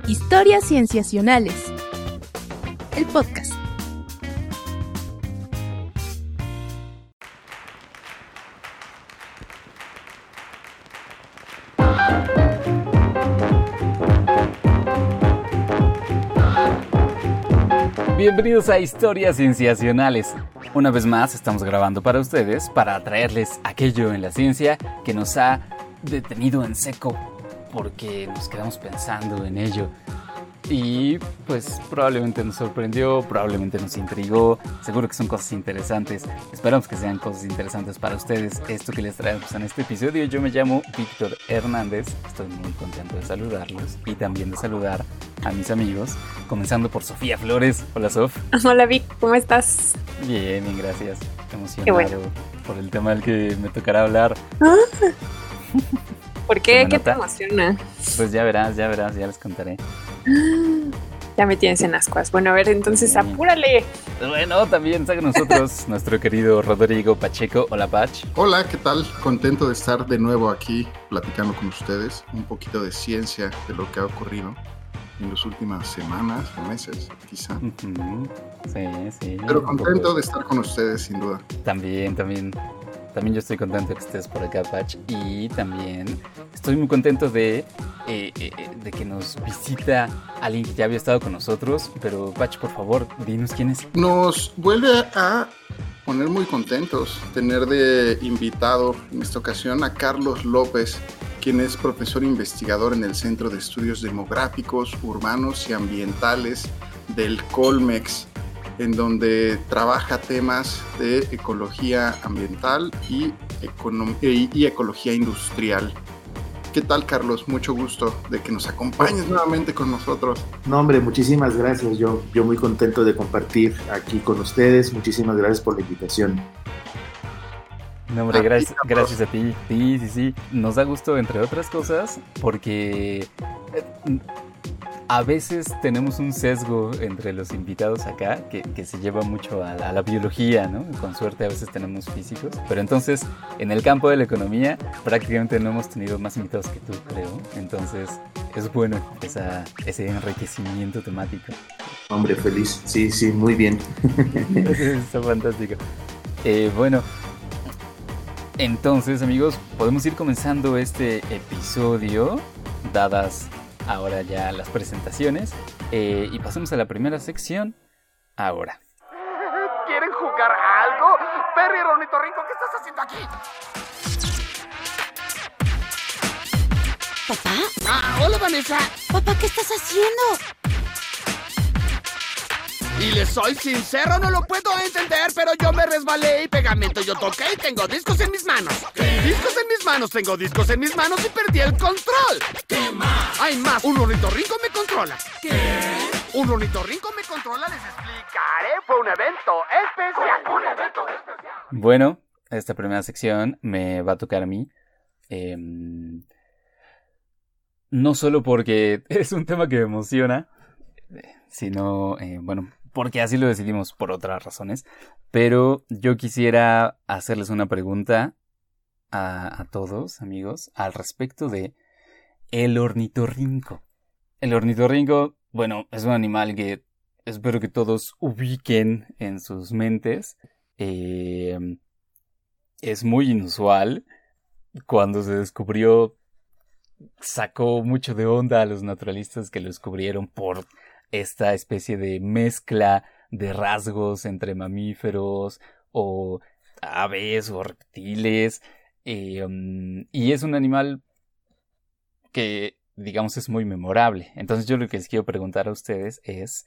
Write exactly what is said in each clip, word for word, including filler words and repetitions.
Historias Cienciacionales. El podcast. Bienvenidos a Historias Cienciacionales. Una vez más estamos grabando para ustedes para traerles aquello en la ciencia que nos ha detenido en seco porque nos quedamos pensando en ello. Y pues probablemente nos sorprendió, probablemente nos intrigó, seguro que son cosas interesantes. Esperamos que sean cosas interesantes para ustedes esto que les traemos en este episodio. Yo me llamo Víctor Hernández, estoy muy contento de saludarlos y también de saludar a mis amigos, comenzando por Sofía Flores. Hola, Sof. Hola, Vic, ¿cómo estás? Bien, bien, gracias. Emocionado Qué bueno. por el tema del que me tocará hablar. Ah, ¿por qué? ¿Toma ¿Qué te nota? emociona? Pues ya verás, ya verás, ya les contaré. Ya me tienes en ascuas. Bueno, a ver, entonces Sí. apúrale. Bueno, también está con nosotros nuestro querido Rodrigo Pacheco. Hola, Pach. Hola, ¿qué tal? Contento de estar de nuevo aquí platicando con ustedes un poquito de ciencia de lo que ha ocurrido en las últimas semanas o meses, quizá. Ujú. Sí, sí. Pero un contento poco. de estar con ustedes, sin duda. También, también. También yo estoy contento que estés por acá, Pach. Y también estoy muy contento de, eh, eh, de que nos visita alguien que ya había estado con nosotros. Pero, Pach, por favor, dinos quién es. Nos vuelve a poner muy contentos tener de invitado en esta ocasión a Carlos López, quien es profesor investigador en el Centro de Estudios Demográficos, Urbanos y Ambientales del Colmex, en donde trabaja temas de ecología ambiental y, econom- y, y ecología industrial. ¿Qué tal, Carlos? Mucho gusto de que nos acompañes nuevamente con nosotros. No, hombre, muchísimas gracias. Yo, yo muy contento de compartir aquí con ustedes. Muchísimas gracias por la invitación. No, hombre, A ti, gracias, Carlos. gracias a ti. Sí, sí, sí. Nos da gusto, entre otras cosas, porque eh, a veces tenemos un sesgo entre los invitados acá que, que se lleva mucho a la, a la biología, ¿no? Con suerte a veces tenemos físicos. Pero entonces, en el campo de la economía, prácticamente no hemos tenido más invitados que tú, creo. Entonces, es bueno esa, ese enriquecimiento temático. Hombre, feliz. Sí, sí, muy bien. Está fantástico. Eh, bueno, entonces, amigos, podemos ir comenzando este episodio, dadas ahora ya las presentaciones, eh, y pasemos a la primera sección ahora. ¿Quieren jugar a algo? Perry Ornitorrinco, ¿qué estás haciendo aquí? ¿Papá? Ah, hola, Vanessa. ¿Papá, qué estás haciendo? Y les soy sincero, no lo puedo entender, pero yo me resbalé y pegamento yo toqué y tengo discos en mis manos. Discos en mis manos, tengo discos en mis manos y perdí el control. ¿Qué más? Hay más, un ornitorrinco me controla. ¿Qué? Un ornitorrinco me controla, les explicaré. Fue un evento especial. Un evento especial. Bueno, esta primera sección me va a tocar a mí. Eh, no solo porque es un tema que me emociona, sino, eh, bueno, porque así lo decidimos por otras razones. Pero yo quisiera hacerles una pregunta a, a todos, amigos, al respecto de el ornitorrinco. El ornitorrinco, bueno, es un animal que espero que todos ubiquen en sus mentes. Eh, es muy inusual. Cuando se descubrió, sacó mucho de onda a los naturalistas que lo descubrieron por esta especie de mezcla de rasgos entre mamíferos o aves o reptiles. Eh, um, y es un animal que, digamos, es muy memorable. Entonces yo lo que les quiero preguntar a ustedes es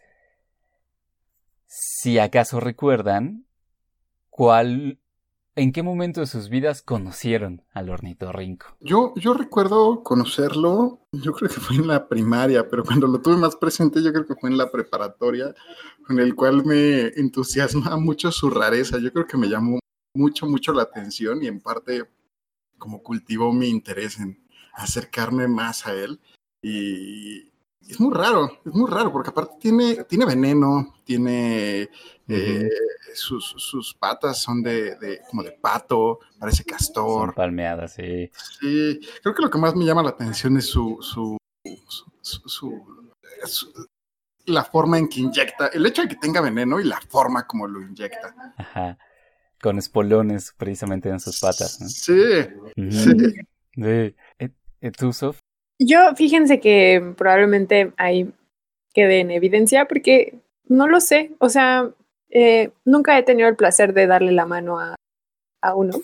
si acaso recuerdan cuál, en qué momento de sus vidas conocieron al ornitorrinco. Yo, yo recuerdo conocerlo, yo creo que fue en la primaria, pero cuando lo tuve más presente yo creo que fue en la preparatoria, con el cual me entusiasma mucho su rareza. Yo creo que me llamó mucho, mucho la atención y en parte como cultivó mi interés en acercarme más a él. Y es muy raro, es muy raro, porque aparte tiene, tiene veneno, tiene eh, Uh-huh. sus, sus patas son de, de como de pato, parece castor. Son palmeadas, sí. Sí, creo que lo que más me llama la atención es su, su, su, su es la forma en que inyecta, el hecho de que tenga veneno y la forma como lo inyecta. Ajá. Con espolones precisamente en sus patas, ¿no? Sí, uh-huh. sí. Sí. ¿Y tú, Sof? Yo, fíjense que probablemente ahí quede en evidencia porque no lo sé. O sea, eh, nunca he tenido el placer de darle la mano a, a uno.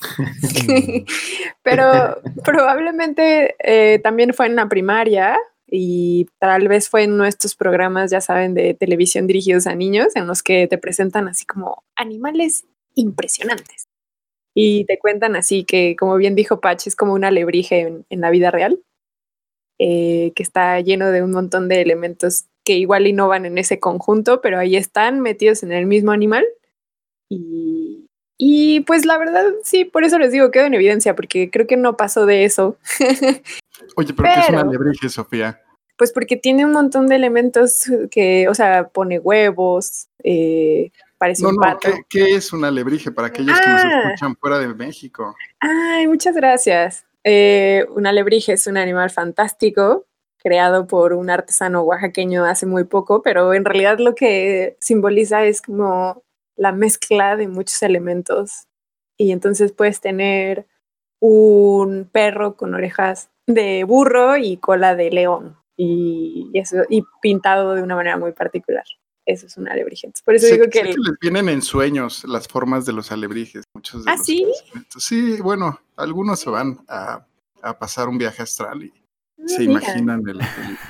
Pero probablemente eh, también fue en la primaria y tal vez fue en nuestros programas, ya saben, de televisión dirigidos a niños, en los que te presentan así como animales impresionantes. Y te cuentan así que, como bien dijo Patch, es como un alebrije en, en la vida real, eh, que está lleno de un montón de elementos que igual y no van en ese conjunto, pero ahí están metidos en el mismo animal. Y, y pues la verdad, sí, por eso les digo, quedo en evidencia, porque creo que no pasó de eso. Oye, pero, pero ¿qué es un alebrije, Sofía? Pues porque tiene un montón de elementos que, o sea, pone huevos, eh, parece no, un no, pato. ¿qué, ¿qué es un alebrije para aquellos ah, que nos escuchan fuera de México? Ay, muchas gracias. Eh, un alebrije es un animal fantástico, creado por un artesano oaxaqueño hace muy poco, pero en realidad lo que simboliza es como la mezcla de muchos elementos. Y entonces puedes tener un perro con orejas de burro y cola de león. Y, eso, y pintado de una manera muy particular. Eso es un alebrije. Por eso sé, digo que, sé el... que les vienen en sueños las formas de los alebrijes. Muchos de ¿Ah, los sí? Sí, bueno, algunos se van a, a pasar un viaje astral y ah, se mira. imaginan el, el,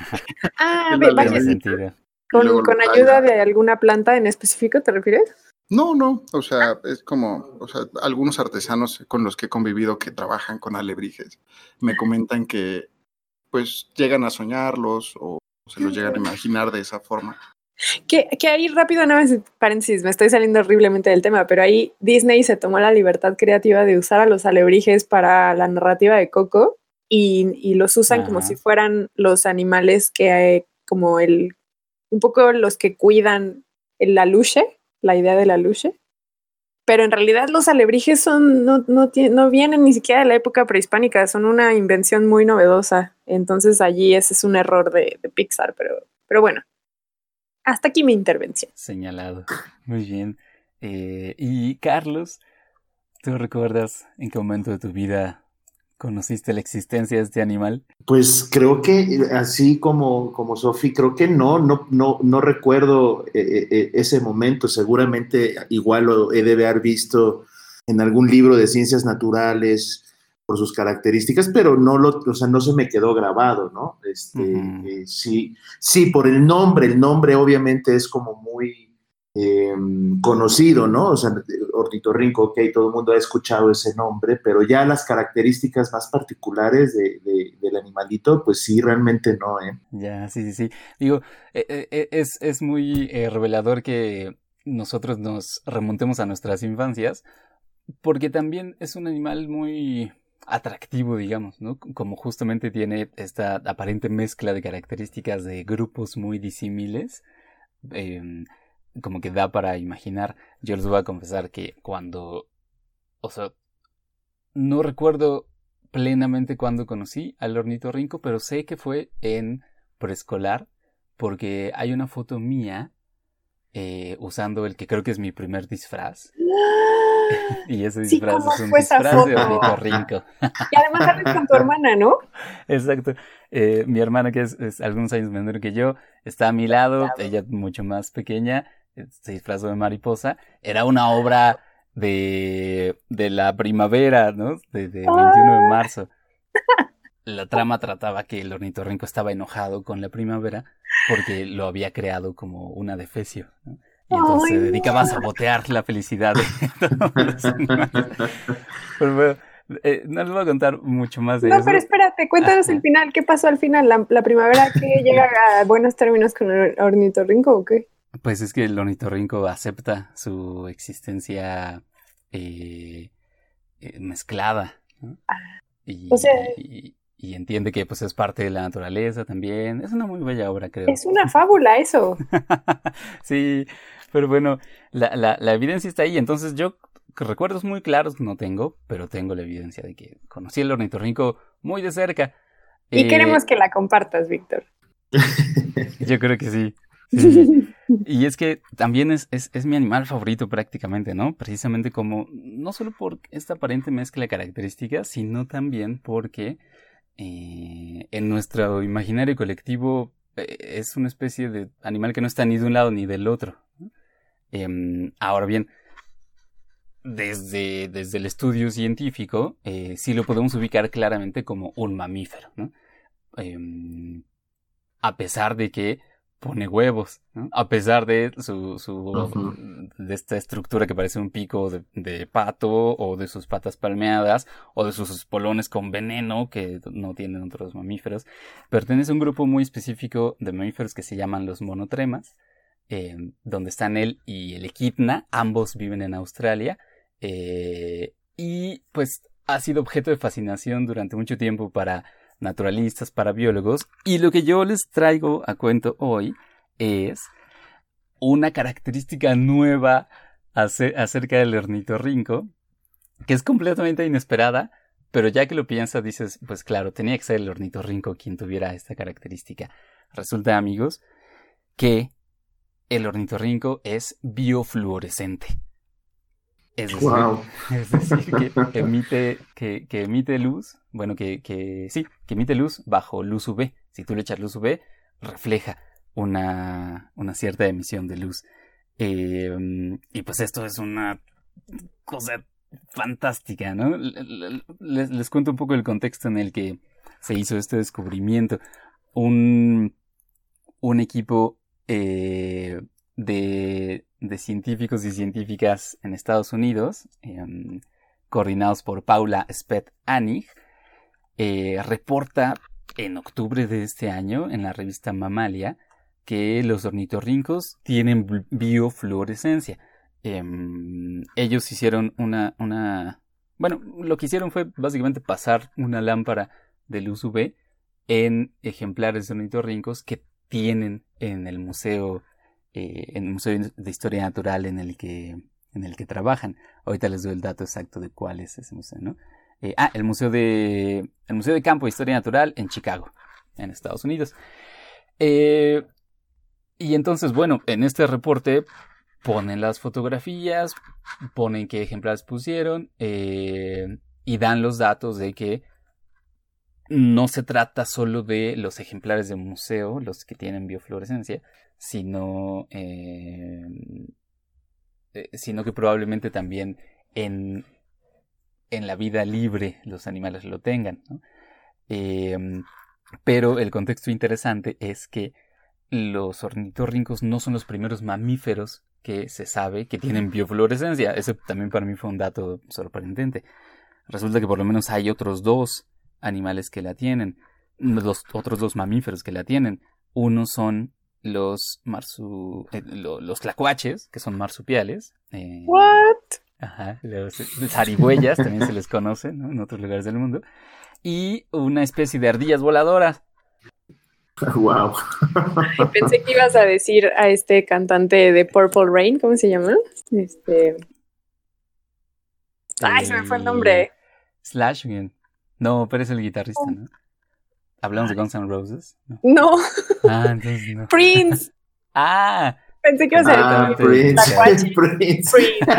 ah, el ve, alebrije. ¿Con, con ayuda de alguna planta en específico, te refieres? No, no, o sea, es como, o sea, algunos artesanos con los que he convivido que trabajan con alebrijes me comentan que pues llegan a soñarlos o se los llegan a imaginar de esa forma. Que, que ahí rápido, no, paréntesis, me estoy saliendo horriblemente del tema, pero ahí Disney se tomó la libertad creativa de usar a los alebrijes para la narrativa de Coco y, y los usan Ajá. como si fueran los animales que hay, como el, un poco los que cuidan el aluche, la idea del aluche. Pero en realidad los alebrijes son, no, no, no vienen ni siquiera de la época prehispánica, son una invención muy novedosa. Entonces allí ese es un error de, de Pixar, pero, pero bueno, hasta aquí mi intervención. Señalado, muy bien. Eh, y Carlos, ¿tú recuerdas en qué momento de tu vida conociste la existencia de este animal? Pues creo que así como, como Sofi, creo que no, no, no, no recuerdo eh, eh, ese momento. Seguramente igual lo he de haber visto en algún libro de ciencias naturales por sus características, pero no lo, o sea, no se me quedó grabado, ¿no? Este, uh-huh. eh, sí, sí, por el nombre, el nombre obviamente es como muy eh, conocido, ¿no? O sea, ornitorrinco, ok, todo el mundo ha escuchado ese nombre, pero ya las características más particulares de, de, del animalito, pues sí, realmente no, ¿eh? Ya, sí, sí, sí. Digo, eh, eh, es, es muy eh, revelador que nosotros nos remontemos a nuestras infancias, porque también es un animal muy atractivo, digamos, ¿no? Como justamente tiene esta aparente mezcla de características de grupos muy disímiles, eh, como que da para imaginar. Yo les voy a confesar que cuando, o sea, no recuerdo plenamente cuándo conocí al ornitorrinco, pero sé que fue en preescolar, porque hay una foto mía eh, usando el que creo que es mi primer disfraz. Y ese disfraz sí, es un disfraz de ornitorrinco. Y además sales con tu hermana, ¿no? Exacto. Eh, mi hermana, que es, es algunos años menor que yo, está a mi lado, claro. Ella mucho más pequeña, se disfrazó de mariposa. Era una obra de, de la primavera, ¿no? De, de veintiuno de marzo. La trama trataba que el ornitorrinco estaba enojado con la primavera porque lo había creado como una adefesio, ¿no? Y entonces Ay, se dedicaba no. a sabotear la felicidad de todos los animales. Pero bueno, eh, no les voy a contar mucho más de no, eso. No, pero espérate, cuéntanos Ajá. el final. ¿Qué pasó al final? ¿La, la primavera que llega a buenos términos con el ornitorrinco o qué? Pues es que el ornitorrinco acepta su existencia eh, eh, mezclada, ¿no? Ah, y, o sea... y, y entiende que pues es parte de la naturaleza también. Es una muy bella obra, creo. Es una fábula eso. Sí, pero bueno, la, la, la evidencia está ahí. Entonces yo recuerdos muy claros no tengo, pero tengo la evidencia de que conocí el ornitorrinco muy de cerca. Y eh, queremos que la compartas, Víctor. Yo creo que sí. Sí. Y es que también es, es, es mi animal favorito prácticamente, ¿no? Precisamente como, no solo por esta aparente mezcla de características, sino también porque eh, en nuestro imaginario colectivo eh, es una especie de animal que no está ni de un lado ni del otro, ¿no? Eh, ahora bien, desde, desde el estudio científico, eh, sí lo podemos ubicar claramente como un mamífero, ¿no? Eh, a pesar de que pone huevos, ¿no? A pesar de su, su uh-huh. de esta estructura que parece un pico de, de pato, o de sus patas palmeadas, o de sus espolones con veneno que no tienen otros mamíferos. Pertenece a un grupo muy específico de mamíferos que se llaman los monotremas, eh, donde están él y el equidna. Ambos viven en Australia, eh, y pues ha sido objeto de fascinación durante mucho tiempo para naturalistas, para biólogos, y lo que yo les traigo a cuento hoy es una característica nueva ace- acerca del ornitorrinco, que es completamente inesperada, pero ya que lo piensas dices, pues claro, tenía que ser el ornitorrinco quien tuviera esta característica. Resulta, amigos, que el ornitorrinco es biofluorescente. Es decir, wow. es decir que, emite, que, que emite luz, bueno, que, que sí, que emite luz bajo luz U V. Si tú le echas luz U V, refleja una, una cierta emisión de luz. Eh, y pues esto es una cosa fantástica, ¿no? Les, les cuento un poco el contexto en el que se hizo este descubrimiento. Un, un equipo eh, de... de científicos y científicas en Estados Unidos, eh, coordinados por Paula Speth-Anig, eh, reporta en octubre de este año en la revista Mammalia que los ornitorrincos tienen biofluorescencia. Eh, ellos hicieron una, una... Bueno, lo que hicieron fue básicamente pasar una lámpara de luz U V en ejemplares de ornitorrincos que tienen en el museo Eh, en el Museo de Historia Natural en el que en el que trabajan. Ahorita les doy el dato exacto de cuál es ese museo, ¿no? Eh, ah, el museo de el Museo de Campo de Historia Natural en Chicago, en Estados Unidos. Eh, y entonces, bueno, en este reporte ponen las fotografías, ponen qué ejemplares pusieron, eh, y dan los datos de que no se trata solo de los ejemplares de museo, los que tienen biofluorescencia, sino, eh, eh, sino que probablemente también en, en la vida libre los animales lo tengan, ¿no? Eh, pero el contexto interesante es que los ornitorrincos no son los primeros mamíferos que se sabe que tienen biofluorescencia. Ese también para mí fue un dato sorprendente. Resulta que por lo menos hay otros dos animales que la tienen, los otros dos mamíferos que la tienen. Uno son los marsu eh, lo, los tlacuaches, que son marsupiales. Eh, What? Ajá, los zarigüeyas también se les conoce, ¿no? En otros lugares del mundo. Y una especie de ardillas voladoras. Wow. Ay, pensé que ibas a decir a este cantante de Purple Rain, ¿cómo se llama? Este. Ay, se me fue el nombre. Slash, bien. No, pero es el guitarrista, ¿no? ¿Hablamos de Guns N' Roses? No. No. Ah, entonces no. Prince. Ah. Pensé que ibas a ah, decir Prince. Prince. Prince.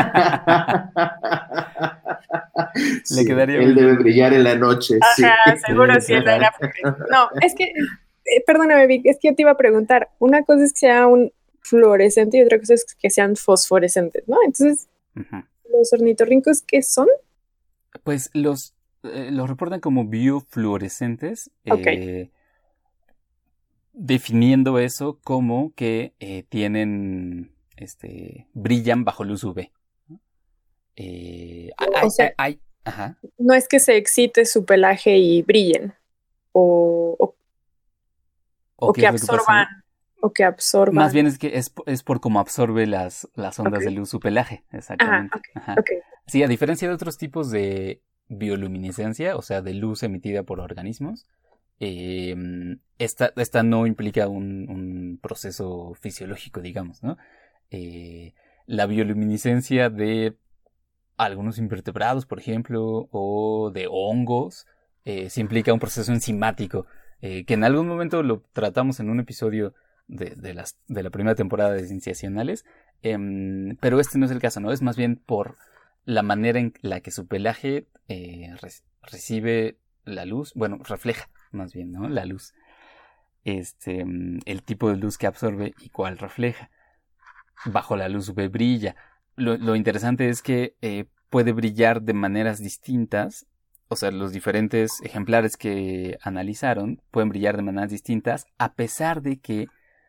Sí, le quedaría él debe brillar en la noche. Ajá, sí. seguro sí, él era. No, es que, eh, perdóname, Vic, es que yo te iba a preguntar. Una cosa es que sea un fluorescente y otra cosa es que sean fosforescentes, ¿no? Entonces, uh-huh. ¿Los ornitorrincos qué son? Pues los, eh, los reportan como biofluorescentes. Okay. Eh, definiendo eso como que eh, tienen, este, brillan bajo luz U V. Eh, o hay, sea, hay, hay, ajá. No es que se excite su pelaje y brillen, o, o, o, o que absorban, que o que absorban. Más bien es que es, es por cómo absorbe las, las ondas okay. de luz su pelaje, exactamente. Ajá, okay, Ajá. Okay. Sí, a diferencia de otros tipos de bioluminiscencia, o sea, de luz emitida por organismos, eh, esta, esta no implica un, un proceso fisiológico, digamos, ¿no? Eh, la bioluminiscencia de algunos invertebrados, por ejemplo, o de hongos, eh, sí implica un proceso enzimático eh, que en algún momento lo tratamos en un episodio de, de, las, de la primera temporada de Cienciacionales, eh, pero este no es el caso, ¿no? Es más bien por la manera en la que su pelaje eh, re- recibe la luz, bueno, refleja más bien, ¿no? La luz. Este, el tipo de luz que absorbe y cuál refleja. Bajo la luz U V brilla. Lo, lo interesante es que eh, puede brillar de maneras distintas. O sea, los diferentes ejemplares que analizaron pueden brillar de maneras distintas a pesar de que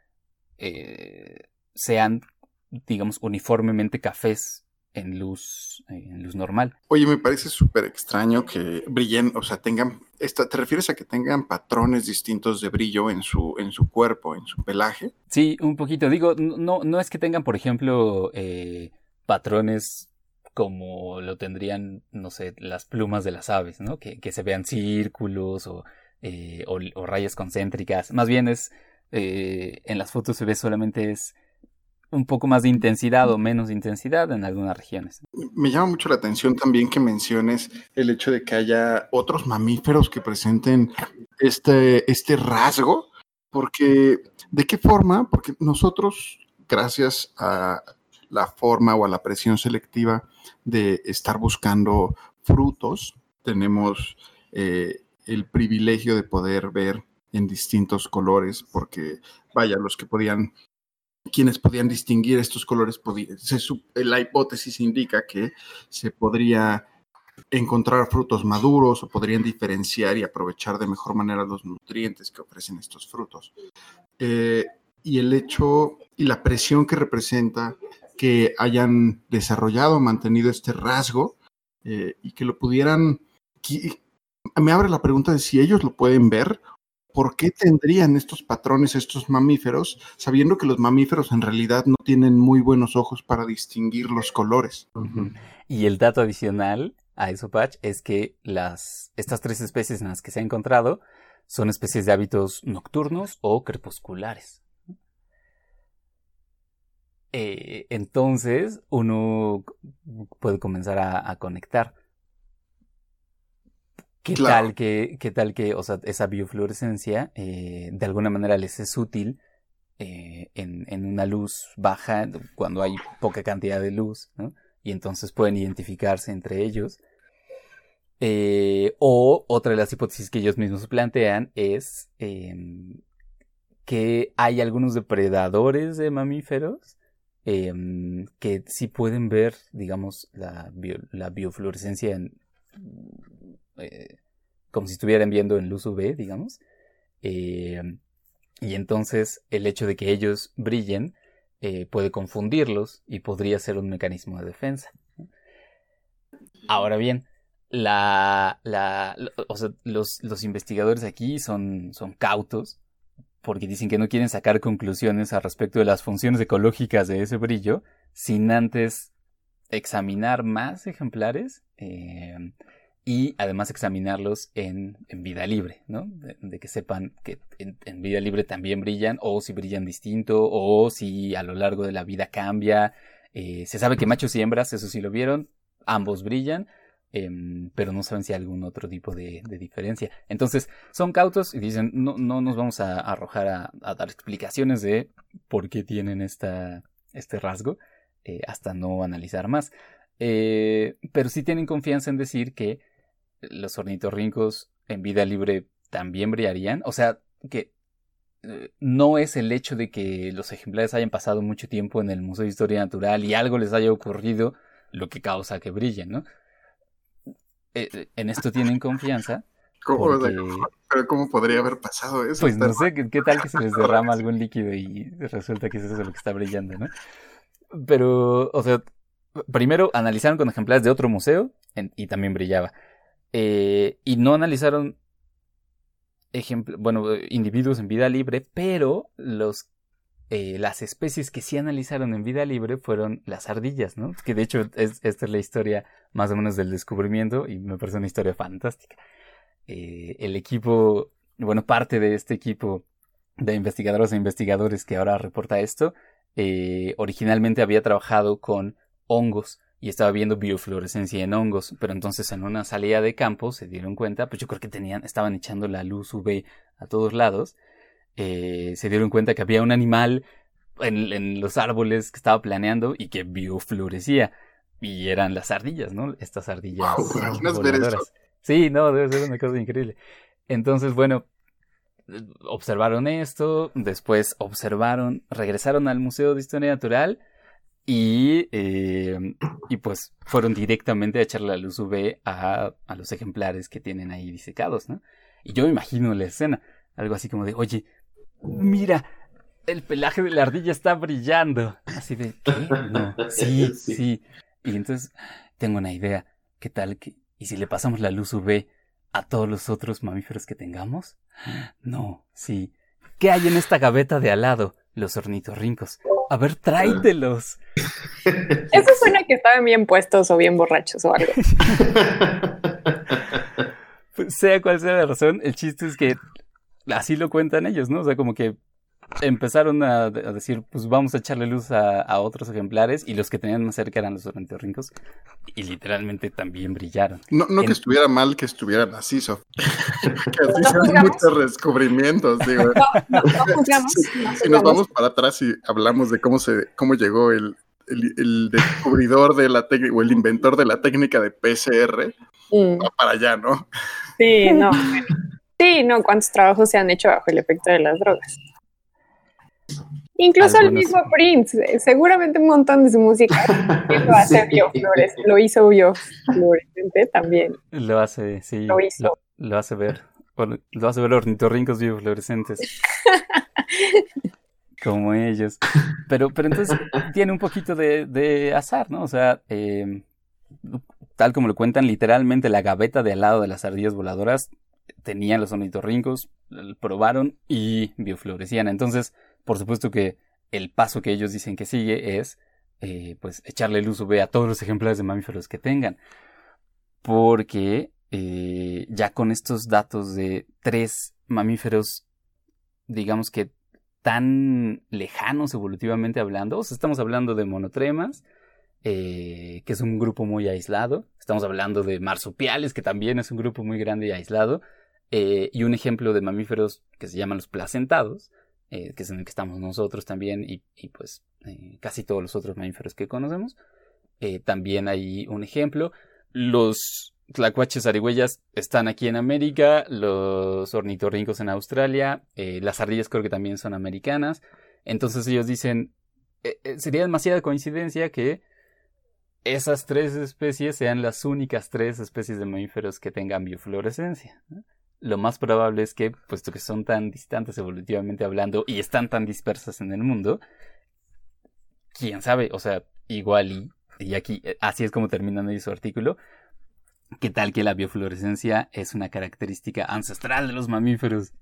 eh, sean, digamos, uniformemente cafés en luz, en luz normal. Oye, me parece súper extraño que brillen, o sea, tengan, esta, ¿te refieres a que tengan patrones distintos de brillo en su, en su cuerpo, en su pelaje? Sí, un poquito. Digo, no, no es que tengan, por ejemplo, eh, patrones como lo tendrían, no sé, las plumas de las aves, ¿no? Que, que se vean círculos o, eh, o, o rayas concéntricas. Más bien es, eh, en las fotos se ve solamente es un poco más de intensidad o menos intensidad en algunas regiones. Me llama mucho la atención también que menciones el hecho de que haya otros mamíferos que presenten este, este rasgo, porque ¿de qué forma? Porque nosotros, gracias a la forma o a la presión selectiva de estar buscando frutos, tenemos eh, el privilegio de poder ver en distintos colores, porque vaya, los que podían quienes podían distinguir estos colores, podía, se, la hipótesis indica que se podría encontrar frutos maduros o podrían diferenciar y aprovechar de mejor manera los nutrientes que ofrecen estos frutos. Eh, y el hecho y la presión que representa que hayan desarrollado, mantenido este rasgo eh, y que lo pudieran... Que, me abre la pregunta de si ellos lo pueden ver. ¿Por qué tendrían estos patrones estos mamíferos, sabiendo que los mamíferos en realidad no tienen muy buenos ojos para distinguir los colores? Uh-huh. Y el dato adicional a eso, Patch, es que las, estas tres especies en las que se ha encontrado son especies de hábitos nocturnos o crepusculares. Eh, entonces, uno puede comenzar a, a conectar. ¿Qué claro. tal que, qué tal que, o sea, esa biofluorescencia eh, de alguna manera les es útil eh, en, en una luz baja, cuando hay poca cantidad de luz, ¿no? Y entonces pueden identificarse entre ellos. Eh, o otra de las hipótesis que ellos mismos plantean es eh, que hay algunos depredadores de mamíferos eh, que sí pueden ver, digamos, la, bio, la biofluorescencia en... Eh, como si estuvieran viendo en luz U V, digamos, eh, y entonces el hecho de que ellos brillen eh, puede confundirlos y podría ser un mecanismo de defensa. Ahora bien, la, la, o sea, los, los investigadores aquí son, son cautos porque dicen que no quieren sacar conclusiones al respecto de las funciones ecológicas de ese brillo sin antes examinar más ejemplares eh, y además examinarlos en, en vida libre, ¿no? De, de que sepan que en, en vida libre también brillan, o si brillan distinto, o si a lo largo de la vida cambia. Eh, se sabe que machos y hembras, eso sí lo vieron, ambos brillan, eh, pero no saben si hay algún otro tipo de, de diferencia. Entonces, son cautos y dicen, no, no nos vamos a, a arrojar a, a dar explicaciones de por qué tienen esta, este rasgo, eh, hasta no analizar más. Eh, pero sí tienen confianza en decir que los ornitorrincos en vida libre también brillarían. O sea, que eh, no es el hecho de que los ejemplares hayan pasado mucho tiempo en el Museo de Historia Natural y algo les haya ocurrido lo que causa que brillen, ¿no? Eh, en esto tienen confianza. ¿Cómo, porque... ¿Pero cómo podría haber pasado eso? Pues no sé, ¿qué, qué tal que se les derrama algún líquido y resulta que es eso lo que está brillando, ¿no? Pero, o sea, primero analizaron con ejemplares de otro museo en, y también brillaba. Eh, y no analizaron ejempl- bueno, individuos en vida libre, pero los, eh, las especies que sí analizaron en vida libre fueron las ardillas, ¿no? Que de hecho es, esta es la historia más o menos del descubrimiento y me parece una historia fantástica. Eh, el equipo, bueno, parte de este equipo de investigadoras e investigadores que ahora reporta esto, eh, originalmente había trabajado con hongos y estaba viendo biofluorescencia en hongos, pero entonces en una salida de campo se dieron cuenta, pues yo creo que tenían, estaban echando la luz U V a todos lados, eh, se dieron cuenta que había un animal en, en los árboles que estaba planeando y que biofluorescía, y eran las ardillas, ¿no? Estas ardillas Wow, ¿imaginas ver eso? voladoras. Sí, no, debe ser una cosa increíble. Entonces, bueno, observaron esto, después observaron, regresaron al Museo de Historia Natural y, eh, y pues fueron directamente a echar la luz U V a, a los ejemplares que tienen ahí disecados, ¿no? Y yo me imagino la escena, algo así como de, oye, mira, el pelaje de la ardilla está brillando. Así de, ¿qué? No, sí, Sí. sí. Y entonces tengo una idea, ¿qué tal que, y si le pasamos la luz U V a todos los otros mamíferos que tengamos? No, sí. ¿Qué hay en esta gaveta de al lado? Los ornitorrincos. A ver, tráetelos. Eso suena que estaban bien puestos o bien borrachos o algo. Pues, sea cual sea la razón, el chiste es que así lo cuentan ellos, ¿no? O sea, como que empezaron a, a decir, pues vamos a echarle luz a, a otros ejemplares, y los que tenían más cerca eran los ornitorrincos, y literalmente también brillaron. No, no En- que estuviera mal que estuvieran así, Sof. que así No sean juzgamos. muchos descubrimientos, digo. No, no juzgamos. Si, no si nos juzgamos. vamos para atrás y hablamos de cómo se cómo llegó el, el, el descubridor de la técnica o el inventor de la técnica de P C R, Mm, va para allá, ¿no? sí, no. Bueno. Sí, no, cuántos trabajos se han hecho bajo el efecto de las drogas. Incluso el Algunos. mismo Prince, eh, seguramente un montón de su música él lo hace Sí. biofluores, lo hizo biofluorescente también. Lo hace, sí. Lo hizo. Lo, lo hace ver. Or- Lo hace ver ornitorrincos biofluorescentes. Como ellos. Pero, pero entonces tiene un poquito de, de azar, ¿no? O sea, eh, tal como lo cuentan, literalmente la gaveta de al lado de las ardillas voladoras tenían los ornitorrincos, l- probaron y biofluorecían. Entonces, por supuesto que el paso que ellos dicen que sigue es, eh, pues, echarle luz U V a todos los ejemplares de mamíferos que tengan. Porque eh, ya con estos datos de tres mamíferos, digamos que tan lejanos evolutivamente hablando, o sea, estamos hablando de monotremas, eh, que es un grupo muy aislado, estamos hablando de marsupiales, que también es un grupo muy grande y aislado, eh, y un ejemplo de mamíferos que se llaman los placentados, eh, que es en el que estamos nosotros también, y, y pues eh, casi todos los otros mamíferos que conocemos. Eh, también hay un ejemplo. Los tlacuaches zarigüeyas están aquí en América, los ornitorrincos en Australia, eh, las ardillas creo que también son americanas. Entonces ellos dicen, eh, eh, sería demasiada coincidencia que esas tres especies sean las únicas tres especies de mamíferos que tengan biofluorescencia, ¿no? Lo más probable es que, puesto que son tan distantes evolutivamente hablando y están tan dispersas en el mundo, quién sabe, o sea, igual y, y aquí, eh, así es como terminan ellos su artículo, ¿qué tal que la biofluorescencia es una característica ancestral de los mamíferos?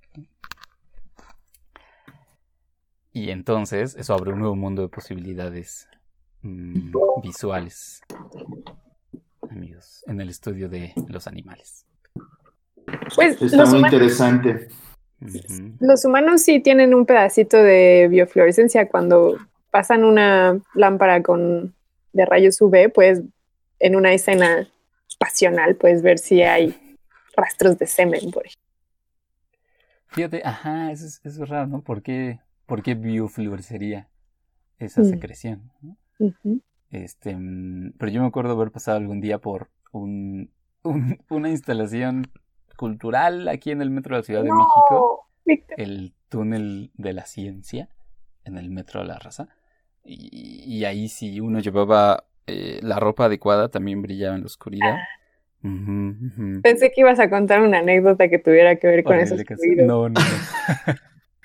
Y entonces eso abre un nuevo mundo de posibilidades mm, visuales, amigos, en el estudio de los animales. Pues Está los, muy humanos, interesante. Ujú. los humanos sí tienen un pedacito de biofluorescencia cuando pasan una lámpara con de rayos U V, pues en una escena pasional puedes ver si hay rastros de semen, por ejemplo. Fíjate, ajá, eso es, eso es raro, ¿no? ¿Por qué, por qué biofluorecería esa Mm. secreción, ¿no? Ujú. Este, mm, pero yo me acuerdo haber pasado algún día por un, un- una instalación cultural aquí en el metro de la Ciudad de México, No, Víctor. el túnel de la ciencia, en el metro de la Raza, y, y ahí si uno llevaba eh, la ropa adecuada también brillaba en la oscuridad. Ujú, ujú. Pensé que ibas a contar una anécdota que tuviera que ver con Horrible esos que- fluidos. No, no, no.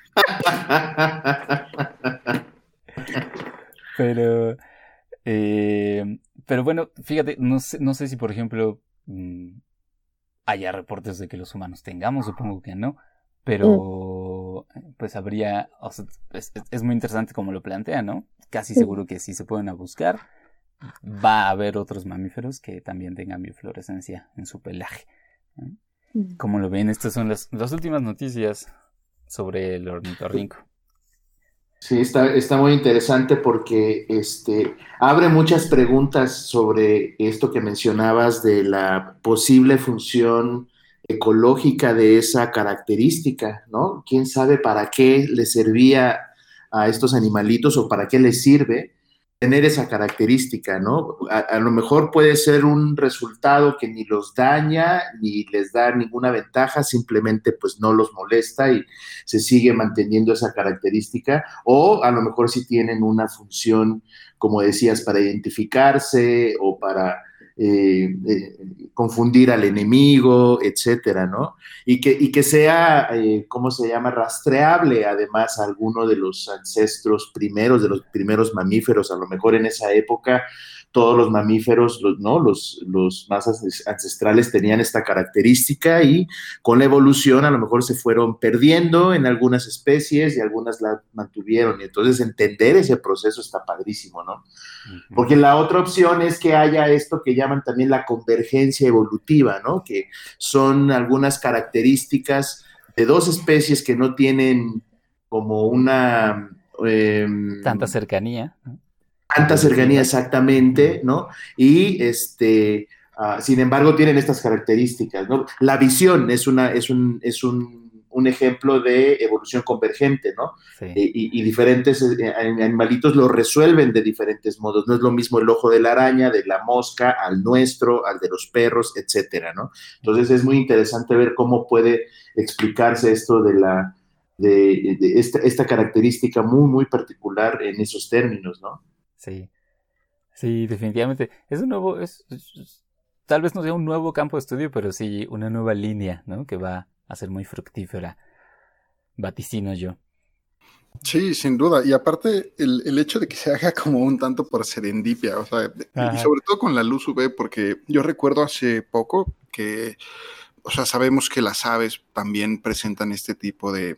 Pero, eh, pero bueno, fíjate, no sé, no sé si por ejemplo mm, haya reportes de que los humanos tengamos, supongo que no, pero pues habría, o sea, es, es- es muy interesante como lo plantea, ¿no? Casi seguro que si se pueden a buscar, va a haber otros mamíferos que también tengan biofluorescencia en su pelaje, ¿no? Mm. Como lo ven, estas son las, las últimas noticias sobre el ornitorrinco. Sí, está, está muy interesante porque este, abre muchas preguntas sobre esto que mencionabas de la posible función ecológica de esa característica, ¿no? ¿Quién sabe para qué le servía a estos animalitos o para qué les sirve tener esa característica, ¿no? A, a lo mejor puede ser un resultado que ni los daña ni les da ninguna ventaja, simplemente pues no los molesta y se sigue manteniendo esa característica, o a lo mejor sí tienen una función, como decías, para identificarse o para eh, eh, confundir al enemigo, etcétera, ¿no? Y que, y que sea, eh, ¿cómo se llama?, rastreable además a alguno de los ancestros primeros, de los primeros mamíferos, a lo mejor en esa época todos los mamíferos, los, ¿no? los, los más ancestrales tenían esta característica y con la evolución a lo mejor se fueron perdiendo en algunas especies y algunas la mantuvieron. Y entonces entender ese proceso está padrísimo, ¿no? Uh-huh. Porque la otra opción es que haya esto que llaman también la convergencia evolutiva, ¿no? Que son algunas características de dos especies que no tienen como una... Eh, tanta cercanía, ¿no? Tanta cercanía, exactamente, ¿no? Y este, uh, sin embargo, tienen estas características, ¿no? La visión es, una, es, un, es un, un ejemplo de evolución convergente, ¿no? Sí. Y, y diferentes animalitos lo resuelven de diferentes modos. No es lo mismo el ojo de la araña, de la mosca, al nuestro, al de los perros, etcétera, ¿no? Entonces es muy interesante ver cómo puede explicarse esto de la de, de esta, esta característica muy, muy particular en esos términos, ¿no? Sí, sí, definitivamente. Es un nuevo, es, es, tal vez no sea un nuevo campo de estudio, pero sí una nueva línea, ¿no? Que va a ser muy fructífera. Vaticino yo. Sí, sin duda. Y aparte, el, el hecho de que se haga como un tanto por serendipia, o sea, Ajá. y sobre todo con la luz U V, porque yo recuerdo hace poco que, o sea, sabemos que las aves también presentan este tipo de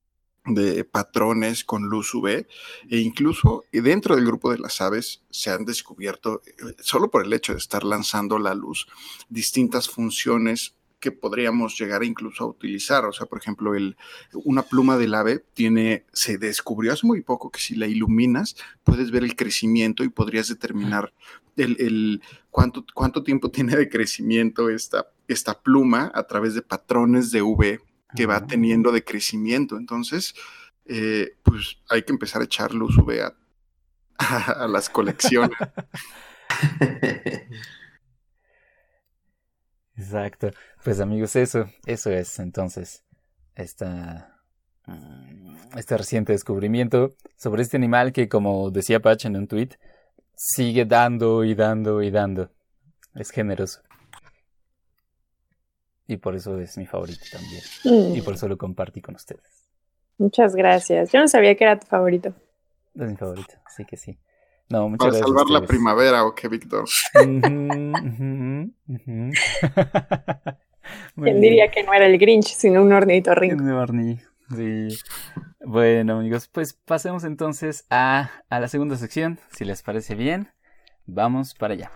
de patrones con luz U V, e incluso dentro del grupo de las aves se han descubierto, solo por el hecho de estar lanzando la luz, distintas funciones que podríamos llegar incluso a utilizar. O sea, por ejemplo, el, una pluma del ave tiene, se descubrió hace muy poco que si la iluminas puedes ver el crecimiento y podrías determinar el, el cuánto, cuánto tiempo tiene de crecimiento esta, esta pluma a través de patrones de U V que va teniendo de crecimiento. Entonces, eh, pues hay que empezar a echar luz U V a, a, a las colecciones. Exacto. Pues amigos, eso, eso es entonces esta, este reciente descubrimiento sobre este animal que, como decía Patch en un tweet, sigue dando y dando y dando. Es generoso. Y por eso es mi favorito también. Mm. Y por eso lo compartí con ustedes. Muchas gracias. Yo no sabía que era tu favorito. Es mi favorito, sí que sí. No, muchas Para gracias. Para salvar la primavera, ¿o qué, Víctor? Uh-huh, uh-huh, uh-huh. ¿Quién diría que no era el Grinch, sino un ornitorrinco? Un orni, sí. Bueno, amigos, pues pasemos entonces a, a la segunda sección. Si les parece bien, vamos para allá.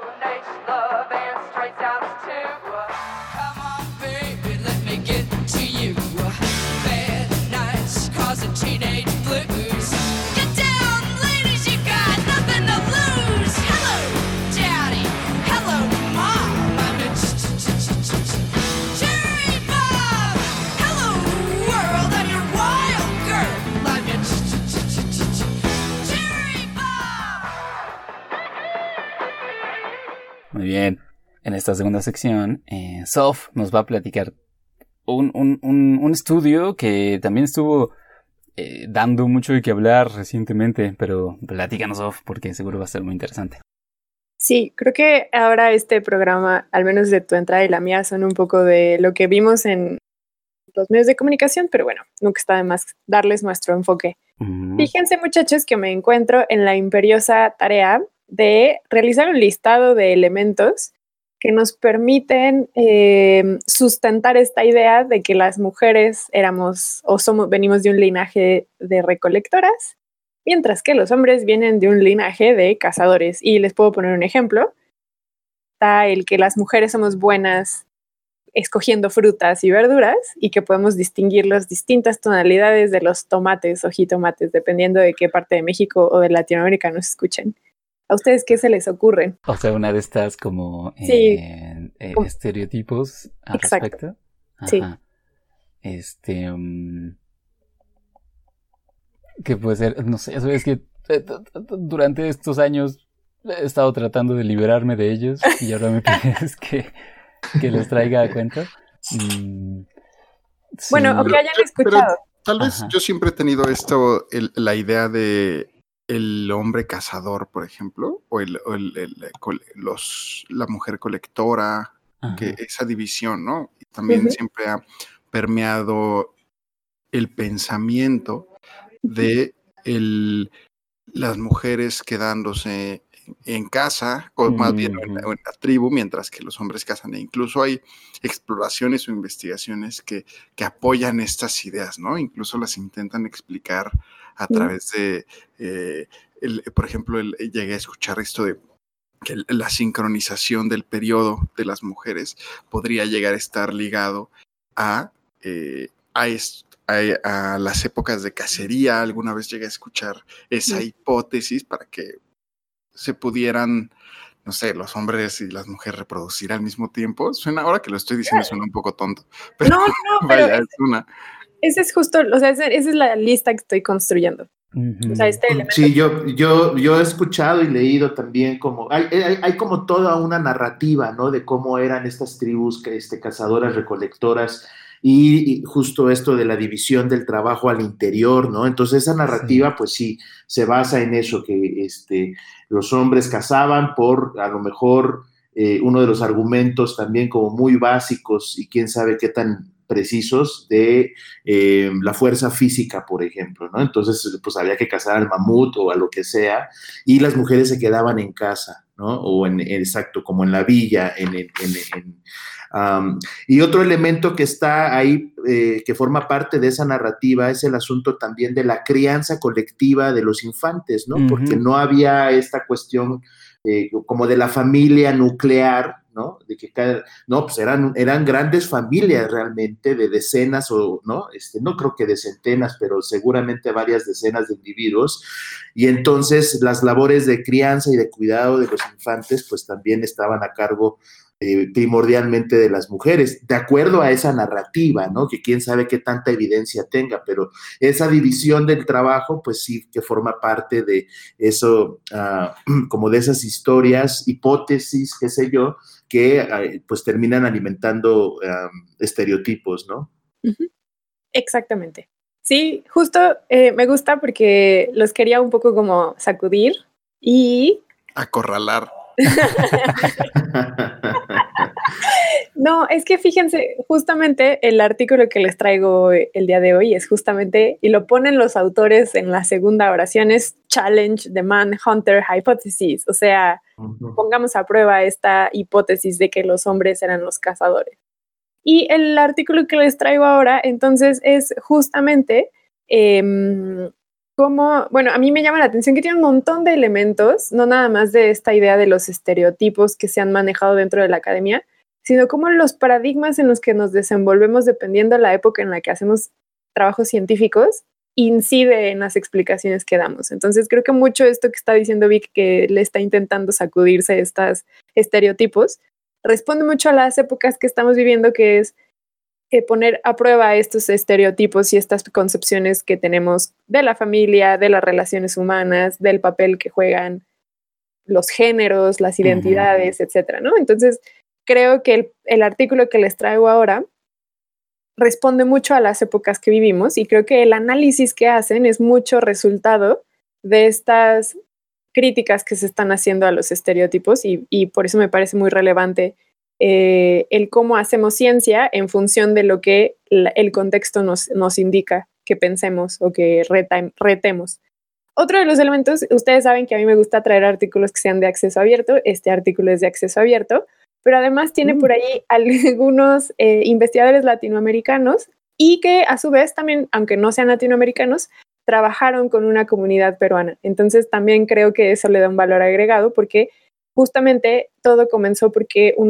Muy bien, en esta segunda sección, eh, Sof nos va a platicar un, un, un, un estudio que también estuvo eh, dando mucho de qué hablar recientemente, pero platícanos, Sof, porque seguro va a ser muy interesante. Sí, creo que ahora este programa, al menos de tu entrada y la mía, son un poco de lo que vimos en los medios de comunicación, pero bueno, nunca está de más darles nuestro enfoque. Uh-huh. Fíjense, muchachos, que me encuentro en la imperiosa tarea de realizar un listado de elementos que nos permiten eh, sustentar esta idea de que las mujeres éramos o somos, venimos de un linaje de recolectoras, mientras que los hombres vienen de un linaje de cazadores. Y les puedo poner un ejemplo. Está el que las mujeres somos buenas escogiendo frutas y verduras y que podemos distinguir las distintas tonalidades de los tomates o jitomates, dependiendo de qué parte de México o de Latinoamérica nos escuchen. ¿A ustedes qué se les ocurre? O sea, una de estas como Sí. eh, eh, Como- estereotipos al Exacto. respecto. Sí. Ajá. Este... um, que puede ser, no sé, eso es que eh, t- t- durante estos años he estado tratando de liberarme de ellos y ahora me pides que, que los traiga a cuento. Mm, sí. Bueno, o que hayan Pero- escuchado. Tal vez Ajá. yo siempre he tenido esto, el- la idea de el hombre cazador, por ejemplo, o, el, o el- el- el col- los, la mujer colectora, Ajá. que esa división, ¿no? Y también Ujú. siempre ha permeado el pensamiento de el, las mujeres quedándose en casa, o más bien en la, Ujú. en la tribu, mientras que los hombres cazan. E incluso hay exploraciones o investigaciones que, que apoyan estas ideas, ¿no? Incluso las intentan explicar a Mm. través de, eh, el- por ejemplo, el- llegué a escuchar esto de que el- la sincronización del periodo de las mujeres podría llegar a estar ligado a, eh, a, est- a- a las épocas de cacería. Alguna vez llegué a escuchar esa Mm. hipótesis para que se pudieran, no sé, los hombres y las mujeres reproducir al mismo tiempo. Suena, ahora que lo estoy diciendo, suena un poco tonto. Pero No, no, pero vaya, es una. esa es justo, o sea, esa, esa es la lista que estoy construyendo. Ujú. O sea, este elemento. Sí, yo, yo, yo he escuchado y leído también como, hay, hay, hay como toda una narrativa, ¿no? De cómo eran estas tribus que, este, cazadoras, recolectoras, y, y justo esto de la división del trabajo al interior, ¿no? Entonces esa narrativa, Sí. pues sí, se basa en eso, que este, los hombres cazaban por, a lo mejor, eh, uno de los argumentos también como muy básicos y quién sabe qué tan precisos de eh, la fuerza física, por ejemplo, ¿no? Entonces, pues había que cazar al mamut o a lo que sea, y las mujeres se quedaban en casa, ¿no? O en, exacto, como en la villa, en... en, en, en um, y otro elemento que está ahí, eh, que forma parte de esa narrativa, es el asunto también de la crianza colectiva de los infantes, ¿no? Ujú. Porque no había esta cuestión eh, como de la familia nuclear, ¿no? De que cada, no, pues eran, eran grandes familias realmente, de decenas o, ¿no? Este, no creo que de centenas, pero seguramente varias decenas de individuos. Y entonces las labores de crianza y de cuidado de los infantes, pues también estaban a cargo eh, primordialmente de las mujeres, de acuerdo a esa narrativa, ¿no? Que quién sabe qué tanta evidencia tenga, pero esa división del trabajo, pues sí que forma parte de eso, uh, como de esas historias, hipótesis, qué sé yo, que eh, pues terminan alimentando um, estereotipos, ¿no? Uh-huh. Exactamente. Sí, justo eh, me gusta porque los quería un poco como sacudir y... Acorralar. No, es que fíjense, justamente el artículo que les traigo el día de hoy es justamente, y lo ponen los autores en la segunda oración, es Challenge the Manhunter Hypothesis, o sea, uh-huh. Pongamos a prueba esta hipótesis de que los hombres eran los cazadores. Y el artículo que les traigo ahora, entonces, es justamente eh, cómo, bueno, a mí me llama la atención que tiene un montón de elementos, no nada más de esta idea de los estereotipos que se han manejado dentro de la academia, sino como los paradigmas en los que nos desenvolvemos dependiendo de la época en la que hacemos trabajos científicos, incide en las explicaciones que damos. Entonces creo que mucho esto que está diciendo Vic, que le está intentando sacudirse estos estereotipos, responde mucho a las épocas que estamos viviendo, que es eh, poner a prueba estos estereotipos y estas concepciones que tenemos de la familia, de las relaciones humanas, del papel que juegan los géneros, las identidades, uh-huh. etcétera, ¿no? Entonces creo que el, el artículo que les traigo ahora responde mucho a las épocas que vivimos y creo que el análisis que hacen es mucho resultado de estas críticas que se están haciendo a los estereotipos y, y por eso me parece muy relevante eh, el cómo hacemos ciencia en función de lo que la, el contexto nos, nos indica que pensemos o que reta, retemos. Otro de los elementos, ustedes saben que a mí me gusta traer artículos que sean de acceso abierto, este artículo es de acceso abierto, pero además tiene por ahí algunos eh, investigadores latinoamericanos y que a su vez también, aunque no sean latinoamericanos, trabajaron con una comunidad peruana. Entonces también creo que eso le da un valor agregado porque justamente todo comenzó porque unos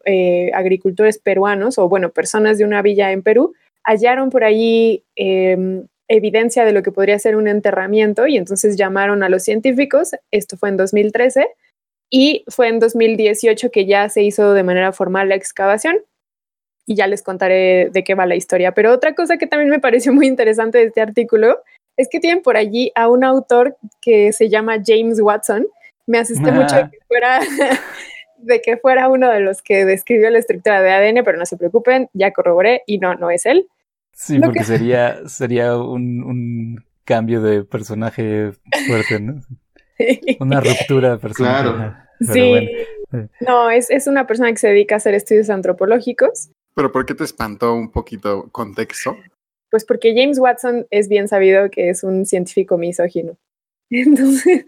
eh, agricultores peruanos, o bueno, personas de una villa en Perú, hallaron por allí eh, evidencia de lo que podría ser un enterramiento y entonces llamaron a los científicos. Esto fue en dos mil trece y fue en dos mil dieciocho que ya se hizo de manera formal la excavación y ya les contaré de qué va la historia. Pero otra cosa que también me pareció muy interesante de este artículo es que tienen por allí a un autor que se llama James Watson. Me asusté ah. mucho de que fuera... de que fuera uno de los que describió la estructura de A D N, pero no se preocupen, ya corroboré y no, no es él. Sí, Lo porque que... sería, sería un, un cambio de personaje fuerte, ¿no? Sí. Una ruptura de personaje. Claro. Pero sí, bueno. no, es, es una persona que se dedica a hacer estudios antropológicos. ¿Pero por qué te espantó un poquito contexto? Pues porque James Watson es bien sabido que es un científico misógino. Entonces,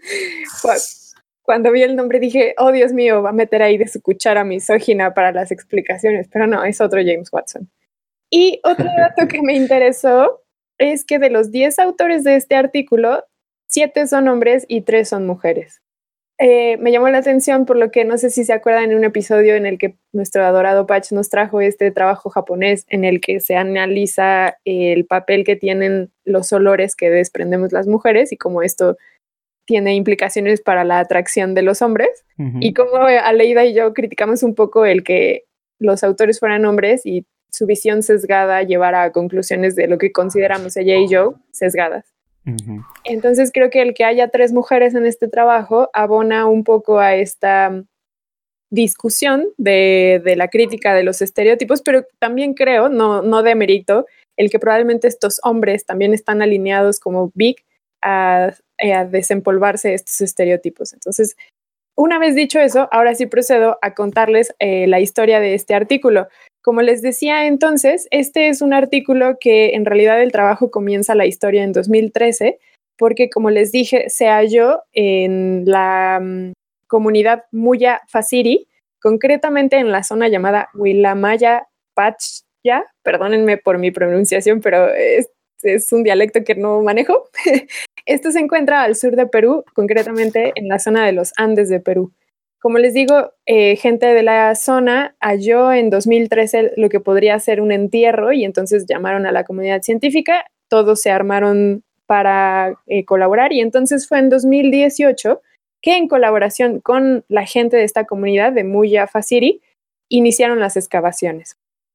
cuando vi el nombre dije, oh Dios mío, va a meter ahí de su cuchara misógina para las explicaciones, pero no, es otro James Watson. Y otro dato que me interesó es que de los diez autores de este artículo, siete son hombres y tres son mujeres. Eh, me llamó la atención por lo que no sé si se acuerdan en un episodio en el que nuestro adorado Patch nos trajo este trabajo japonés en el que se analiza el papel que tienen los olores que desprendemos las mujeres y cómo esto tiene implicaciones para la atracción de los hombres. Uh-huh. Y como Aleida y yo criticamos un poco el que los autores fueran hombres y su visión sesgada llevara a conclusiones de lo que consideramos ella y yo sesgadas. Uh-huh. Entonces creo que el que haya tres mujeres en este trabajo abona un poco a esta discusión de, de la crítica de los estereotipos, pero también creo, no, no de mérito, el que probablemente estos hombres también están alineados como Vic a, a desempolvarse estos estereotipos. Entonces, una vez dicho eso, ahora sí procedo a contarles eh, la historia de este artículo. Como les decía entonces, este es un artículo que en realidad el trabajo comienza la historia en dos mil trece, porque como les dije, se halló en la um, comunidad Muya Fasiri, concretamente en la zona llamada Willamaya Pachya, perdónenme por mi pronunciación, pero es, es un dialecto que no manejo. Esto se encuentra al sur de Perú, concretamente en la zona de los Andes de Perú. Como les digo, eh, gente de la zona halló en dos mil trece lo que podría ser un entierro y entonces llamaron a la comunidad científica, todos se armaron para eh, colaborar y entonces fue en dos mil dieciocho que en colaboración con la gente de esta comunidad de Muya Fasiri iniciaron las excavaciones.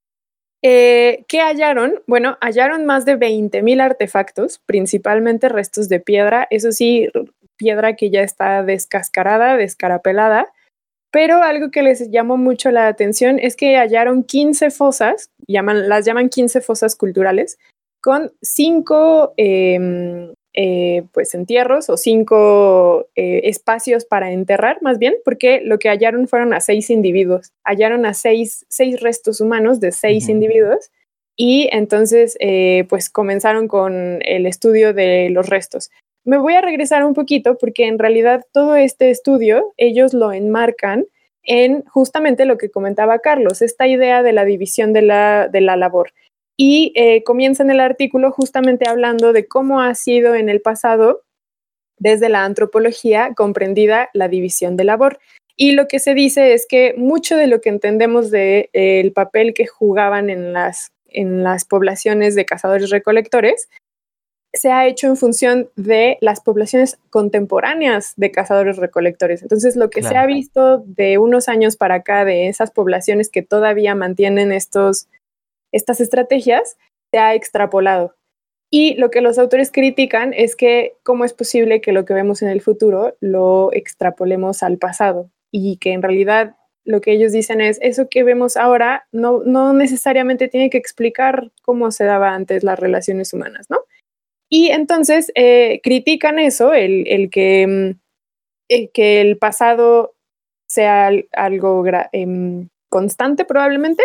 Eh, ¿Qué hallaron? Bueno, hallaron más de veinte mil artefactos, principalmente restos de piedra, eso sí, piedra que ya está descascarada, descarapelada, pero algo que les llamó mucho la atención es que hallaron quince fosas, llaman, las llaman quince fosas culturales, con cinco eh, eh, pues entierros o cinco eh, espacios para enterrar, más bien, porque lo que hallaron fueron a seis individuos, hallaron a seis, seis restos humanos de seis uh-huh. individuos, y entonces eh, pues comenzaron con el estudio de los restos. Me voy a regresar un poquito porque en realidad todo este estudio ellos lo enmarcan en justamente lo que comentaba Carlos, esta idea de la división de la, de la labor. Y eh, comienzan el artículo justamente hablando de cómo ha sido en el pasado, desde la antropología, comprendida la división de labor. Y lo que se dice es que mucho de lo que entendemos del de, eh, papel que jugaban en las, en las poblaciones de cazadores-recolectores se ha hecho en función de las poblaciones contemporáneas de cazadores-recolectores. Entonces, lo que claro. se ha visto de unos años para acá de esas poblaciones que todavía mantienen estos, estas estrategias, se ha extrapolado. Y lo que los autores critican es que cómo es posible que lo que vemos en el futuro lo extrapolemos al pasado y que en realidad lo que ellos dicen es eso que vemos ahora no, no necesariamente tiene que explicar cómo se daba antes las relaciones humanas, ¿no? Y entonces eh, critican eso, el, el, que, el que el pasado sea algo gra- eh, constante probablemente.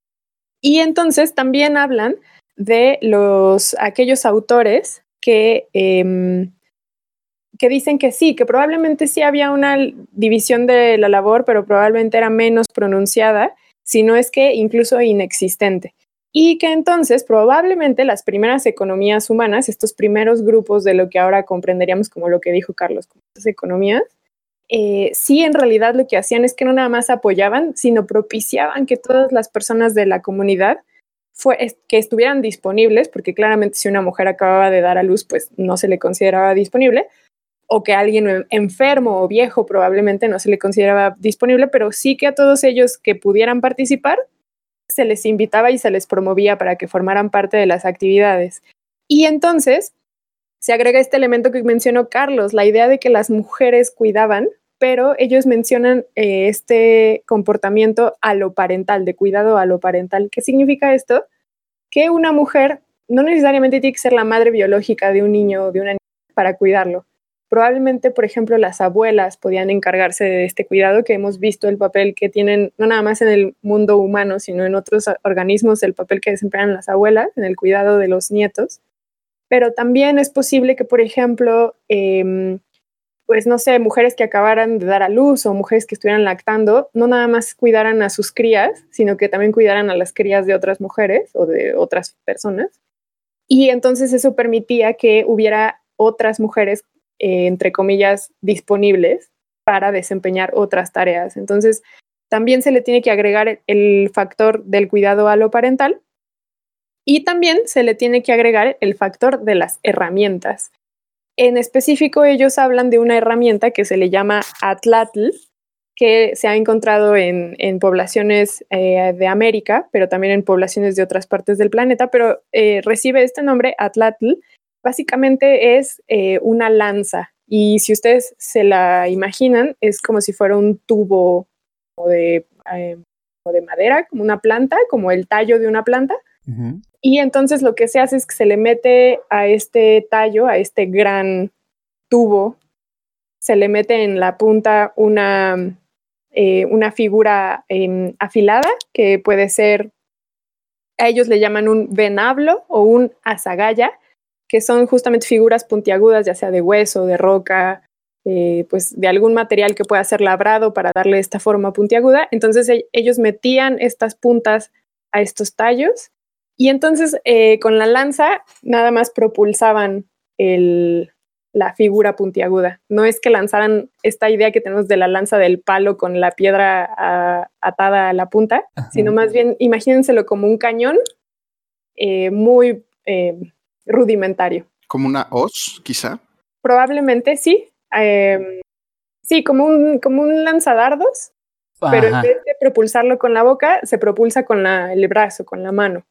Y entonces también hablan de los, aquellos autores que, eh, que dicen que sí, que probablemente sí había una división de la labor, pero probablemente era menos pronunciada, si no es que incluso inexistente. Y que entonces probablemente las primeras economías humanas, estos primeros grupos de lo que ahora comprenderíamos como lo que dijo Carlos, como estas economías, eh, sí en realidad lo que hacían es que no nada más apoyaban, sino propiciaban que todas las personas de la comunidad fue, es, que estuvieran disponibles, porque claramente si una mujer acababa de dar a luz, pues no se le consideraba disponible, o que alguien enfermo o viejo probablemente no se le consideraba disponible, pero sí que a todos ellos que pudieran participar, se les invitaba y se les promovía para que formaran parte de las actividades. Y entonces se agrega este elemento que mencionó Carlos, la idea de que las mujeres cuidaban, pero ellos mencionan eh, este comportamiento aloparental, de cuidado aloparental. ¿Qué significa esto? Que una mujer no necesariamente tiene que ser la madre biológica de un niño o de una niña para cuidarlo. Probablemente, por ejemplo, las abuelas podían encargarse de este cuidado, que hemos visto el papel que tienen, no nada más en el mundo humano, sino en otros organismos, el papel que desempeñan las abuelas en el cuidado de los nietos. Pero también es posible que, por ejemplo, eh, pues no sé, mujeres que acabaran de dar a luz o mujeres que estuvieran lactando, no nada más cuidaran a sus crías, sino que también cuidaran a las crías de otras mujeres o de otras personas. Y entonces eso permitía que hubiera otras mujeres, eh, entre comillas, disponibles para desempeñar otras tareas. Entonces, también se le tiene que agregar el factor del cuidado aloparental y también se le tiene que agregar el factor de las herramientas. En específico, ellos hablan de una herramienta que se le llama atlatl, que se ha encontrado en, en poblaciones eh, de América, pero también en poblaciones de otras partes del planeta, pero eh, recibe este nombre, atlatl. Básicamente es eh, una lanza, y si ustedes se la imaginan, es como si fuera un tubo como de, eh, como de madera, como una planta, como el tallo de una planta. Uh-huh. Y entonces lo que se hace es que se le mete a este tallo, a este gran tubo, se le mete en la punta una, eh, una figura eh, afilada, que puede ser, a ellos le llaman un venablo o un azagaya, que son justamente figuras puntiagudas, ya sea de hueso, de roca, eh, pues de algún material que pueda ser labrado para darle esta forma puntiaguda. Entonces e- ellos metían estas puntas a estos tallos y entonces eh, con la lanza nada más propulsaban el, la figura puntiaguda. No es que lanzaran esta idea que tenemos de la lanza del palo con la piedra a, atada a la punta, uh-huh. sino más bien imagínenselo como un cañón eh, muy eh, rudimentario. ¿Como una hoz, quizá? Probablemente sí. Eh, sí, como un, como un lanzadardos, Ajá. pero en vez de propulsarlo con la boca, se propulsa con la, el brazo, con la mano.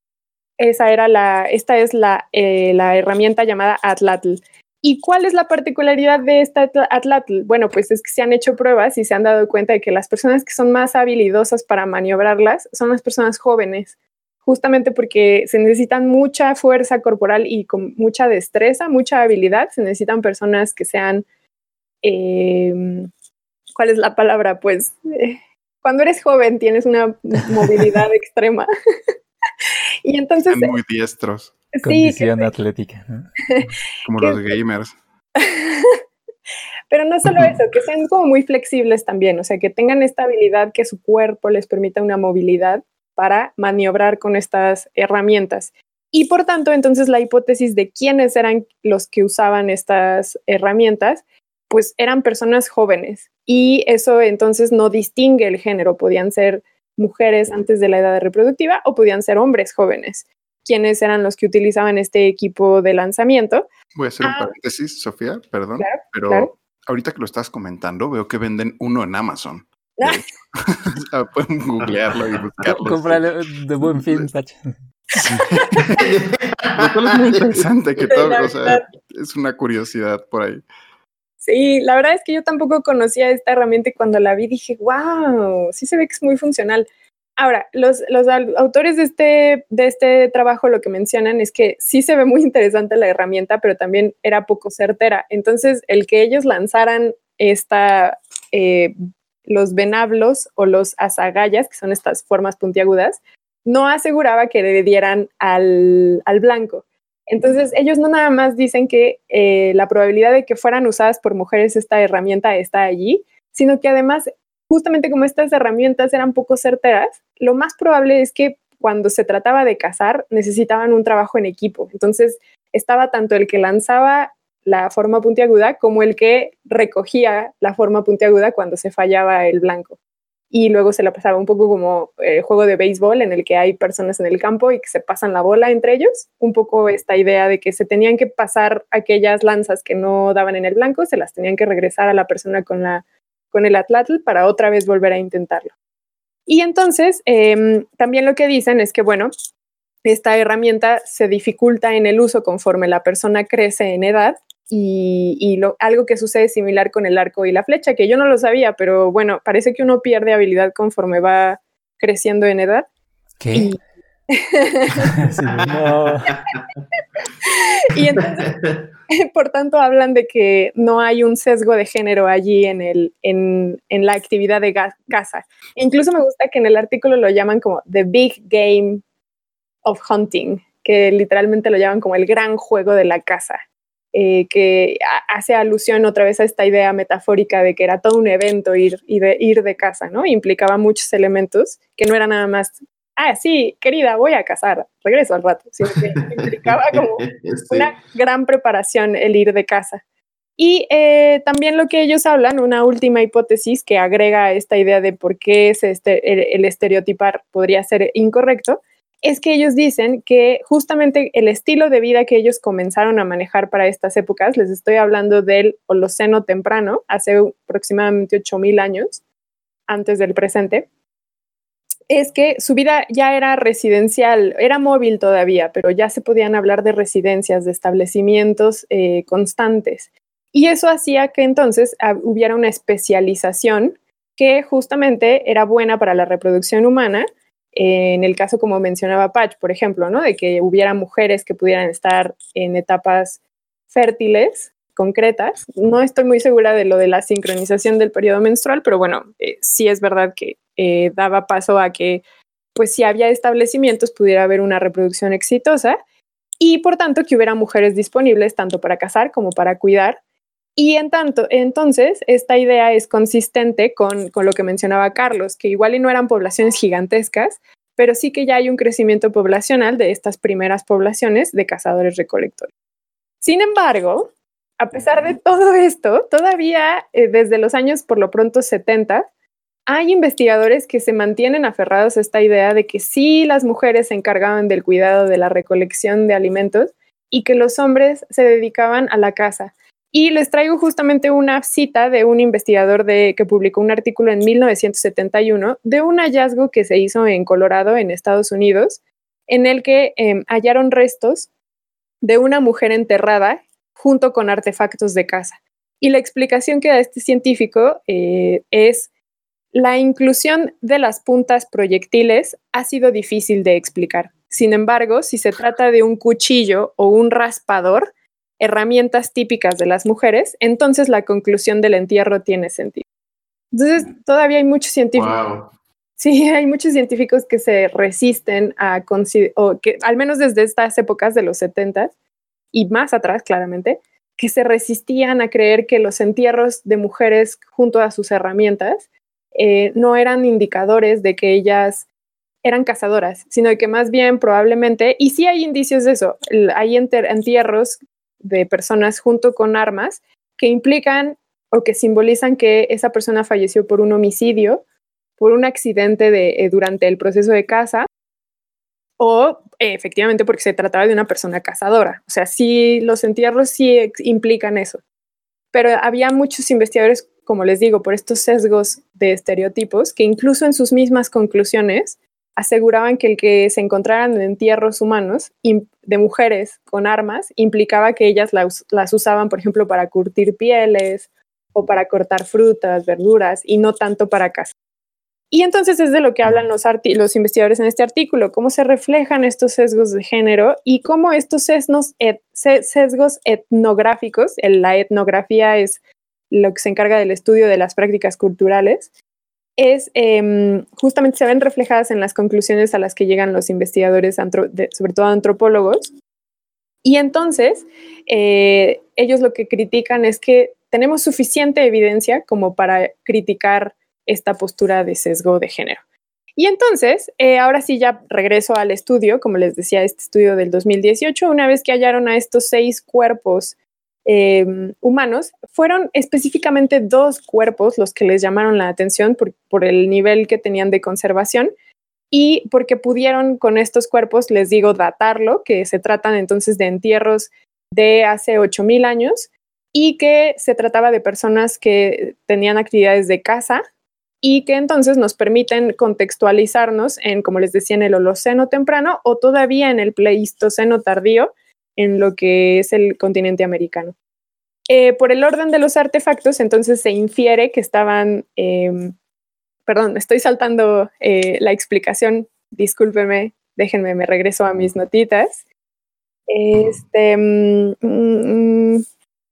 Esa era la, esta es la, eh, la herramienta llamada atlatl. ¿Y cuál es la particularidad de esta atlatl? Bueno, pues es que se han hecho pruebas y se han dado cuenta de que las personas que son más habilidosas para maniobrarlas son las personas jóvenes, justamente porque se necesitan mucha fuerza corporal y con mucha destreza, mucha habilidad. Se necesitan personas que sean, eh, ¿cuál es la palabra? Pues eh, cuando eres joven tienes una movilidad extrema. Y entonces... Están muy diestros. Sí, condición que, atlética, ¿no? Como que, los gamers. Pero no solo eso, que sean como muy flexibles también, o sea, que tengan esta habilidad que su cuerpo les permita una movilidad para maniobrar con estas herramientas. Y por tanto, entonces la hipótesis de quiénes eran los que usaban estas herramientas, pues eran personas jóvenes. Y eso entonces no distingue el género, podían ser mujeres antes de la edad reproductiva o podían ser hombres jóvenes, quienes eran los que utilizaban este equipo de lanzamiento. Voy a hacer un ah, paréntesis, Sofía, perdón, claro, pero claro. ahorita que lo estás comentando, veo que venden uno en Amazon. Ah. Pueden googlearlo y buscarlo. Cómpralo de Buen Fin, Pacha. Lo cual es muy interesante, que todo, o sea, es una curiosidad por ahí. Sí, la verdad es que yo tampoco conocía esta herramienta y cuando la vi dije, wow, sí se ve que es muy funcional. Ahora, los, los autores de este, de este trabajo lo que mencionan es que sí se ve muy interesante la herramienta, pero también era poco certera. Entonces, el que ellos lanzaran esta, eh, los venablos o los azagayas, que son estas formas puntiagudas, no aseguraba que le dieran al, al blanco. Entonces, ellos no nada más dicen que eh, la probabilidad de que fueran usadas por mujeres esta herramienta está allí, sino que además, justamente como estas herramientas eran poco certeras, lo más probable es que cuando se trataba de cazar necesitaban un trabajo en equipo. Entonces, estaba tanto el que lanzaba la forma puntiaguda como el que recogía la forma puntiaguda cuando se fallaba el blanco. Y luego se la pasaba un poco como el juego de béisbol en el que hay personas en el campo y que se pasan la bola entre ellos. Un poco esta idea de que se tenían que pasar aquellas lanzas que no daban en el blanco, se las tenían que regresar a la persona con, la, con el atlatl para otra vez volver a intentarlo. Y entonces eh, también lo que dicen es que, bueno, esta herramienta se dificulta en el uso conforme la persona crece en edad. Y, y lo, algo que sucede similar con el arco y la flecha, que yo no lo sabía, pero bueno, parece que uno pierde habilidad conforme va creciendo en edad. ¿Qué? Y, Sí, no. y entonces, por tanto, hablan de que no hay un sesgo de género allí en, el, en, en la actividad de caza. Incluso me gusta que en el artículo lo llaman como The Big Game of Hunting, que literalmente lo llaman como el gran juego de la caza. Eh, que hace alusión otra vez a esta idea metafórica de que era todo un evento ir, ir, de, ir de caza, ¿no? Implicaba muchos elementos que no era nada más, ah, sí, querida, voy a cazar, regreso al rato, sino que implicaba como sí. una gran preparación el ir de caza. Y eh, también lo que ellos hablan, una última hipótesis que agrega esta idea de por qué se este, el, el estereotipar podría ser incorrecto, es que ellos dicen que justamente el estilo de vida que ellos comenzaron a manejar para estas épocas, les estoy hablando del Holoceno temprano, hace aproximadamente ocho mil años, antes del presente, es que su vida ya era residencial, era móvil todavía, pero ya se podían hablar de residencias, de establecimientos eh, constantes. Y eso hacía que entonces hubiera una especialización que justamente era buena para la reproducción humana. En el caso, como mencionaba Patch, por ejemplo, ¿no? De que hubiera mujeres que pudieran estar en etapas fértiles, concretas. No estoy muy segura de lo de la sincronización del periodo menstrual, pero bueno, eh, sí es verdad que eh, daba paso a que, pues si había establecimientos, pudiera haber una reproducción exitosa y, por tanto, que hubiera mujeres disponibles tanto para cazar como para cuidar. Y en tanto, entonces, esta idea es consistente con, con lo que mencionaba Carlos, que igual y no eran poblaciones gigantescas, pero sí que ya hay un crecimiento poblacional de estas primeras poblaciones de cazadores-recolectores. Sin embargo, a pesar de todo esto, todavía eh, desde los años, por lo pronto, setenta, hay investigadores que se mantienen aferrados a esta idea de que sí las mujeres se encargaban del cuidado de la recolección de alimentos y que los hombres se dedicaban a la caza. Y les traigo justamente una cita de un investigador de, que publicó un artículo en mil novecientos setenta y uno de un hallazgo que se hizo en Colorado, en Estados Unidos, en el que eh, hallaron restos de una mujer enterrada junto con artefactos de caza. Y la explicación que da este científico eh, es la inclusión de las puntas proyectiles ha sido difícil de explicar. Sin embargo, si se trata de un cuchillo o un raspador, herramientas típicas de las mujeres, entonces la conclusión del entierro tiene sentido. Entonces, todavía hay muchos científicos. Wow. Sí, hay muchos científicos que se resisten a considerar, o que al menos desde estas épocas de los setentas y más atrás, claramente, que se resistían a creer que los entierros de mujeres junto a sus herramientas eh, no eran indicadores de que ellas eran cazadoras, sino que más bien probablemente, y sí hay indicios de eso, hay entierros de personas junto con armas que implican o que simbolizan que esa persona falleció por un homicidio, por un accidente de, eh, durante el proceso de caza, o eh, efectivamente porque se trataba de una persona cazadora. O sea, sí, los entierros sí ex- implican eso. Pero había muchos investigadores, como les digo, por estos sesgos de estereotipos, que incluso en sus mismas conclusiones aseguraban que el que se encontraran en entierros humanos de mujeres con armas implicaba que ellas las, las usaban, por ejemplo, para curtir pieles o para cortar frutas, verduras, y no tanto para cazar. Y entonces es de lo que hablan los, arti- los investigadores en este artículo, cómo se reflejan estos sesgos de género y cómo estos sesgos, et- sesgos etnográficos, el, la etnografía es lo que se encarga del estudio de las prácticas culturales, es eh, justamente se ven reflejadas en las conclusiones a las que llegan los investigadores, antro- de, sobre todo antropólogos. Y entonces eh, ellos lo que critican es que tenemos suficiente evidencia como para criticar esta postura de sesgo de género. Y entonces, eh, ahora sí ya regreso al estudio, como les decía, este estudio del dos mil dieciocho, una vez que hallaron a estos seis cuerpos eh, humanos, fueron específicamente dos cuerpos los que les llamaron la atención por, por el nivel que tenían de conservación y porque pudieron con estos cuerpos, les digo, datarlo, que se tratan entonces de entierros de hace ocho mil años y que se trataba de personas que tenían actividades de caza y que entonces nos permiten contextualizarnos en, como les decía, en el Holoceno temprano o todavía en el Pleistoceno tardío, en lo que es el continente americano. Eh, por el orden de los artefactos, entonces se infiere que estaban, eh, perdón, estoy saltando eh, la explicación, discúlpeme, déjenme, me regreso a mis notitas. Este, mm, mm,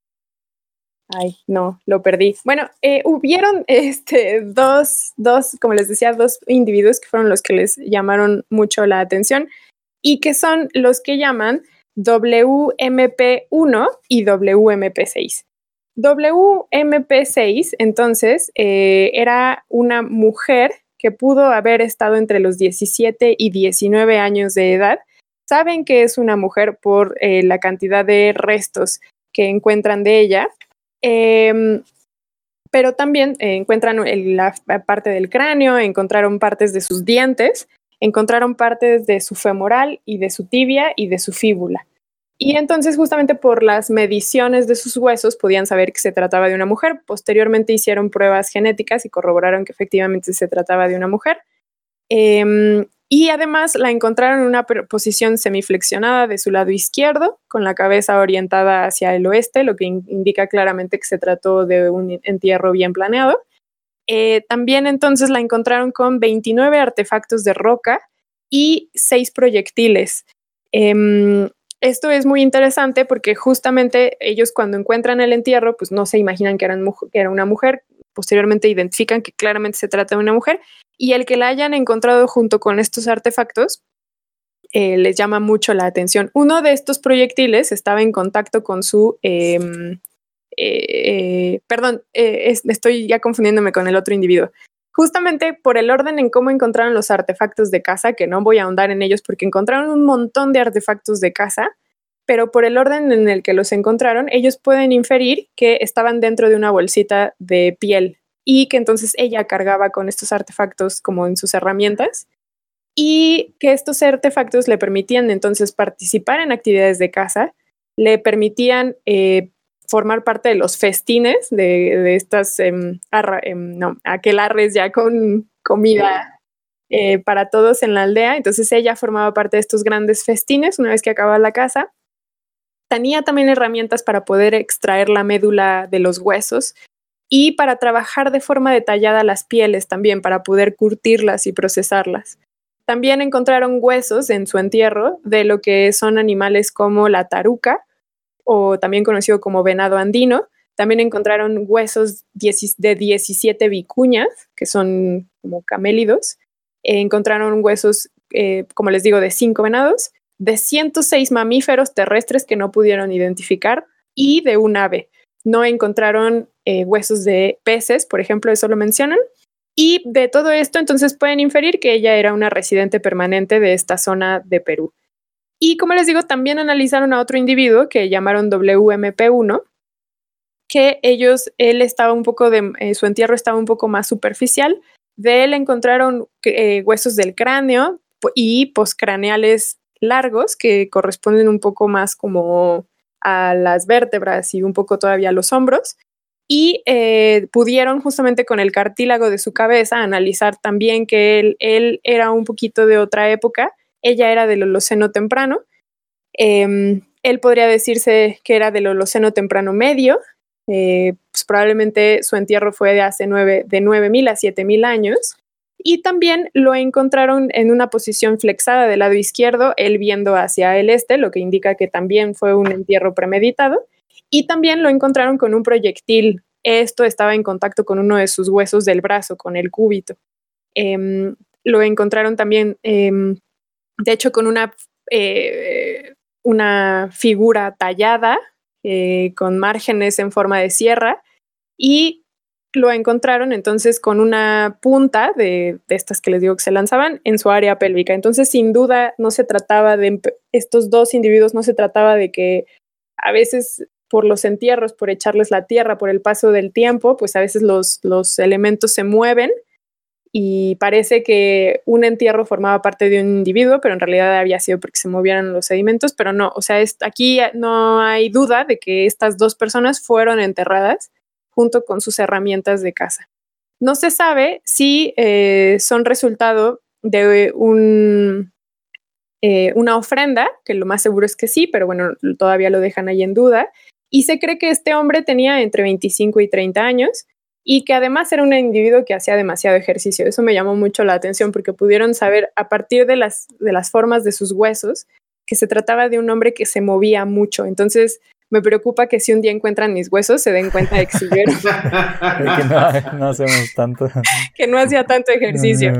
ay, no, lo perdí. Bueno, eh, hubieron este, dos, dos, como les decía, dos individuos que fueron los que les llamaron mucho la atención y que son los que llaman W M P uno y W M P seis. W M P seis, entonces, eh, era una mujer que pudo haber estado entre los diecisiete y diecinueve años de edad. Saben que es una mujer por eh, la cantidad de restos que encuentran de ella, eh, pero también eh, encuentran el, la parte del cráneo, encontraron partes de sus dientes, encontraron partes de su femoral y de su tibia y de su fíbula. Y entonces justamente por las mediciones de sus huesos podían saber que se trataba de una mujer. Posteriormente hicieron pruebas genéticas y corroboraron que efectivamente se trataba de una mujer. Eh, y además la encontraron en una posición semiflexionada de su lado izquierdo, con la cabeza orientada hacia el oeste, lo que in- indica claramente que se trató de un entierro bien planeado. Eh, también entonces la encontraron con veintinueve artefactos de roca y seis proyectiles. Eh, Esto es muy interesante porque justamente ellos cuando encuentran el entierro, pues no se imaginan que, eran muj- que era una mujer, posteriormente identifican que claramente se trata de una mujer, y el que la hayan encontrado junto con estos artefactos eh, les llama mucho la atención. Uno de estos proyectiles estaba en contacto con su... Eh, eh, perdón, eh, es, estoy ya confundiéndome con el otro individuo. Justamente por el orden en cómo encontraron los artefactos de caza, que no voy a ahondar en ellos porque encontraron un montón de artefactos de caza, pero por el orden en el que los encontraron, ellos pueden inferir que estaban dentro de una bolsita de piel y que entonces ella cargaba con estos artefactos como en sus herramientas y que estos artefactos le permitían entonces participar en actividades de caza, le permitían eh, formar parte de los festines de, de estas, eh, arra, eh, no, aquelarres ya con comida eh, para todos en la aldea. Entonces ella formaba parte de estos grandes festines una vez que acababa la caza. Tenía también herramientas para poder extraer la médula de los huesos y para trabajar de forma detallada las pieles también, para poder curtirlas y procesarlas. También encontraron huesos en su entierro de lo que son animales como la taruca, o también conocido como venado andino. También encontraron huesos de diecisiete vicuñas, que son como camélidos. Eh, encontraron huesos, eh, como les digo, de cinco venados, de ciento seis mamíferos terrestres que no pudieron identificar y de un ave. No encontraron eh, huesos de peces, por ejemplo, eso lo mencionan. Y de todo esto, entonces pueden inferir que ella era una residente permanente de esta zona de Perú. Y como les digo, también analizaron a otro individuo que llamaron W M P uno, que ellos, él estaba un poco de, eh, su entierro estaba un poco más superficial. De él encontraron eh, huesos del cráneo y postcraneales largos que corresponden un poco más como a las vértebras y un poco todavía a los hombros. Y eh, pudieron justamente con el cartílago de su cabeza analizar también que él, él era un poquito de otra época. Ella era del Holoceno temprano. Eh, él podría decirse que era del Holoceno temprano medio. Eh, pues probablemente su entierro fue de hace nueve, de nueve mil a siete mil años. Y también lo encontraron en una posición flexada del lado izquierdo, él viendo hacia el este, lo que indica que también fue un entierro premeditado. Y también lo encontraron con un proyectil. Esto estaba en contacto con uno de sus huesos del brazo, con el cúbito. Eh, lo encontraron también... Eh, de hecho, con una, eh, una figura tallada, eh, con márgenes en forma de sierra, y lo encontraron entonces con una punta de, de estas que les digo que se lanzaban en su área pélvica. Entonces, sin duda, no se trataba de, estos dos individuos, no se trataba de que a veces por los entierros, por echarles la tierra, por el paso del tiempo, pues a veces los, los elementos se mueven y parece que un entierro formaba parte de un individuo, pero en realidad había sido porque se movieran los sedimentos, pero no, o sea, es, aquí no hay duda de que estas dos personas fueron enterradas junto con sus herramientas de caza. No se sabe si eh, son resultado de un, eh, una ofrenda, que lo más seguro es que sí, pero bueno, todavía lo dejan ahí en duda, y se cree que este hombre tenía entre veinticinco y treinta años, y que además era un individuo que hacía demasiado ejercicio. Eso me llamó mucho la atención porque pudieron saber a partir de las, de las formas de sus huesos que se trataba de un hombre que se movía mucho. Entonces me preocupa que si un día encuentran mis huesos se den cuenta de que, si yo era... que no, no hacemos tanto. que no hacía tanto ejercicio.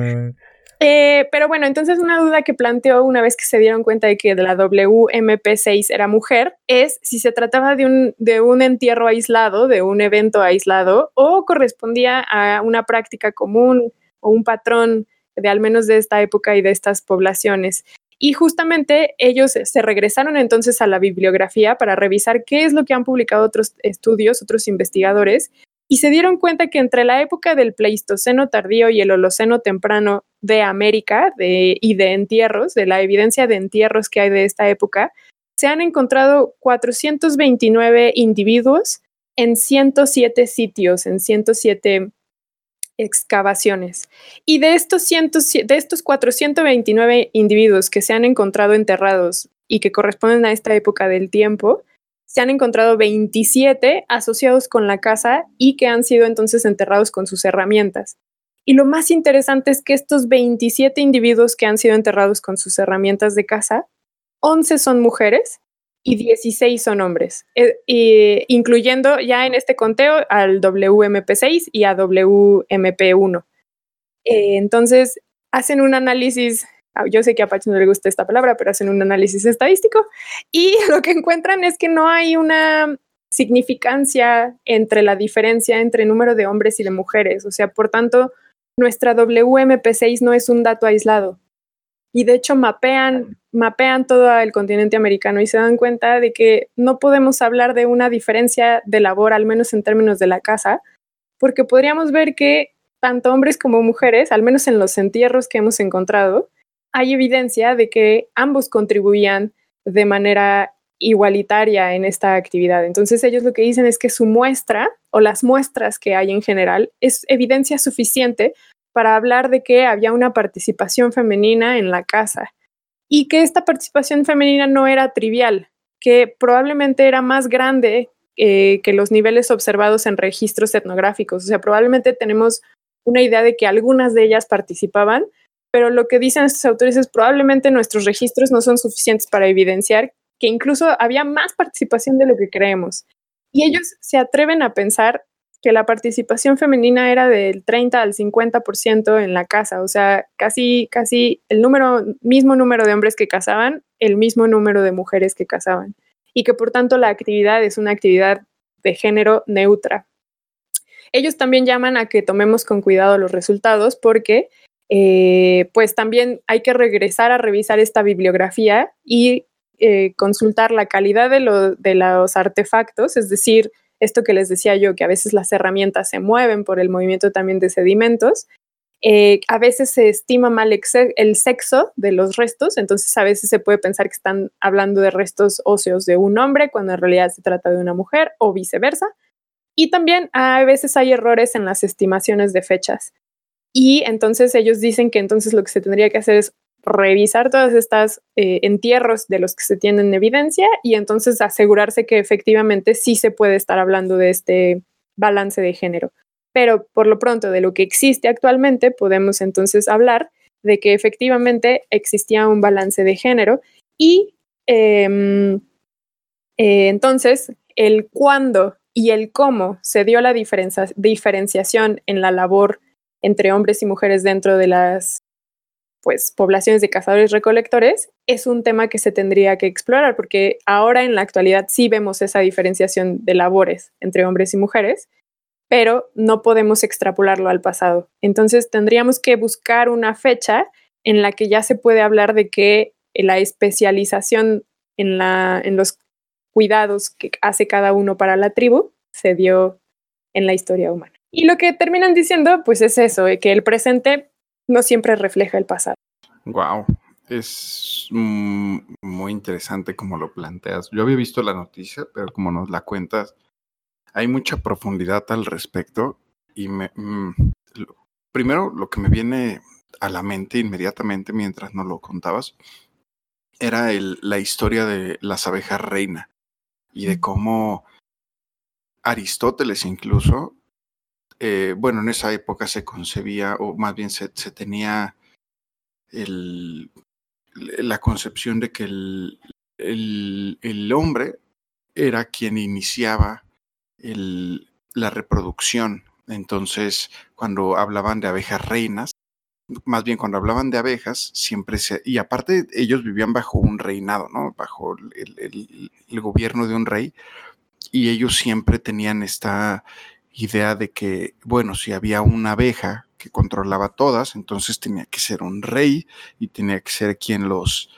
Eh, pero bueno, entonces una duda que planteó una vez que se dieron cuenta de que de la W M P seis era mujer es si se trataba de un, de un entierro aislado, de un evento aislado, o correspondía a una práctica común o un patrón de al menos de esta época y de estas poblaciones. Y justamente ellos se regresaron entonces a la bibliografía para revisar qué es lo que han publicado otros estudios, otros investigadores, y se dieron cuenta que entre la época del Pleistoceno tardío y el Holoceno temprano de América de, y de entierros, de la evidencia de entierros que hay de esta época, se han encontrado cuatrocientos veintinueve individuos en ciento siete sitios, en ciento siete excavaciones. Y de estos, cien, de estos cuatrocientos veintinueve individuos que se han encontrado enterrados y que corresponden a esta época del tiempo, se han encontrado veintisiete asociados con la caza y que han sido entonces enterrados con sus herramientas. Y lo más interesante es que estos veintisiete individuos que han sido enterrados con sus herramientas de caza, once son mujeres y dieciséis son hombres, eh, eh, incluyendo ya en este conteo al W M P seis y a W M P uno. Eh, entonces, hacen un análisis... Yo sé que a Pacho no le gusta esta palabra, pero hacen un análisis estadístico y lo que encuentran es que no hay una significancia entre la diferencia entre el número de hombres y de mujeres. O sea, por tanto, nuestra W M P seis no es un dato aislado. Y de hecho mapean, mapean todo el continente americano y se dan cuenta de que no podemos hablar de una diferencia de labor, al menos en términos de la caza, porque podríamos ver que tanto hombres como mujeres, al menos en los entierros que hemos encontrado, hay evidencia de que ambos contribuían de manera igualitaria en esta actividad. Entonces ellos lo que dicen es que su muestra o las muestras que hay en general es evidencia suficiente para hablar de que había una participación femenina en la caza y que esta participación femenina no era trivial, que probablemente era más grande eh, que los niveles observados en registros etnográficos. O sea, probablemente tenemos una idea de que algunas de ellas participaban, pero lo que dicen estos autores es probablemente nuestros registros no son suficientes para evidenciar que incluso había más participación de lo que creemos. Y ellos se atreven a pensar que la participación femenina era del treinta al cincuenta por ciento en la caza, o sea, casi, casi el número, mismo número de hombres que cazaban, el mismo número de mujeres que cazaban, y que por tanto la actividad es una actividad de género neutra. Ellos también llaman a que tomemos con cuidado los resultados porque Eh, pues también hay que regresar a revisar esta bibliografía y eh, consultar la calidad de, lo, de los artefactos, es decir, esto que les decía yo, que a veces las herramientas se mueven por el movimiento también de sedimentos. Eh, a veces se estima mal el sexo de los restos, entonces a veces se puede pensar que están hablando de restos óseos de un hombre cuando en realidad se trata de una mujer o viceversa. Y también a veces hay errores en las estimaciones de fechas. Y entonces ellos dicen que entonces lo que se tendría que hacer es revisar todas estas eh, entierros de los que se tienen evidencia y entonces asegurarse que efectivamente sí se puede estar hablando de este balance de género. Pero por lo pronto de lo que existe actualmente podemos entonces hablar de que efectivamente existía un balance de género y eh, eh, entonces el cuándo y el cómo se dio la diferencia, diferenciación en la labor entre hombres y mujeres dentro de las pues, poblaciones de cazadores-recolectores es un tema que se tendría que explorar, porque ahora en la actualidad sí vemos esa diferenciación de labores entre hombres y mujeres, pero no podemos extrapolarlo al pasado. Entonces tendríamos que buscar una fecha en la que ya se puede hablar de que la especialización en, la, en los cuidados que hace cada uno para la tribu se dio en la historia humana. Y lo que terminan diciendo, pues es eso, que el presente no siempre refleja el pasado. Wow, es mm, muy interesante como lo planteas. Yo había visto la noticia, pero como nos la cuentas, hay mucha profundidad al respecto. Y me, mm, lo, primero lo que me viene a la mente inmediatamente mientras nos lo contabas era el, la historia de las abejas reina y de cómo Aristóteles incluso, eh, bueno, en esa época se concebía, o más bien se, se tenía el, la concepción de que el, el, el hombre era quien iniciaba el, la reproducción. Entonces, cuando hablaban de abejas reinas, más bien cuando hablaban de abejas, siempre se... Y aparte, ellos vivían bajo un reinado, ¿no? Bajo el, el, el gobierno de un rey. Y ellos siempre tenían esta idea de que, bueno, si había una abeja que controlaba todas, entonces tenía que ser un rey y tenía que ser quien los,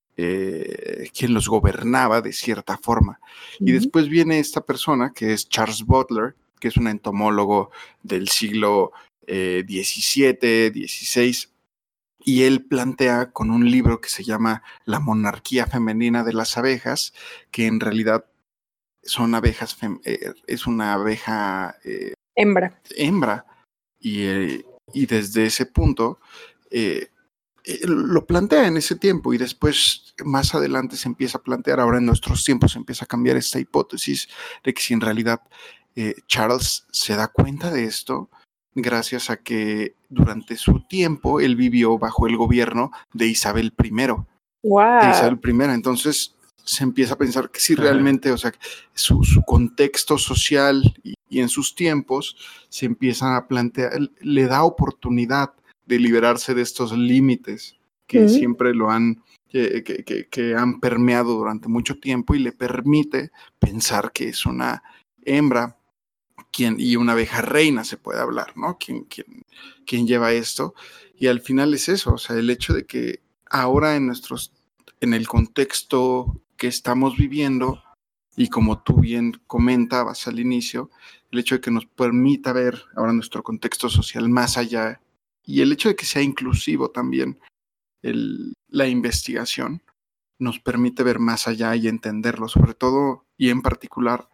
eh, quien los gobernaba de cierta forma. Uh-huh. Y después viene esta persona que es Charles Butler, que es un entomólogo del siglo eh, diecisiete, dieciséis, y él plantea con un libro que se llama La monarquía femenina de las abejas, que en realidad son abejas, fem- eh, es una abeja eh, hembra. hembra, y, eh, y desde ese punto eh, eh, lo plantea en ese tiempo, y después más adelante se empieza a plantear, ahora en nuestros tiempos se empieza a cambiar esta hipótesis de que si en realidad eh, Charles se da cuenta de esto gracias a que durante su tiempo él vivió bajo el gobierno de Isabel primero. Wow. De Isabel primero, entonces se empieza a pensar que sí realmente, o sea, su, su contexto social y, y en sus tiempos se empiezan a plantear, le da oportunidad de liberarse de estos límites que uh-huh. siempre lo han, que, que, que, que han permeado durante mucho tiempo, y le permite pensar que es una hembra quien, y una abeja reina, se puede hablar, ¿no? Quien, quien, quien lleva esto, y al final es eso, o sea, el hecho de que ahora en nuestros, en el contexto que estamos viviendo, y como tú bien comentabas al inicio, el hecho de que nos permita ver ahora nuestro contexto social más allá, y el hecho de que sea inclusivo también el, la investigación, nos permite ver más allá y entenderlo, sobre todo y en particular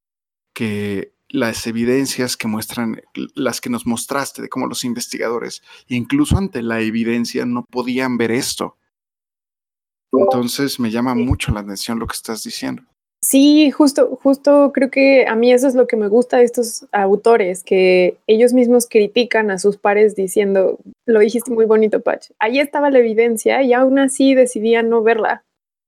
que las evidencias que muestran, las que nos mostraste de cómo los investigadores, incluso ante la evidencia, no podían ver esto. Entonces me llama mucho la atención lo que estás diciendo. Sí, justo, justo creo que a mí eso es lo que me gusta de estos autores, que ellos mismos critican a sus pares diciendo, lo dijiste muy bonito, Pach, ahí estaba la evidencia y aún así decidían no verla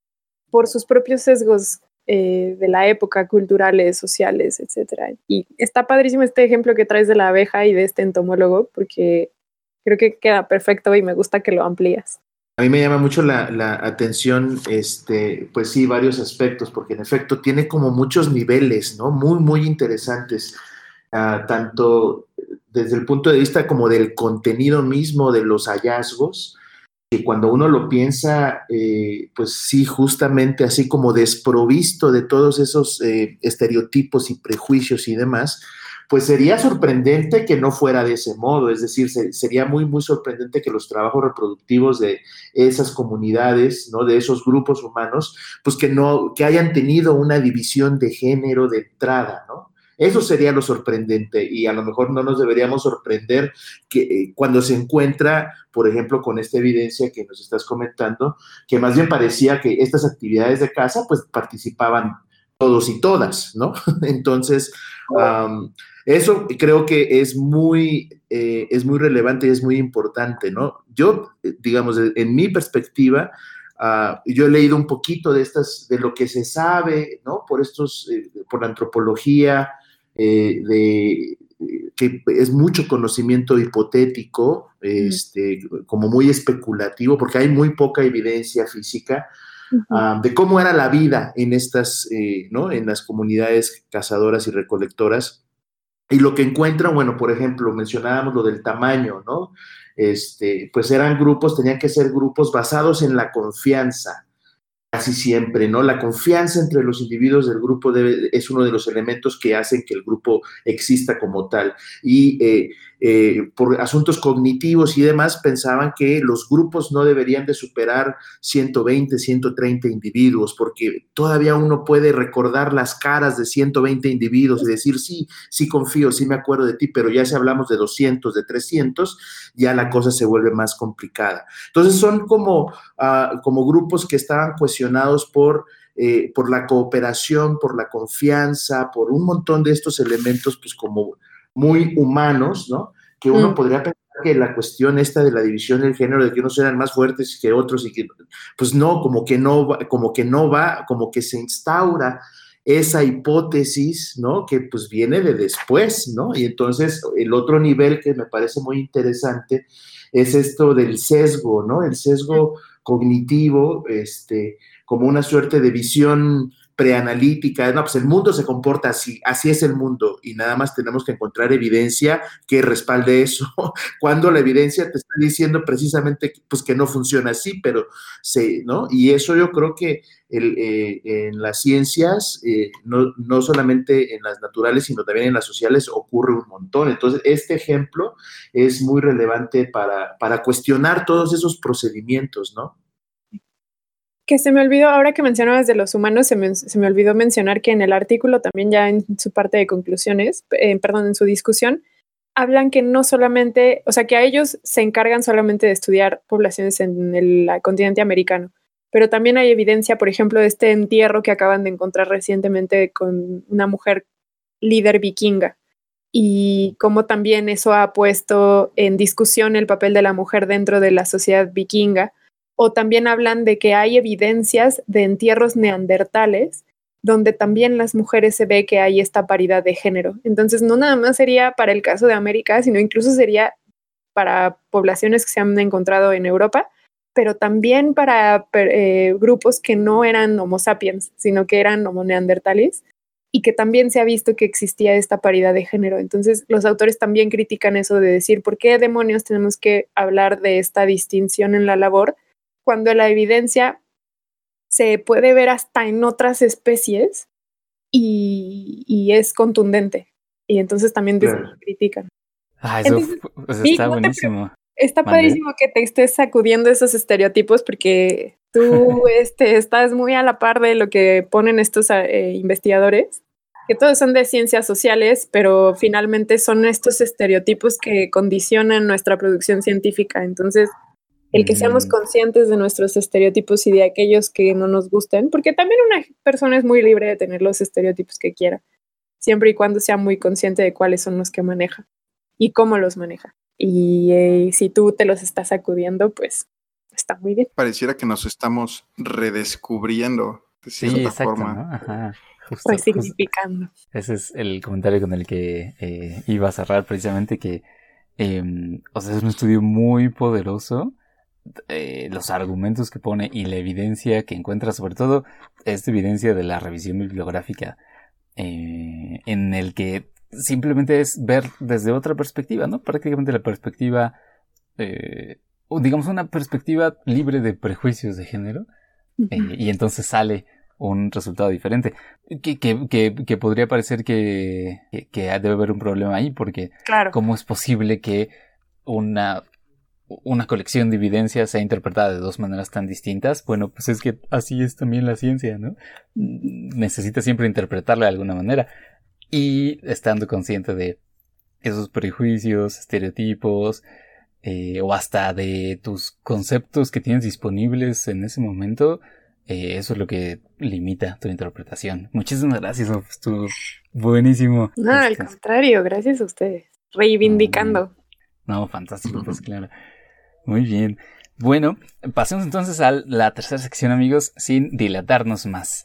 por sus propios sesgos eh, de la época, culturales, sociales, etcétera. Y está padrísimo este ejemplo que traes de la abeja y de este entomólogo, porque creo que queda perfecto y me gusta que lo amplías. A mí me llama mucho la, la atención, este, pues sí, varios aspectos, porque en efecto tiene como muchos niveles, ¿no? Muy, muy interesantes, uh, tanto desde el punto de vista como del contenido mismo de los hallazgos, que cuando uno lo piensa, eh, pues sí, justamente así como desprovisto de todos esos eh, estereotipos y prejuicios y demás, pues sería sorprendente que no fuera de ese modo, es decir, se, sería muy, muy sorprendente que los trabajos reproductivos de esas comunidades, ¿no? De esos grupos humanos, pues que no, que hayan tenido una división de género de entrada, ¿no? Eso sería lo sorprendente, y a lo mejor no nos deberíamos sorprender que eh, cuando se encuentra, por ejemplo, con esta evidencia que nos estás comentando, que más bien parecía que estas actividades de caza, pues participaban todos y todas, ¿no? Entonces, um, eso creo que es muy, eh, es muy relevante y es muy importante, ¿no? Yo, digamos, en mi perspectiva, uh, yo he leído un poquito de estas, de lo que se sabe, ¿no? Por estos, eh, por la antropología, eh, de, que es mucho conocimiento hipotético, este, mm. como muy especulativo, porque hay muy poca evidencia física. Uh, de cómo era la vida en estas, eh, ¿no? En las comunidades cazadoras y recolectoras. Y lo que encuentran, bueno, por ejemplo, mencionábamos lo del tamaño, ¿no? Este, pues eran grupos, tenían que ser grupos basados en la confianza. casi siempre, ¿no? La confianza entre los individuos del grupo debe, es uno de los elementos que hacen que el grupo exista como tal. Y eh, eh, por asuntos cognitivos y demás, pensaban que los grupos no deberían de superar ciento veinte, ciento treinta individuos, porque todavía uno puede recordar las caras de ciento veinte individuos y decir, sí, sí confío, sí me acuerdo de ti, pero ya si hablamos de doscientos, de trescientos, ya la cosa se vuelve más complicada. Entonces son como, uh, como grupos que estaban cuestionados por, eh, por la cooperación, por la confianza, por un montón de estos elementos pues como muy humanos, ¿no? Que uno mm. podría pensar que la cuestión esta de la división del género, de que unos eran más fuertes que otros y que, pues no, como que no, como que no va, como que se instaura esa hipótesis, ¿no? Que pues viene de después, ¿no? Y entonces el otro nivel que me parece muy interesante es esto del sesgo, ¿no? El sesgo cognitivo, este, como una suerte de visión preanalítica, no, pues el mundo se comporta así, así es el mundo y nada más tenemos que encontrar evidencia que respalde eso, cuando la evidencia te está diciendo precisamente pues que no funciona así, pero sí, ¿no? Y eso yo creo que el, eh, en las ciencias, eh, no, no solamente en las naturales, sino también en las sociales ocurre un montón. Entonces, este ejemplo es muy relevante para, para cuestionar todos esos procedimientos, ¿no? Que se me olvidó, ahora que mencionabas de los humanos, se me, se me olvidó mencionar que en el artículo, también ya en su parte de conclusiones, eh, perdón, en su discusión, hablan que no solamente, o sea, que a ellos se encargan solamente de estudiar poblaciones en el continente americano, pero también hay evidencia, por ejemplo, de este entierro que acaban de encontrar recientemente con una mujer líder vikinga, y cómo también eso ha puesto en discusión el papel de la mujer dentro de la sociedad vikinga. O también hablan de que hay evidencias de entierros neandertales donde también las mujeres se ve que hay esta paridad de género. Entonces no nada más sería para el caso de América, sino incluso sería para poblaciones que se han encontrado en Europa, pero también para eh, grupos que no eran Homo sapiens, sino que eran Homo neandertales, y que también se ha visto que existía esta paridad de género. Entonces los autores también critican eso de decir, ¿por qué demonios tenemos que hablar de esta distinción en la labor cuando la evidencia se puede ver hasta en otras especies y, y es contundente? Y entonces también claro. critican. Ah, eso entonces, pues está sí, buenísimo. Te, está ¿Mandé? Padrísimo que te estés sacudiendo esos estereotipos porque tú este, estás muy a la par de lo que ponen estos eh, investigadores, que todos son de ciencias sociales, pero finalmente son estos estereotipos que condicionan nuestra producción científica. Entonces, el que seamos conscientes de nuestros estereotipos y de aquellos que no nos gusten, porque también una persona es muy libre de tener los estereotipos que quiera, siempre y cuando sea muy consciente de cuáles son los que maneja y cómo los maneja. Y eh, si tú te los estás sacudiendo, pues está muy bien. Pareciera que nos estamos redescubriendo de cierta sí, exacto, forma. ¿no? Ajá. Justo, resignificando. Justo. Ese es el comentario con el que eh, iba a cerrar precisamente, que eh, o sea, es un estudio muy poderoso. Eh, los argumentos que pone y la evidencia que encuentra, sobre todo esta evidencia de la revisión bibliográfica, eh, en el que simplemente es ver desde otra perspectiva, ¿no? Prácticamente la perspectiva, eh, o digamos una perspectiva libre de prejuicios de género, uh-huh. eh, y entonces sale un resultado diferente, que, que, que, que podría parecer que, que, que debe haber un problema ahí, porque claro. ¿cómo es posible que una una colección de evidencias sea interpretada de dos maneras tan distintas? Bueno, pues es que así es también la ciencia, ¿no? Necesita siempre interpretarla de alguna manera. Y estando consciente de esos prejuicios, estereotipos, eh, o hasta de tus conceptos que tienes disponibles en ese momento, eh, eso es lo que limita tu interpretación. Muchísimas gracias, estuvo buenísimo. No, al contrario, gracias a ustedes. Reivindicando. No, no, fantástico, pues claro. Muy bien. Bueno, pasemos entonces a la tercera sección, amigos, sin dilatarnos más.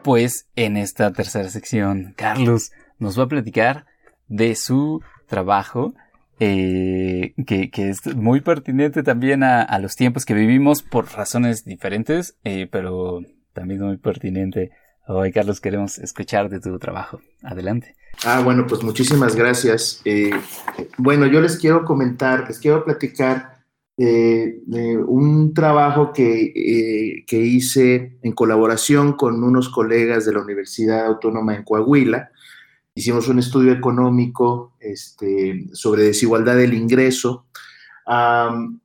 pues en esta tercera sección, Carlos nos va a platicar de su trabajo, eh, que, que es muy pertinente también a, a los tiempos que vivimos por razones diferentes, eh, pero también muy pertinente. Hoy, Carlos, queremos escuchar de tu trabajo. Adelante. Ah, bueno, pues muchísimas gracias. Eh, bueno, yo les quiero comentar, les quiero platicar eh, de un trabajo que, eh, que hice en colaboración con unos colegas de la Universidad Autónoma en Coahuila. Hicimos un estudio económico este, sobre desigualdad del ingreso. Um,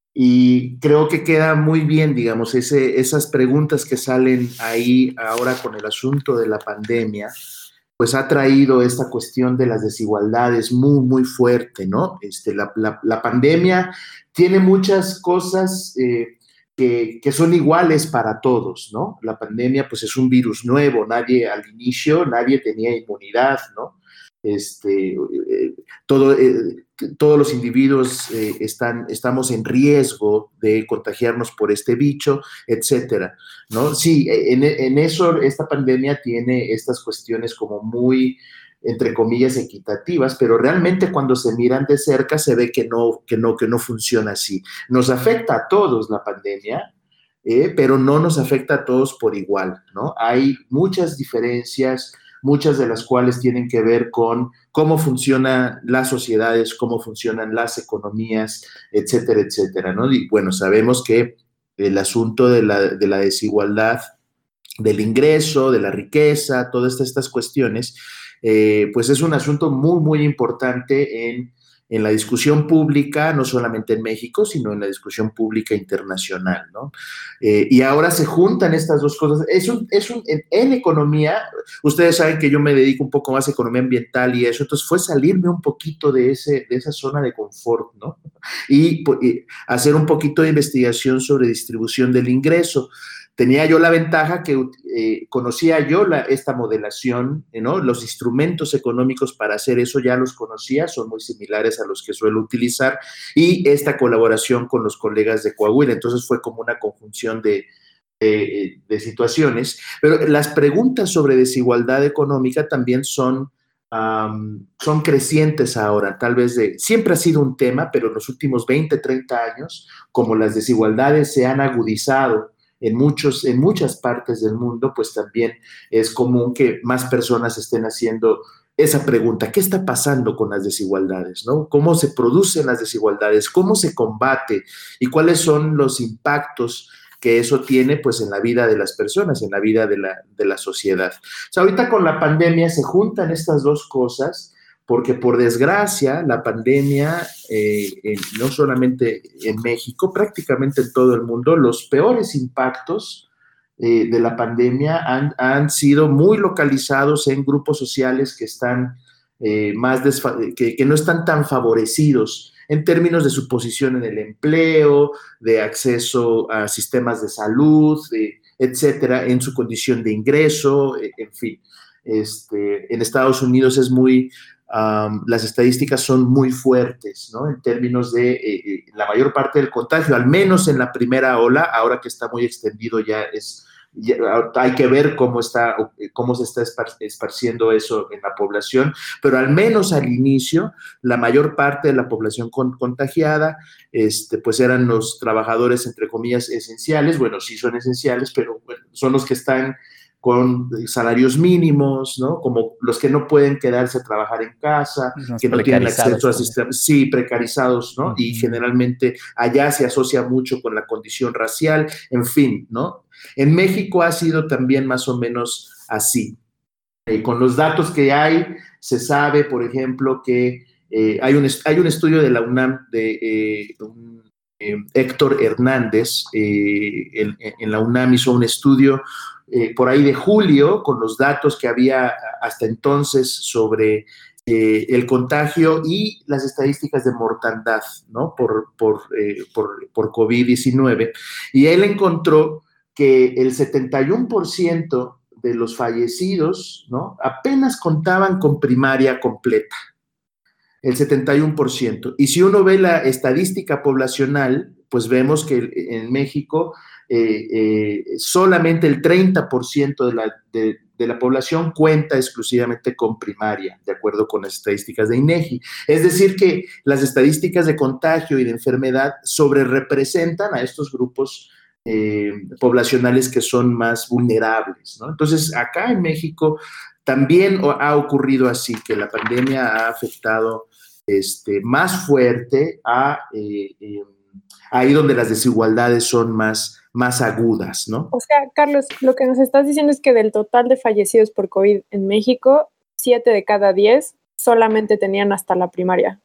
Y creo que queda muy bien, digamos, ese, esas preguntas que salen ahí ahora con el asunto de la pandemia, pues ha traído esta cuestión de las desigualdades muy, muy fuerte, ¿no? Este, la, la, la pandemia tiene muchas cosas eh, que, que son iguales para todos, ¿no? La pandemia, pues, es un virus nuevo, nadie al inicio, nadie tenía inmunidad, ¿no? Este, eh, todo, eh, todos los individuos eh, están, estamos en riesgo de contagiarnos por este bicho, etcétera, ¿no? Sí, en, en eso esta pandemia tiene estas cuestiones como muy, entre comillas, equitativas, pero realmente cuando se miran de cerca se ve que no, que no, que no funciona así. Nos afecta a todos la pandemia, eh, pero no nos afecta a todos por igual, ¿no? Hay muchas diferencias, muchas de las cuales tienen que ver con cómo funcionan las sociedades, cómo funcionan las economías, etcétera, etcétera, ¿no? Y bueno, sabemos que el asunto de la, de la desigualdad, del ingreso, de la riqueza, todas estas cuestiones, eh, pues es un asunto muy, muy importante en, en la discusión pública, no solamente en México, sino en la discusión pública internacional, ¿no? Eh, y ahora se juntan estas dos cosas. Es un, es un, en, en economía, ustedes saben que yo me dedico un poco más a economía ambiental y eso, entonces fue salirme un poquito de, ese, de esa zona de confort, ¿no? Y, y hacer un poquito de investigación sobre distribución del ingreso. Tenía yo la ventaja que eh, conocía yo la, esta modelación, ¿no? Los instrumentos económicos para hacer eso ya los conocía, son muy similares a los que suelo utilizar, y esta colaboración con los colegas de Coahuila, entonces fue como una conjunción de, de, de situaciones. Pero las preguntas sobre desigualdad económica también son, um, son crecientes ahora, tal vez de, siempre ha sido un tema, pero en los últimos veinte, treinta años, como las desigualdades se han agudizado En, muchos, en muchas partes del mundo, pues también es común que más personas estén haciendo esa pregunta: ¿qué está pasando con las desigualdades, ¿no? ¿Cómo se producen las desigualdades? ¿Cómo se combate? ¿Y cuáles son los impactos que eso tiene, pues, en la vida de las personas, en la vida de la, de la sociedad? O sea, ahorita con la pandemia se juntan estas dos cosas, porque por desgracia la pandemia, eh, en, no solamente en México, prácticamente en todo el mundo, los peores impactos eh, de la pandemia han, han sido muy localizados en grupos sociales que están eh, más desfa- que, que no están tan favorecidos en términos de su posición en el empleo, de acceso a sistemas de salud, eh, etcétera, en su condición de ingreso, eh, en fin. Este, en Estados Unidos es muy Um, las estadísticas son muy fuertes, ¿no? En términos de eh, eh, la mayor parte del contagio, al menos en la primera ola, ahora que está muy extendido ya es, ya, hay que ver cómo, está, cómo se está espar- esparciendo eso en la población, pero al menos al inicio, la mayor parte de la población con, contagiada, este, pues eran los trabajadores, entre comillas, esenciales. Bueno, sí son esenciales, pero bueno, son los que están con salarios mínimos, ¿no? Como los que no pueden quedarse a trabajar en casa, Los que no tienen acceso a también. sistemas, sí, precarizados, ¿no? Uh-huh. Y generalmente allá se asocia mucho con la condición racial, en fin, ¿no? En México ha sido también más o menos así. Eh, con los datos que hay, se sabe, por ejemplo, que eh, hay, un, hay un estudio de la UNAM, de eh, un, eh, Héctor Hernández, eh, en, en la UNAM hizo un estudio Eh, por ahí de julio, con los datos que había hasta entonces sobre eh, el contagio y las estadísticas de mortandad, ¿no? Por, por, eh, por, por COVID diecinueve. Y él encontró que el setenta y uno por ciento de los fallecidos, ¿no? Apenas contaban con primaria completa. El setenta y uno por ciento. Y si uno ve la estadística poblacional, pues vemos que en México eh, eh, solamente el treinta por ciento de la, de, de la población cuenta exclusivamente con primaria, de acuerdo con las estadísticas de INEGI. Es decir, que las estadísticas de contagio y de enfermedad sobrerepresentan a estos grupos eh, poblacionales que son más vulnerables, ¿no? Entonces, acá en México también ha ocurrido así, que la pandemia ha afectado este, más fuerte a eh, eh, ahí donde las desigualdades son más, más agudas, ¿no? O sea, Carlos, lo que nos estás diciendo es que del total de fallecidos por COVID en México, siete de cada diez solamente tenían hasta la primaria.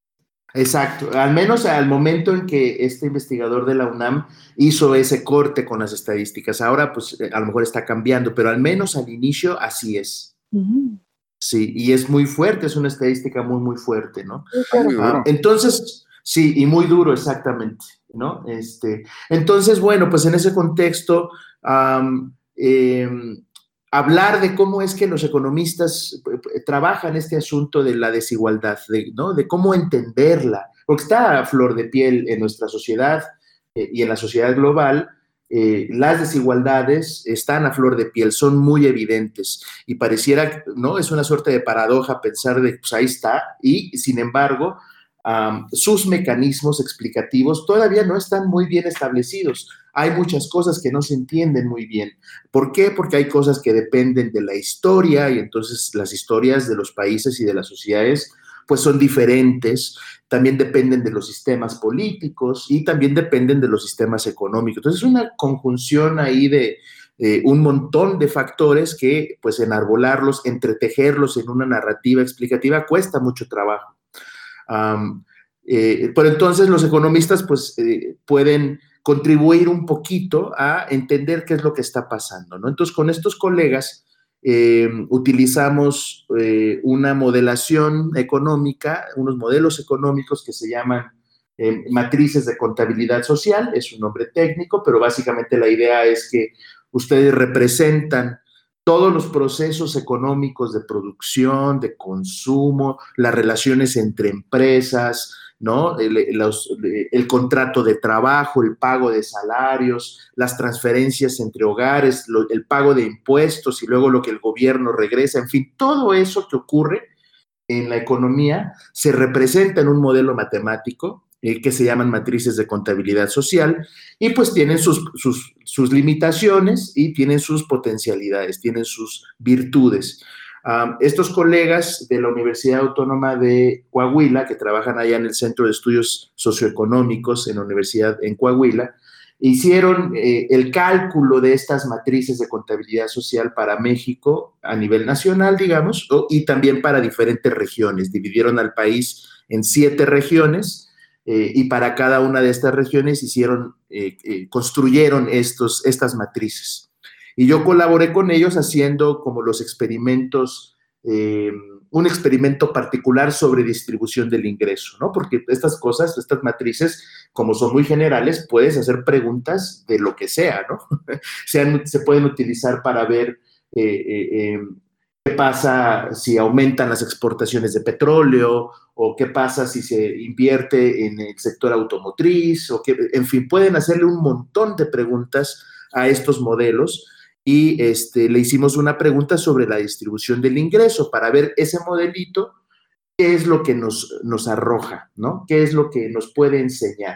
Exacto, al menos al momento en que este investigador de la UNAM hizo ese corte con las estadísticas. Ahora, pues, a lo mejor está cambiando, pero al menos al inicio así es. Uh-huh. Sí, y es muy fuerte, es una estadística muy, muy fuerte, ¿no? Muy duro. Ah, entonces, sí, y muy duro, exactamente, ¿no? Este, entonces, bueno, pues en ese contexto, um, eh, hablar de cómo es que los economistas trabajan este asunto de la desigualdad, de, ¿no? de cómo entenderla, porque está a flor de piel en nuestra sociedad eh, y en la sociedad global. Eh, las desigualdades están a flor de piel, son muy evidentes y pareciera, ¿no? Es una suerte de paradoja pensar de, pues ahí está, y sin embargo, um, sus mecanismos explicativos todavía no están muy bien establecidos. Hay muchas cosas que no se entienden muy bien. ¿Por qué? Porque hay cosas que dependen de la historia y entonces las historias de los países y de las sociedades pues son diferentes, también dependen de los sistemas políticos y también dependen de los sistemas económicos. Entonces es una conjunción ahí de eh, un montón de factores que pues enarbolarlos, entretejerlos en una narrativa explicativa cuesta mucho trabajo. Um, eh, pero entonces los economistas pues eh, pueden contribuir un poquito a entender qué es lo que está pasando, ¿no? Entonces con estos colegas Eh, utilizamos eh, una modelación económica, unos modelos económicos que se llaman eh, matrices de contabilidad social, es un nombre técnico, pero básicamente la idea es que ustedes representan todos los procesos económicos de producción, de consumo, las relaciones entre empresas, ¿no? El, los, el contrato de trabajo, el pago de salarios, las transferencias entre hogares, lo, el pago de impuestos y luego lo que el gobierno regresa, en fin, todo eso que ocurre en la economía se representa en un modelo matemático eh, que se llaman matrices de contabilidad social y pues tienen sus, sus, sus limitaciones y tienen sus potencialidades, tienen sus virtudes. Um, estos colegas de la Universidad Autónoma de Coahuila, que trabajan allá en el Centro de Estudios Socioeconómicos en la Universidad en Coahuila, hicieron eh, el cálculo de estas matrices de contabilidad social para México a nivel nacional, digamos, o, y también para diferentes regiones. Dividieron al país en siete regiones eh, y para cada una de estas regiones hicieron, eh, eh, construyeron estos, estas matrices. Y yo colaboré con ellos haciendo como los experimentos, eh, un experimento particular sobre distribución del ingreso, ¿no? Porque estas cosas, estas matrices, como son muy generales, puedes hacer preguntas de lo que sea, ¿no? se, se pueden utilizar para ver eh, eh, eh, qué pasa si aumentan las exportaciones de petróleo o qué pasa si se invierte en el sector automotriz, o qué, en fin, pueden hacerle un montón de preguntas a estos modelos. Y este, le hicimos una pregunta sobre la distribución del ingreso para ver ese modelito, qué es lo que nos, nos arroja, ¿no? ¿Qué es lo que nos puede enseñar?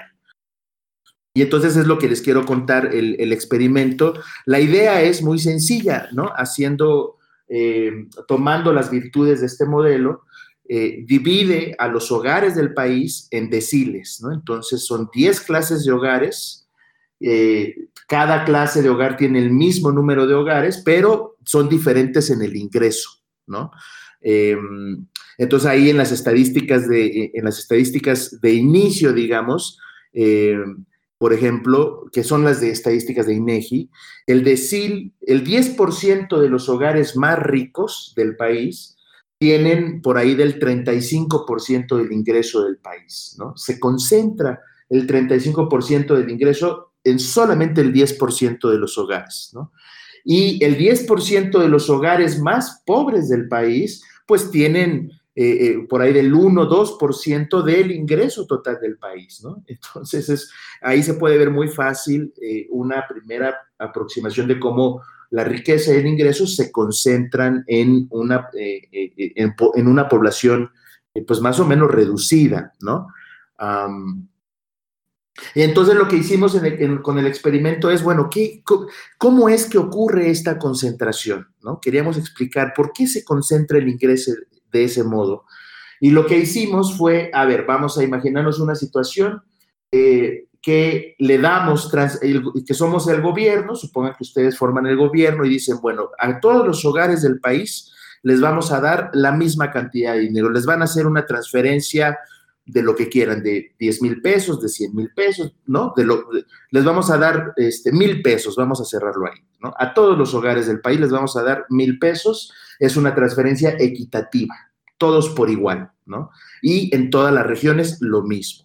Y entonces es lo que les quiero contar, el, el experimento. La idea es muy sencilla, ¿no? Haciendo, eh, tomando las virtudes de este modelo, eh, divide a los hogares del país en deciles, ¿no? Entonces son diez clases de hogares. Eh, cada clase de hogar tiene el mismo número de hogares, pero son diferentes en el ingreso, ¿no? Eh, entonces ahí en las estadísticas de, en las estadísticas de inicio, digamos, eh, por ejemplo, que son las de estadísticas de INEGI, el decil, el diez por ciento de los hogares más ricos del país tienen por ahí del treinta y cinco por ciento del ingreso del país, ¿no? Se concentra el treinta y cinco por ciento del ingreso en solamente el diez por ciento de los hogares, ¿no? Y el diez por ciento de los hogares más pobres del país, pues tienen eh, eh, por ahí del uno, dos por ciento del ingreso total del país, ¿no? Entonces, es, ahí se puede ver muy fácil eh, una primera aproximación de cómo la riqueza y el ingreso se concentran en una, eh, eh, en, en una población eh, pues más o menos reducida, ¿no? Um, entonces lo que hicimos en el, en, con el experimento es, bueno, ¿qué, ¿cómo es que ocurre esta concentración? ¿No? Queríamos explicar por qué se concentra el ingreso de ese modo. Y lo que hicimos fue, a ver, vamos a imaginarnos una situación eh, que le damos, trans, el, que somos el gobierno, supongan que ustedes forman el gobierno y dicen, bueno, a todos los hogares del país les vamos a dar la misma cantidad de dinero, les van a hacer una transferencia de lo que quieran, de diez mil pesos, de cien mil pesos, ¿no? De lo, de, les vamos a dar este, mil pesos, vamos a cerrarlo ahí, ¿no? A todos los hogares del país les vamos a dar mil pesos, es una transferencia equitativa, todos por igual, ¿no? Y en todas las regiones lo mismo.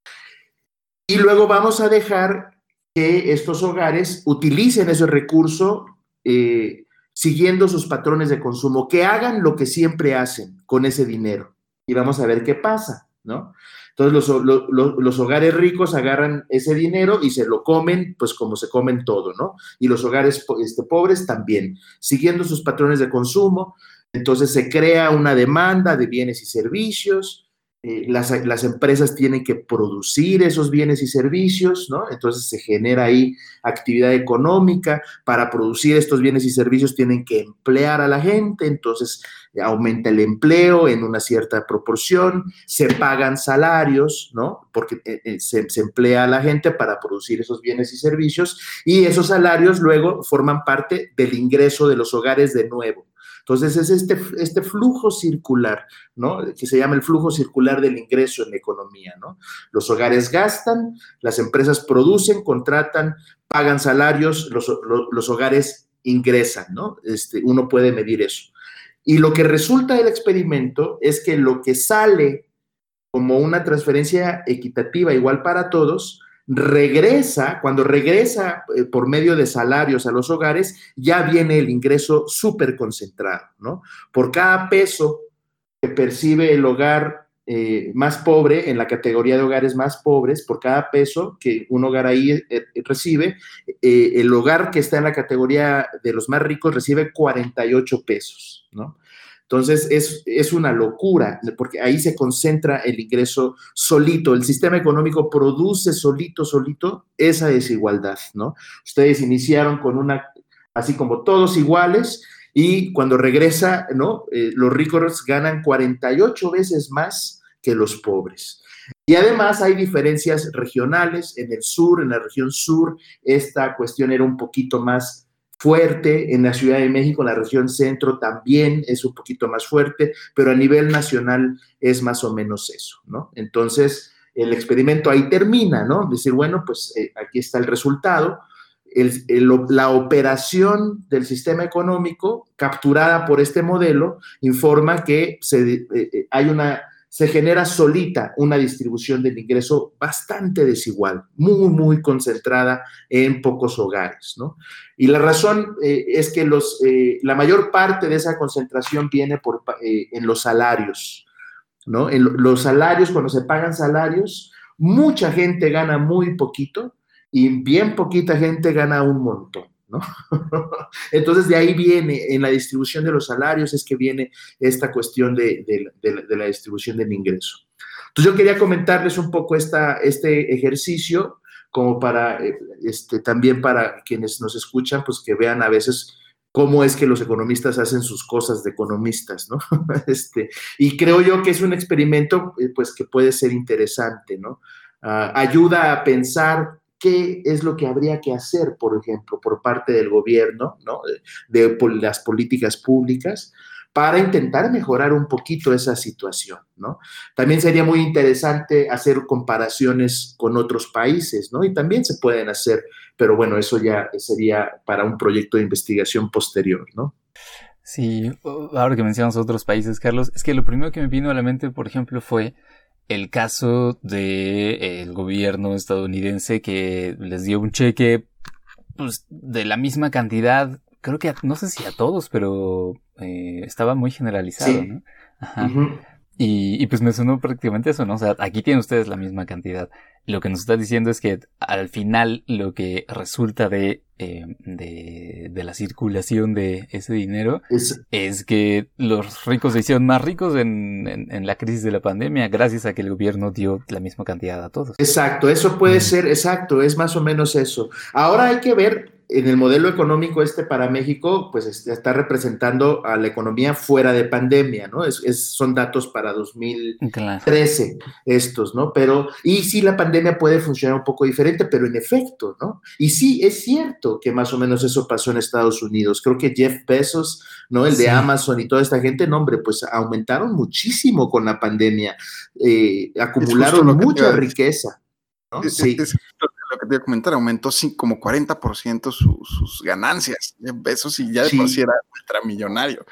Y luego vamos a dejar que estos hogares utilicen ese recurso eh, siguiendo sus patrones de consumo, que hagan lo que siempre hacen con ese dinero. Y vamos a ver qué pasa, ¿no? Entonces los, los, los hogares ricos agarran ese dinero y se lo comen, pues como se comen todo, ¿no? Y los hogares este, pobres también, siguiendo sus patrones de consumo. Entonces se crea una demanda de bienes y servicios, eh, las, las empresas tienen que producir esos bienes y servicios, ¿no? Entonces se genera ahí actividad económica. Para producir estos bienes y servicios tienen que emplear a la gente, entonces eh, aumenta el empleo en una cierta proporción, se pagan salarios, ¿no? Porque eh, se, se emplea a la gente para producir esos bienes y servicios, y esos salarios luego forman parte del ingreso de los hogares de nuevo. Entonces, es este, este flujo circular, ¿no? Que se llama el flujo circular del ingreso en la economía, ¿no? Los hogares gastan, las empresas producen, contratan, pagan salarios, los, los, los hogares ingresan, ¿no? Este, uno puede medir eso. Y lo que resulta del experimento es que lo que sale como una transferencia equitativa igual para todos, regresa, cuando regresa eh, por medio de salarios a los hogares, ya viene el ingreso súper concentrado, ¿no? Por cada peso que percibe el hogar eh, más pobre, en la categoría de hogares más pobres, por cada peso que un hogar ahí eh, recibe, eh, el hogar que está en la categoría de los más ricos recibe cuarenta y ocho pesos, ¿no? Entonces, es, es una locura, porque ahí se concentra el ingreso solito. El sistema económico produce solito, solito esa desigualdad, ¿no? Ustedes iniciaron con una, así como todos iguales, y cuando regresa, ¿no? Eh, los ricos ganan cuarenta y ocho veces más que los pobres. Y además hay diferencias regionales. En el sur, en la región sur, esta cuestión era un poquito más fuerte. En la Ciudad de México, en la región centro, también es un poquito más fuerte, pero a nivel nacional es más o menos eso, ¿no? Entonces, el experimento ahí termina, ¿no? Decir, bueno, pues eh, aquí está el resultado. El, el, la operación del sistema económico capturada por este modelo informa que se, eh, hay una, se genera solita una distribución del ingreso bastante desigual, muy, muy concentrada en pocos hogares, ¿no? Y la razón eh, es que los, eh, la mayor parte de esa concentración viene por, eh, en los salarios, ¿no? En los salarios, cuando se pagan salarios, mucha gente gana muy poquito y bien poquita gente gana un montón, ¿no? Entonces, de ahí viene, en la distribución de los salarios, es que viene esta cuestión de, de, de, de la distribución del ingreso. Entonces, yo quería comentarles un poco esta, este ejercicio, como para, este, también para quienes nos escuchan, pues que vean a veces cómo es que los economistas hacen sus cosas de economistas, ¿no? Este, y creo yo que es un experimento, pues, que puede ser interesante, ¿no? Uh, ayuda a pensar qué es lo que habría que hacer, por ejemplo, por parte del gobierno, ¿no? De, de, de las políticas públicas, para intentar mejorar un poquito esa situación, ¿no? También sería muy interesante hacer comparaciones con otros países, ¿no? Y también se pueden hacer, pero bueno, eso ya sería para un proyecto de investigación posterior, ¿no? Sí, ahora que mencionamos otros países, Carlos, es que lo primero que me vino a la mente, por ejemplo, fue el caso del gobierno estadounidense que les dio un cheque, pues, de la misma cantidad. Creo que, a, no sé si a todos, pero eh, estaba muy generalizado, sí. ¿no? Ajá. Uh-huh. Y, y pues me sonó prácticamente eso, ¿no? O sea, aquí tienen ustedes la misma cantidad. Lo que nos está diciendo es que al final lo que resulta de, eh, de, de la circulación de ese dinero es, es que los ricos se hicieron más ricos en, en, en la crisis de la pandemia gracias a que el gobierno dio la misma cantidad a todos. Exacto, eso puede ser, exacto, es más o menos eso. Ahora hay que ver, en el modelo económico este para México, pues está representando a la economía fuera de pandemia, ¿no? Es, es, son datos para dos mil trece, claro, estos, ¿no? Pero, y sí, la pandemia puede funcionar un poco diferente, pero en efecto, ¿no? Y sí, es cierto que más o menos eso pasó en Estados Unidos. Creo que Jeff Bezos, ¿no? El sí. de Amazon y toda esta gente, no, hombre, pues aumentaron muchísimo con la pandemia, eh, acumularon mucha riqueza, ¿no? Es, sí. Es, es lo que te iba a comentar, aumentó sí, como cuarenta por ciento su, sus ganancias, Jeff Bezos, y ya de sí. por sí era ultramillonario.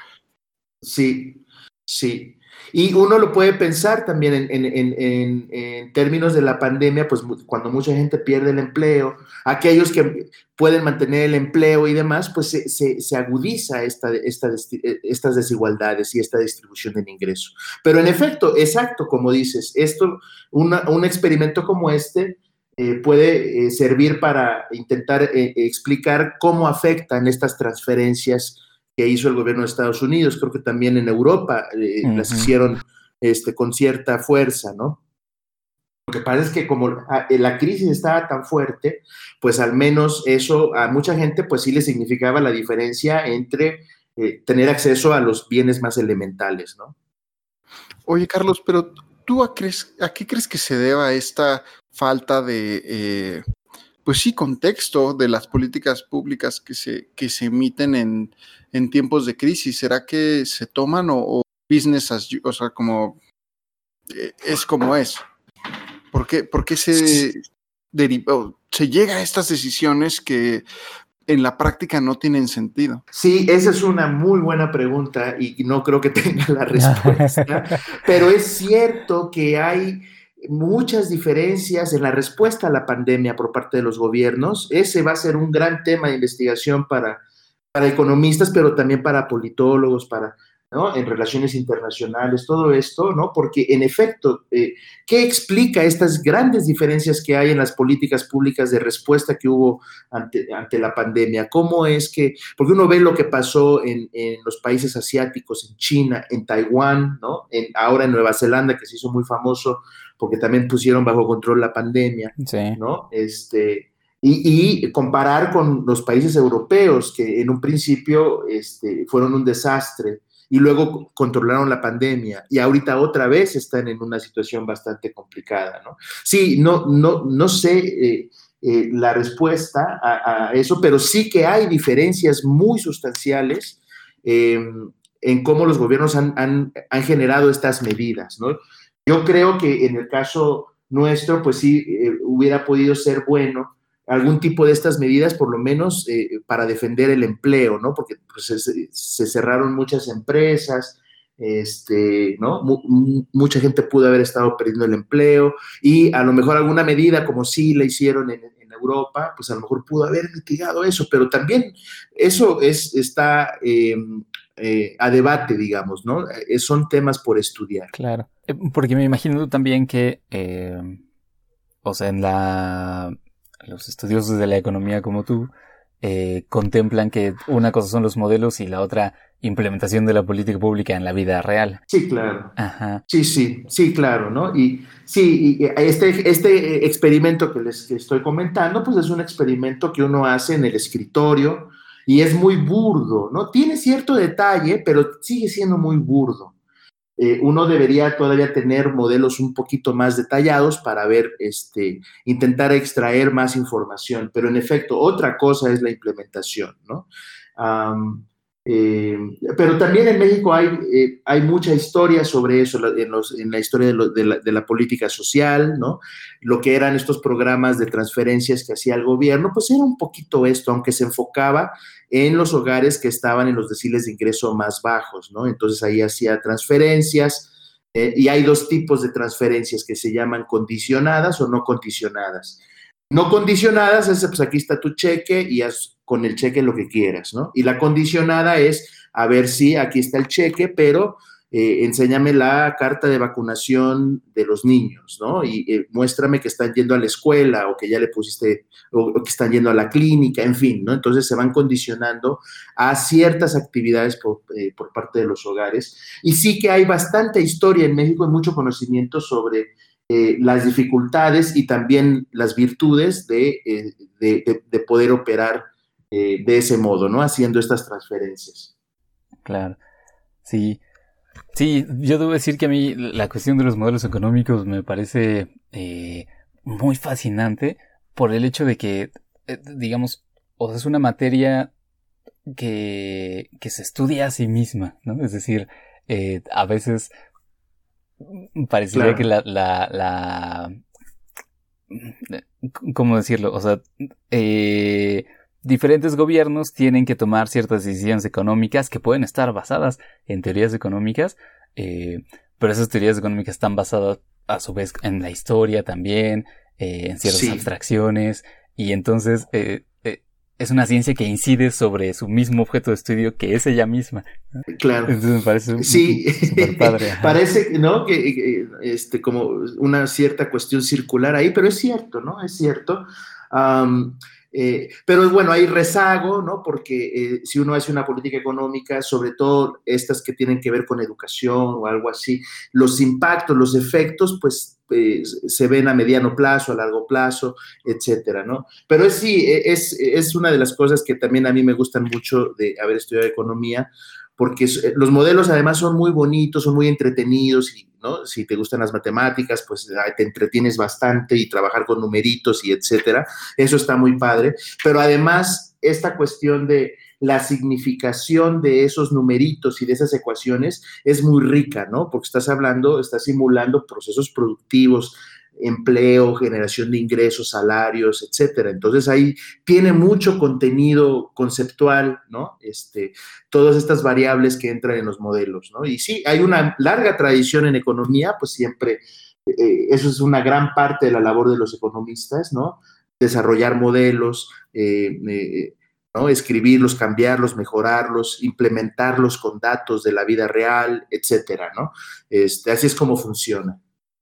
Sí, sí. Y uno lo puede pensar también en, en, en, en, en términos de la pandemia, pues cuando mucha gente pierde el empleo, aquellos que pueden mantener el empleo y demás, pues se, se, se agudiza esta, esta, estas desigualdades y esta distribución del ingreso. Pero en efecto, exacto, como dices, esto, una, un experimento como este eh, puede eh, servir para intentar eh, explicar cómo afectan estas transferencias que hizo el gobierno de Estados Unidos. Creo que también en Europa eh, uh-huh. las hicieron este, con cierta fuerza, ¿no? Lo que pasa es que como la crisis estaba tan fuerte, pues al menos eso a mucha gente pues sí le significaba la diferencia entre eh, tener acceso a los bienes más elementales, ¿no? Oye, Carlos, pero ¿tú a, crees, a qué crees que se deba esta falta de... Eh... pues sí, contexto de las políticas públicas que se, que se emiten en, en tiempos de crisis? ¿Será que se toman o, o business as usual? O sea, como eh, es como es. ¿Por qué, por qué se, deriva, se llega a estas decisiones que en la práctica no tienen sentido? Sí, esa es una muy buena pregunta y no creo que tenga la respuesta, pero es cierto que hay muchas diferencias en la respuesta a la pandemia por parte de los gobiernos. Ese va a ser un gran tema de investigación para, para economistas, pero también para politólogos, para, ¿no? en relaciones internacionales, todo esto, ¿no? Porque en efecto, eh, ¿qué explica estas grandes diferencias que hay en las políticas públicas de respuesta que hubo ante, ante la pandemia? ¿Cómo es que, porque uno ve lo que pasó en, en los países asiáticos, en China, en Taiwán, ¿no? En, ahora en Nueva Zelanda, que se hizo muy famoso porque también pusieron bajo control la pandemia, sí. ¿no? Este, y, y comparar con los países europeos que en un principio este, fueron un desastre y luego controlaron la pandemia y ahorita otra vez están en una situación bastante complicada, ¿no? Sí, no, no, no sé eh, eh, la respuesta a, a eso, pero sí que hay diferencias muy sustanciales eh, en cómo los gobiernos han, han, han generado estas medidas, ¿no? Yo creo que en el caso nuestro, pues sí, eh, hubiera podido ser bueno algún tipo de estas medidas, por lo menos eh, para defender el empleo, ¿no? Porque pues, se, se cerraron muchas empresas, este, ¿no? M- mucha gente pudo haber estado perdiendo el empleo y a lo mejor alguna medida, como sí la hicieron en, en Europa, pues a lo mejor pudo haber mitigado eso, pero también eso es, está... Eh, Eh, a debate, digamos, ¿no? Eh, son temas por estudiar. Claro, eh, porque me imagino también que, eh, o sea, en la los estudiosos de la economía como tú, eh, contemplan que una cosa son los modelos y la otra implementación de la política pública en la vida real. Sí, claro. Ajá. Sí, sí, sí, claro, ¿no? Y sí, y este, este experimento que les que estoy comentando, pues es un experimento que uno hace en el escritorio, y es muy burdo, ¿no? Tiene cierto detalle, pero sigue siendo muy burdo. Eh, uno debería todavía tener modelos un poquito más detallados para ver, este, intentar extraer más información, pero en efecto, otra cosa es la implementación, ¿no? Um, eh, pero también en México hay, eh, hay mucha historia sobre eso, en, los, en la historia de, lo, de, la, de la política social, ¿no? Lo que eran estos programas de transferencias que hacía el gobierno, pues era un poquito esto, aunque se enfocaba en los hogares que estaban en los deciles de ingreso más bajos, ¿no? Entonces ahí hacía transferencias, eh, y hay dos tipos de transferencias que se llaman condicionadas o no condicionadas. No condicionadas es, pues aquí está tu cheque y haz con el cheque lo que quieras, ¿no? Y la condicionada es, a ver si aquí está el cheque, pero eh, enséñame la carta de vacunación de los niños, ¿no? Y eh, muéstrame que están yendo a la escuela o que ya le pusiste, o, o que están yendo a la clínica, en fin, ¿no? Entonces se van condicionando a ciertas actividades por, eh, por parte de los hogares. Y sí que hay bastante historia en México y mucho conocimiento sobre eh, las dificultades y también las virtudes de, eh, de, de, de poder operar eh, de ese modo, ¿no? Haciendo estas transferencias. Claro, sí. Sí, yo debo decir que a mí la cuestión de los modelos económicos me parece eh, muy fascinante por el hecho de que, eh, digamos, o sea, es una materia que, que se estudia a sí misma, ¿no? Es decir, eh, a veces parecería claro. que la, la, la, ¿cómo decirlo? O sea, eh, diferentes gobiernos tienen que tomar ciertas decisiones económicas que pueden estar basadas en teorías económicas, eh, pero esas teorías económicas están basadas a su vez en la historia también, eh, en ciertas sí. abstracciones, y entonces eh, eh, es una ciencia que incide sobre su mismo objeto de estudio, que es ella misma. Claro. Entonces me parece sí. súper padre. Parece, ¿no? Que, que este, como una cierta cuestión circular ahí, pero es cierto, ¿no? Es cierto. Um, Eh, pero bueno, hay rezago, ¿no? Porque eh, si uno hace una política económica, sobre todo estas que tienen que ver con educación o algo así, los impactos, los efectos, pues eh, se ven a mediano plazo, a largo plazo, etcétera, ¿no? Pero es, sí, es, es una de las cosas que también a mí me gustan mucho de haber estudiado economía, porque los modelos además son muy bonitos, son muy entretenidos y, ¿no? Si te gustan las matemáticas, pues te entretienes bastante y trabajar con numeritos y etcétera. Eso está muy padre. Pero además, esta cuestión de la significación de esos numeritos y de esas ecuaciones es muy rica, ¿no? Porque estás hablando, estás simulando procesos productivos, empleo, generación de ingresos, salarios, etcétera. Entonces ahí tiene mucho contenido conceptual, ¿no? Este, todas estas variables que entran en los modelos, ¿no? Y sí, hay una larga tradición en economía, pues siempre, eh, eso es una gran parte de la labor de los economistas, ¿no? Desarrollar modelos, eh, eh, ¿no? Escribirlos, cambiarlos, mejorarlos, implementarlos con datos de la vida real, etcétera, ¿no? Este, así es como funciona.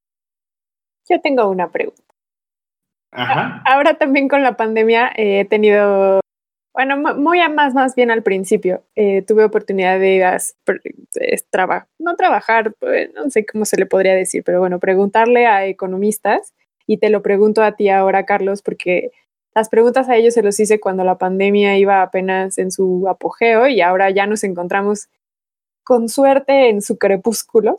Yo tengo una pregunta. Ajá. Ahora también con la pandemia eh, he tenido, bueno, muy a más, más bien al principio, eh, tuve oportunidad de as, es, traba, no trabajar, pues, no sé cómo se le podría decir, pero bueno, preguntarle a economistas, y te lo pregunto a ti ahora, Carlos, porque las preguntas a ellos se los hice cuando la pandemia iba apenas en su apogeo y ahora ya nos encontramos con suerte en su crepúsculo.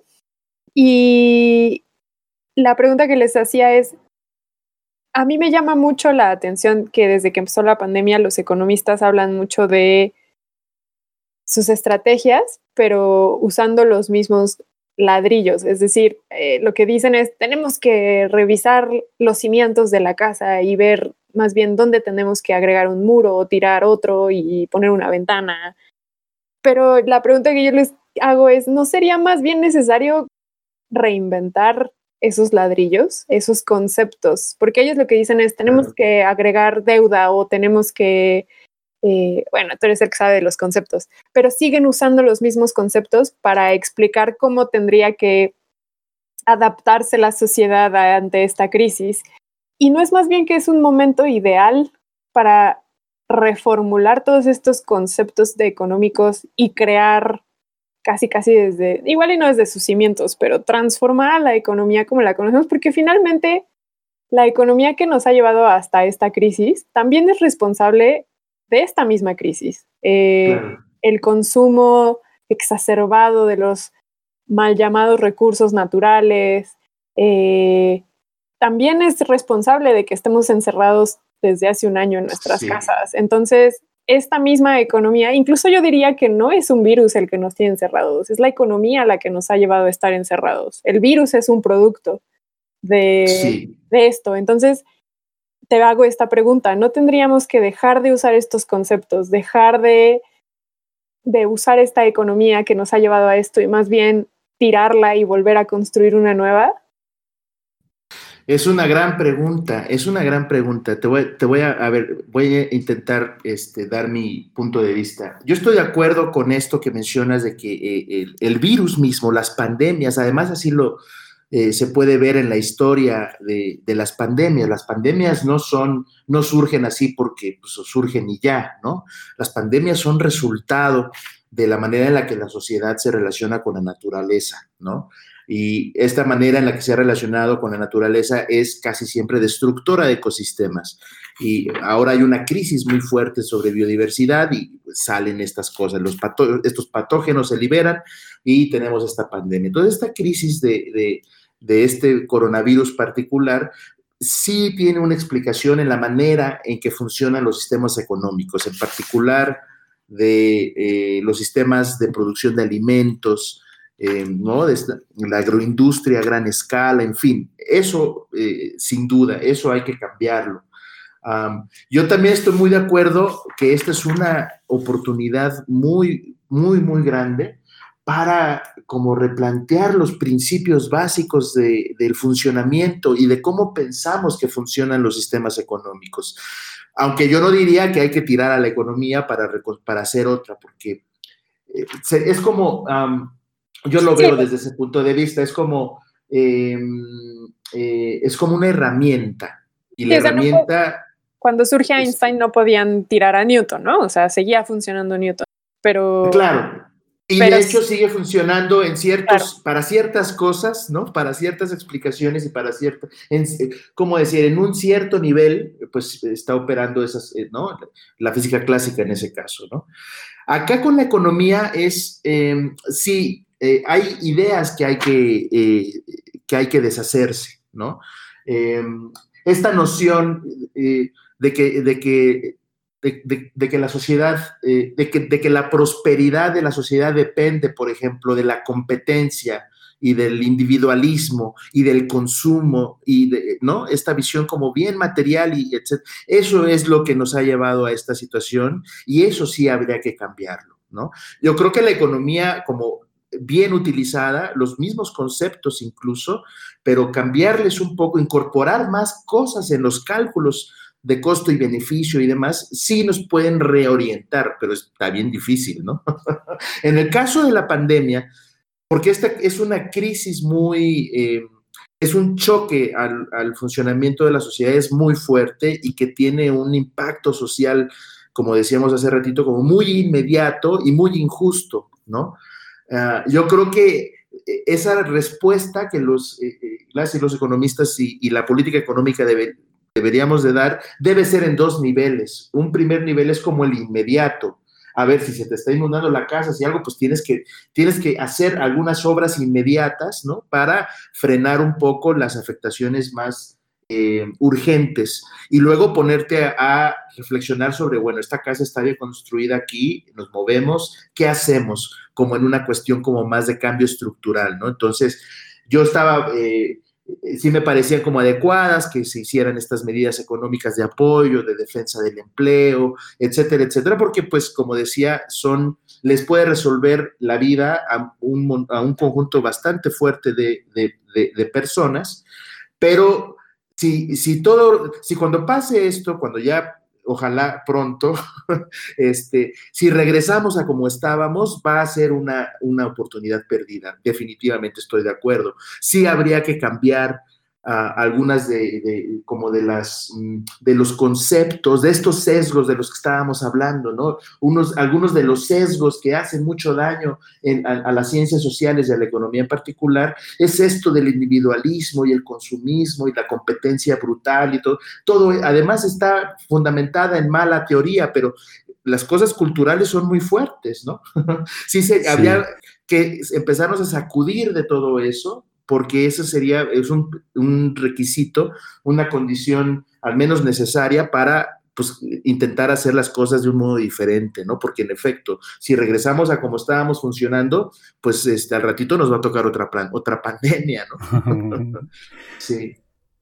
Y la pregunta que les hacía es, a mí me llama mucho la atención que desde que empezó la pandemia los economistas hablan mucho de sus estrategias, pero usando los mismos ladrillos. Es decir, eh, lo que dicen es, tenemos que revisar los cimientos de la casa y ver más bien dónde tenemos que agregar un muro o tirar otro y poner una ventana. Pero la pregunta que yo les hago es, ¿no sería más bien necesario reinventar esos ladrillos, esos conceptos? Porque ellos lo que dicen es, tenemos que agregar deuda o tenemos que, eh, bueno, tú eres el que sabe de los conceptos, pero siguen usando los mismos conceptos para explicar cómo tendría que adaptarse la sociedad ante esta crisis. Y no es más bien que es un momento ideal para reformular todos estos conceptos de económicos y crear casi casi desde, igual y no desde sus cimientos, pero transformar a la economía como la conocemos, porque finalmente la economía que nos ha llevado hasta esta crisis también es responsable de esta misma crisis. Eh, claro. El consumo exacerbado de los mal llamados recursos naturales, eh, también es responsable de que estemos encerrados desde hace un año en nuestras sí. casas. Entonces, esta misma economía, incluso yo diría que no es un virus el que nos tiene encerrados, es la economía la que nos ha llevado a estar encerrados. El virus es un producto de, sí. de esto. Entonces, te hago esta pregunta, ¿no tendríamos que dejar de usar estos conceptos, dejar de, de usar esta economía que nos ha llevado a esto y más bien tirarla y volver a construir una nueva? Es una gran pregunta, es una gran pregunta. Te voy, te voy a, a ver, voy a intentar este, dar mi punto de vista. Yo estoy de acuerdo con esto que mencionas de que eh, el, el virus mismo, las pandemias, además así lo eh, se puede ver en la historia de, de las pandemias. Las pandemias no son, no surgen así porque pues, surgen y ya, ¿no? Las pandemias son resultado de la manera en la que la sociedad se relaciona con la naturaleza, ¿no? Y esta manera en la que se ha relacionado con la naturaleza es casi siempre destructora de ecosistemas. Y ahora hay una crisis muy fuerte sobre biodiversidad y salen estas cosas. Los pató- estos patógenos se liberan y tenemos esta pandemia. Entonces, esta crisis de, de, de este coronavirus particular sí tiene una explicación en la manera en que funcionan los sistemas económicos, en particular de eh, los sistemas de producción de alimentos, Eh, ¿no? De esta, la agroindustria a gran escala, en fin, eso eh, sin duda, eso hay que cambiarlo. Um, yo también estoy muy de acuerdo que esta es una oportunidad muy, muy, muy grande para como replantear los principios básicos de, del funcionamiento y de cómo pensamos que funcionan los sistemas económicos. Aunque yo no diría que hay que tirar a la economía para, para hacer otra, porque eh, es como... Um, Yo lo veo desde ese punto de vista, es como, eh, eh, es como una herramienta. Y la sí, herramienta... No, cuando surge Einstein es, no podían tirar a Newton, ¿no? O sea, seguía funcionando Newton, pero... Claro, y pero, de hecho sigue funcionando en ciertos, claro. para ciertas cosas, ¿no? Para ciertas explicaciones y para ciertas, ¿cómo decir? En un cierto nivel, pues está operando esas, ¿no? La física clásica en ese caso, ¿no? Acá con la economía es, eh, sí, Eh, hay ideas que hay que, eh, que hay que deshacerse, ¿no? Eh, esta noción eh, de, que, de, que, de, de, de que la sociedad, eh, de, que, de que la prosperidad de la sociedad depende, por ejemplo, de la competencia y del individualismo y del consumo y de, ¿no? Esta visión como bien material y etcétera. Eso es lo que nos ha llevado a esta situación y eso sí habría que cambiarlo, ¿no? Yo creo que la economía como bien utilizada, los mismos conceptos incluso, pero cambiarles un poco, incorporar más cosas en los cálculos de costo y beneficio y demás, sí nos pueden reorientar, pero está bien difícil, ¿no? En el caso de la pandemia, porque esta es una crisis muy, eh, es un choque al, al funcionamiento de la sociedad, es muy fuerte y que tiene un impacto social, como decíamos hace ratito, como muy inmediato y muy injusto, ¿no? Uh, yo creo que esa respuesta que los, eh, las y los economistas y, y la política económica debe, deberíamos de dar debe ser en dos niveles. Un primer nivel es como el inmediato. A ver, si se te está inundando la casa, si algo, pues tienes que, tienes que hacer algunas obras inmediatas, ¿no? Para frenar un poco las afectaciones más eh, urgentes y luego ponerte a, a reflexionar sobre, bueno, esta casa está bien construida aquí, nos movemos, ¿qué hacemos? Como en una cuestión como más de cambio estructural, ¿no? Entonces, yo estaba, eh, sí me parecían como adecuadas que se hicieran estas medidas económicas de apoyo, de defensa del empleo, etcétera, etcétera, porque pues, como decía, son, les puede resolver la vida a un, a un conjunto bastante fuerte de, de, de, de personas, pero si, si todo, si cuando pase esto, cuando ya ojalá pronto, este, si regresamos a como estábamos, va a ser una, una oportunidad perdida. Definitivamente estoy de acuerdo. Sí habría que cambiar uh, algunas de, de, como de las, de los conceptos, de estos sesgos de los que estábamos hablando, ¿no? Unos, algunos de los sesgos que hacen mucho daño en, a, a las ciencias sociales y a la economía en particular, es esto del individualismo y el consumismo y la competencia brutal y todo. Todo además está fundamentada en mala teoría, pero las cosas culturales son muy fuertes, ¿no? sí, se, sí. Habría que empezarnos a sacudir de todo eso, porque eso sería, es un, un requisito, una condición al menos necesaria para pues, intentar hacer las cosas de un modo diferente, ¿no? Porque en efecto, si regresamos a como estábamos funcionando, pues este, al ratito nos va a tocar otra, plan, otra pandemia, ¿no? sí.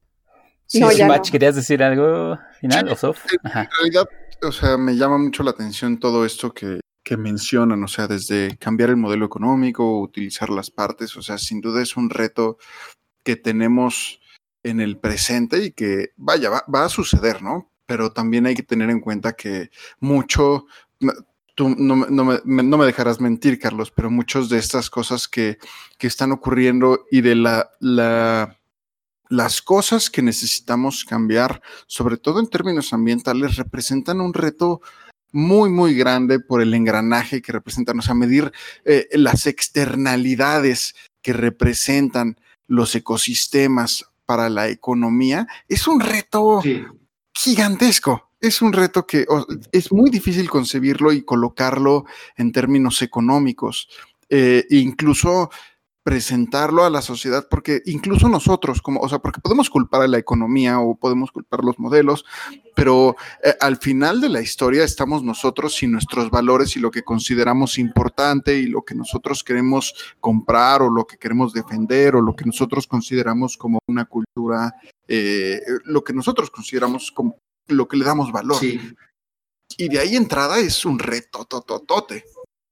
Sí, no, ya Match, no. ¿Querías decir algo final, sí, Osof? En realidad, o sea, me llama mucho la atención todo esto que, que mencionan, o sea, desde cambiar el modelo económico, utilizar las partes, o sea, sin duda es un reto que tenemos en el presente y que, vaya, va, va a suceder, ¿no? Pero también hay que tener en cuenta que mucho, tú no, no, me, no me dejarás mentir, Carlos, pero muchas de estas cosas que, que están ocurriendo y de la, la, las cosas que necesitamos cambiar, sobre todo en términos ambientales, representan un reto muy, muy grande por el engranaje que representan, o sea, medir eh, las externalidades que representan los ecosistemas para la economía, es un reto sí. gigantesco. Es un reto que oh, es muy difícil concebirlo y colocarlo en términos económicos, eh, incluso presentarlo a la sociedad, porque incluso nosotros, como, o sea, porque podemos culpar a la economía o podemos culpar los modelos, pero eh, al final de la historia estamos nosotros y nuestros valores y lo que consideramos importante y lo que nosotros queremos comprar o lo que queremos defender o lo que nosotros consideramos como una cultura, eh, lo que nosotros consideramos como lo que le damos valor. Sí. Y de ahí entrada es un reto tototote.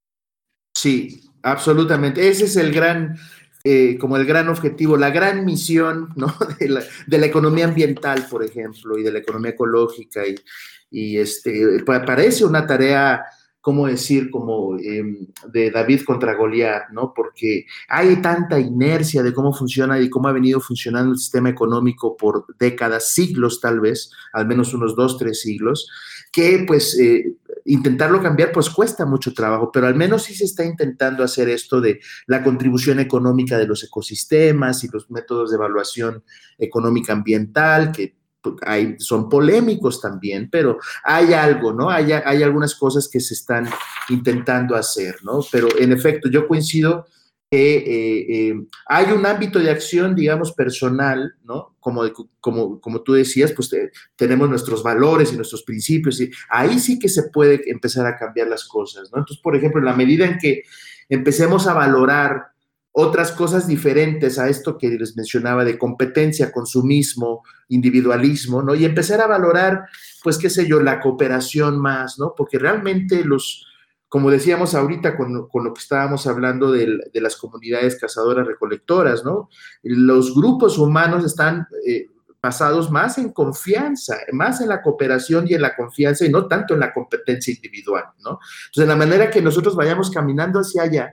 Sí. Absolutamente, ese es el gran, eh, como el gran objetivo, la gran misión, ¿no? de, la, de la economía ambiental, por ejemplo, y de la economía ecológica, y, y este, parece una tarea, ¿cómo decir?, como eh, de David contra Goliat, ¿no? Porque hay tanta inercia de cómo funciona y cómo ha venido funcionando el sistema económico por décadas, siglos tal vez, al menos unos dos, tres siglos, que pues eh, intentarlo cambiar pues cuesta mucho trabajo, pero al menos sí se está intentando hacer esto de la contribución económica de los ecosistemas y los métodos de evaluación económica ambiental, que hay, son polémicos también, pero hay algo, ¿no? Hay, hay algunas cosas que se están intentando hacer, ¿no? Pero en efecto, yo coincido que eh, eh, hay un ámbito de acción, digamos, personal, ¿no? Como, como, como tú decías, pues te, tenemos nuestros valores y nuestros principios, y ahí sí que se puede empezar a cambiar las cosas, ¿no? Entonces, por ejemplo, en la medida en que empecemos a valorar otras cosas diferentes a esto que les mencionaba de competencia, consumismo, individualismo, ¿no? Y empezar a valorar, pues, qué sé yo, la cooperación más, ¿no? Porque realmente los, como decíamos ahorita con, con lo que estábamos hablando de, de las comunidades cazadoras-recolectoras, ¿no? Los grupos humanos están eh, basados más en confianza, más en la cooperación y en la confianza y no tanto en la competencia individual, ¿no? Entonces, de la manera que nosotros vayamos caminando hacia allá,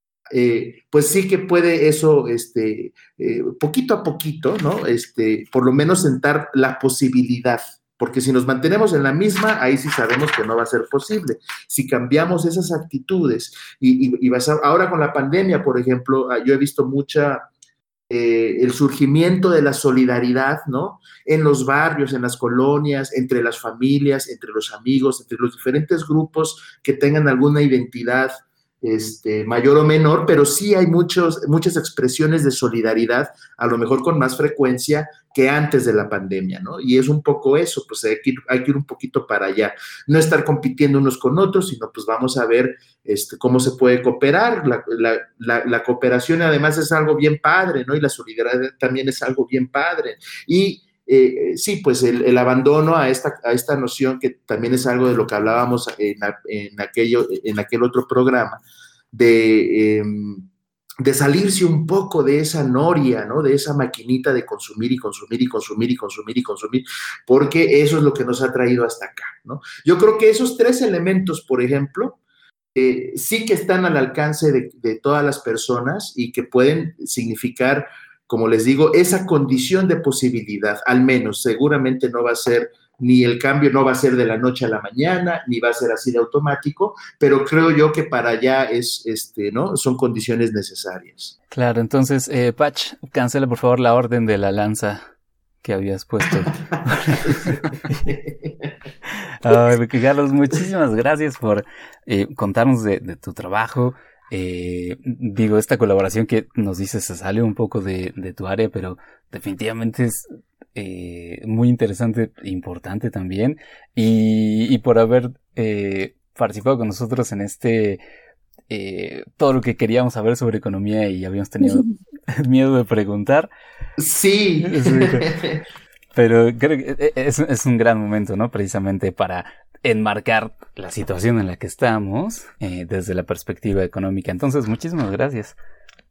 Eh, pues sí que puede eso, este, eh, poquito a poquito, ¿no? Este, por lo menos sentar la posibilidad, porque si nos mantenemos en la misma, ahí sí sabemos que no va a ser posible. Si cambiamos esas actitudes y, y, y vas a, ahora con la pandemia, por ejemplo, yo he visto mucha, eh, el surgimiento de la solidaridad, ¿no? En los barrios, en las colonias, entre las familias, entre los amigos, entre los diferentes grupos que tengan alguna identidad Este, mayor o menor, pero sí hay muchos, muchas expresiones de solidaridad, a lo mejor con más frecuencia que antes de la pandemia, ¿no? Y es un poco eso, pues hay que ir, hay que ir un poquito para allá, no estar compitiendo unos con otros, sino pues vamos a ver este, cómo se puede cooperar. La, la, la, la cooperación además es algo bien padre, ¿no? Y la solidaridad también es algo bien padre. Y Eh, sí, pues el, el abandono a esta, a esta noción, que también es algo de lo que hablábamos en, en, aquello, en aquel otro programa, de, eh, de salirse un poco de esa noria, ¿no? De esa maquinita de consumir y consumir y consumir y consumir y consumir, porque eso es lo que nos ha traído hasta acá, ¿no? Yo creo que esos tres elementos, por ejemplo, eh, sí que están al alcance de, de todas las personas y que pueden significar, como les digo, esa condición de posibilidad, al menos. Seguramente no va a ser, ni el cambio no va a ser de la noche a la mañana, ni va a ser así de automático, pero creo yo que para allá es, este, ¿no? Son condiciones necesarias. Claro, entonces, eh, Patch, cancela por favor la orden de la lanza que habías puesto. uh, Carlos, muchísimas gracias por eh, contarnos de, de tu trabajo. Eh, digo, esta colaboración que nos dices se sale un poco de, de tu área, pero definitivamente es eh, muy interesante e importante también, y, y por haber eh, participado con nosotros en este eh, todo lo que queríamos saber sobre economía y habíamos tenido miedo de preguntar. Sí. Pero creo que es, es un gran momento, ¿no? Precisamente para enmarcar la situación en la que estamos eh, desde la perspectiva económica. Entonces, muchísimas gracias.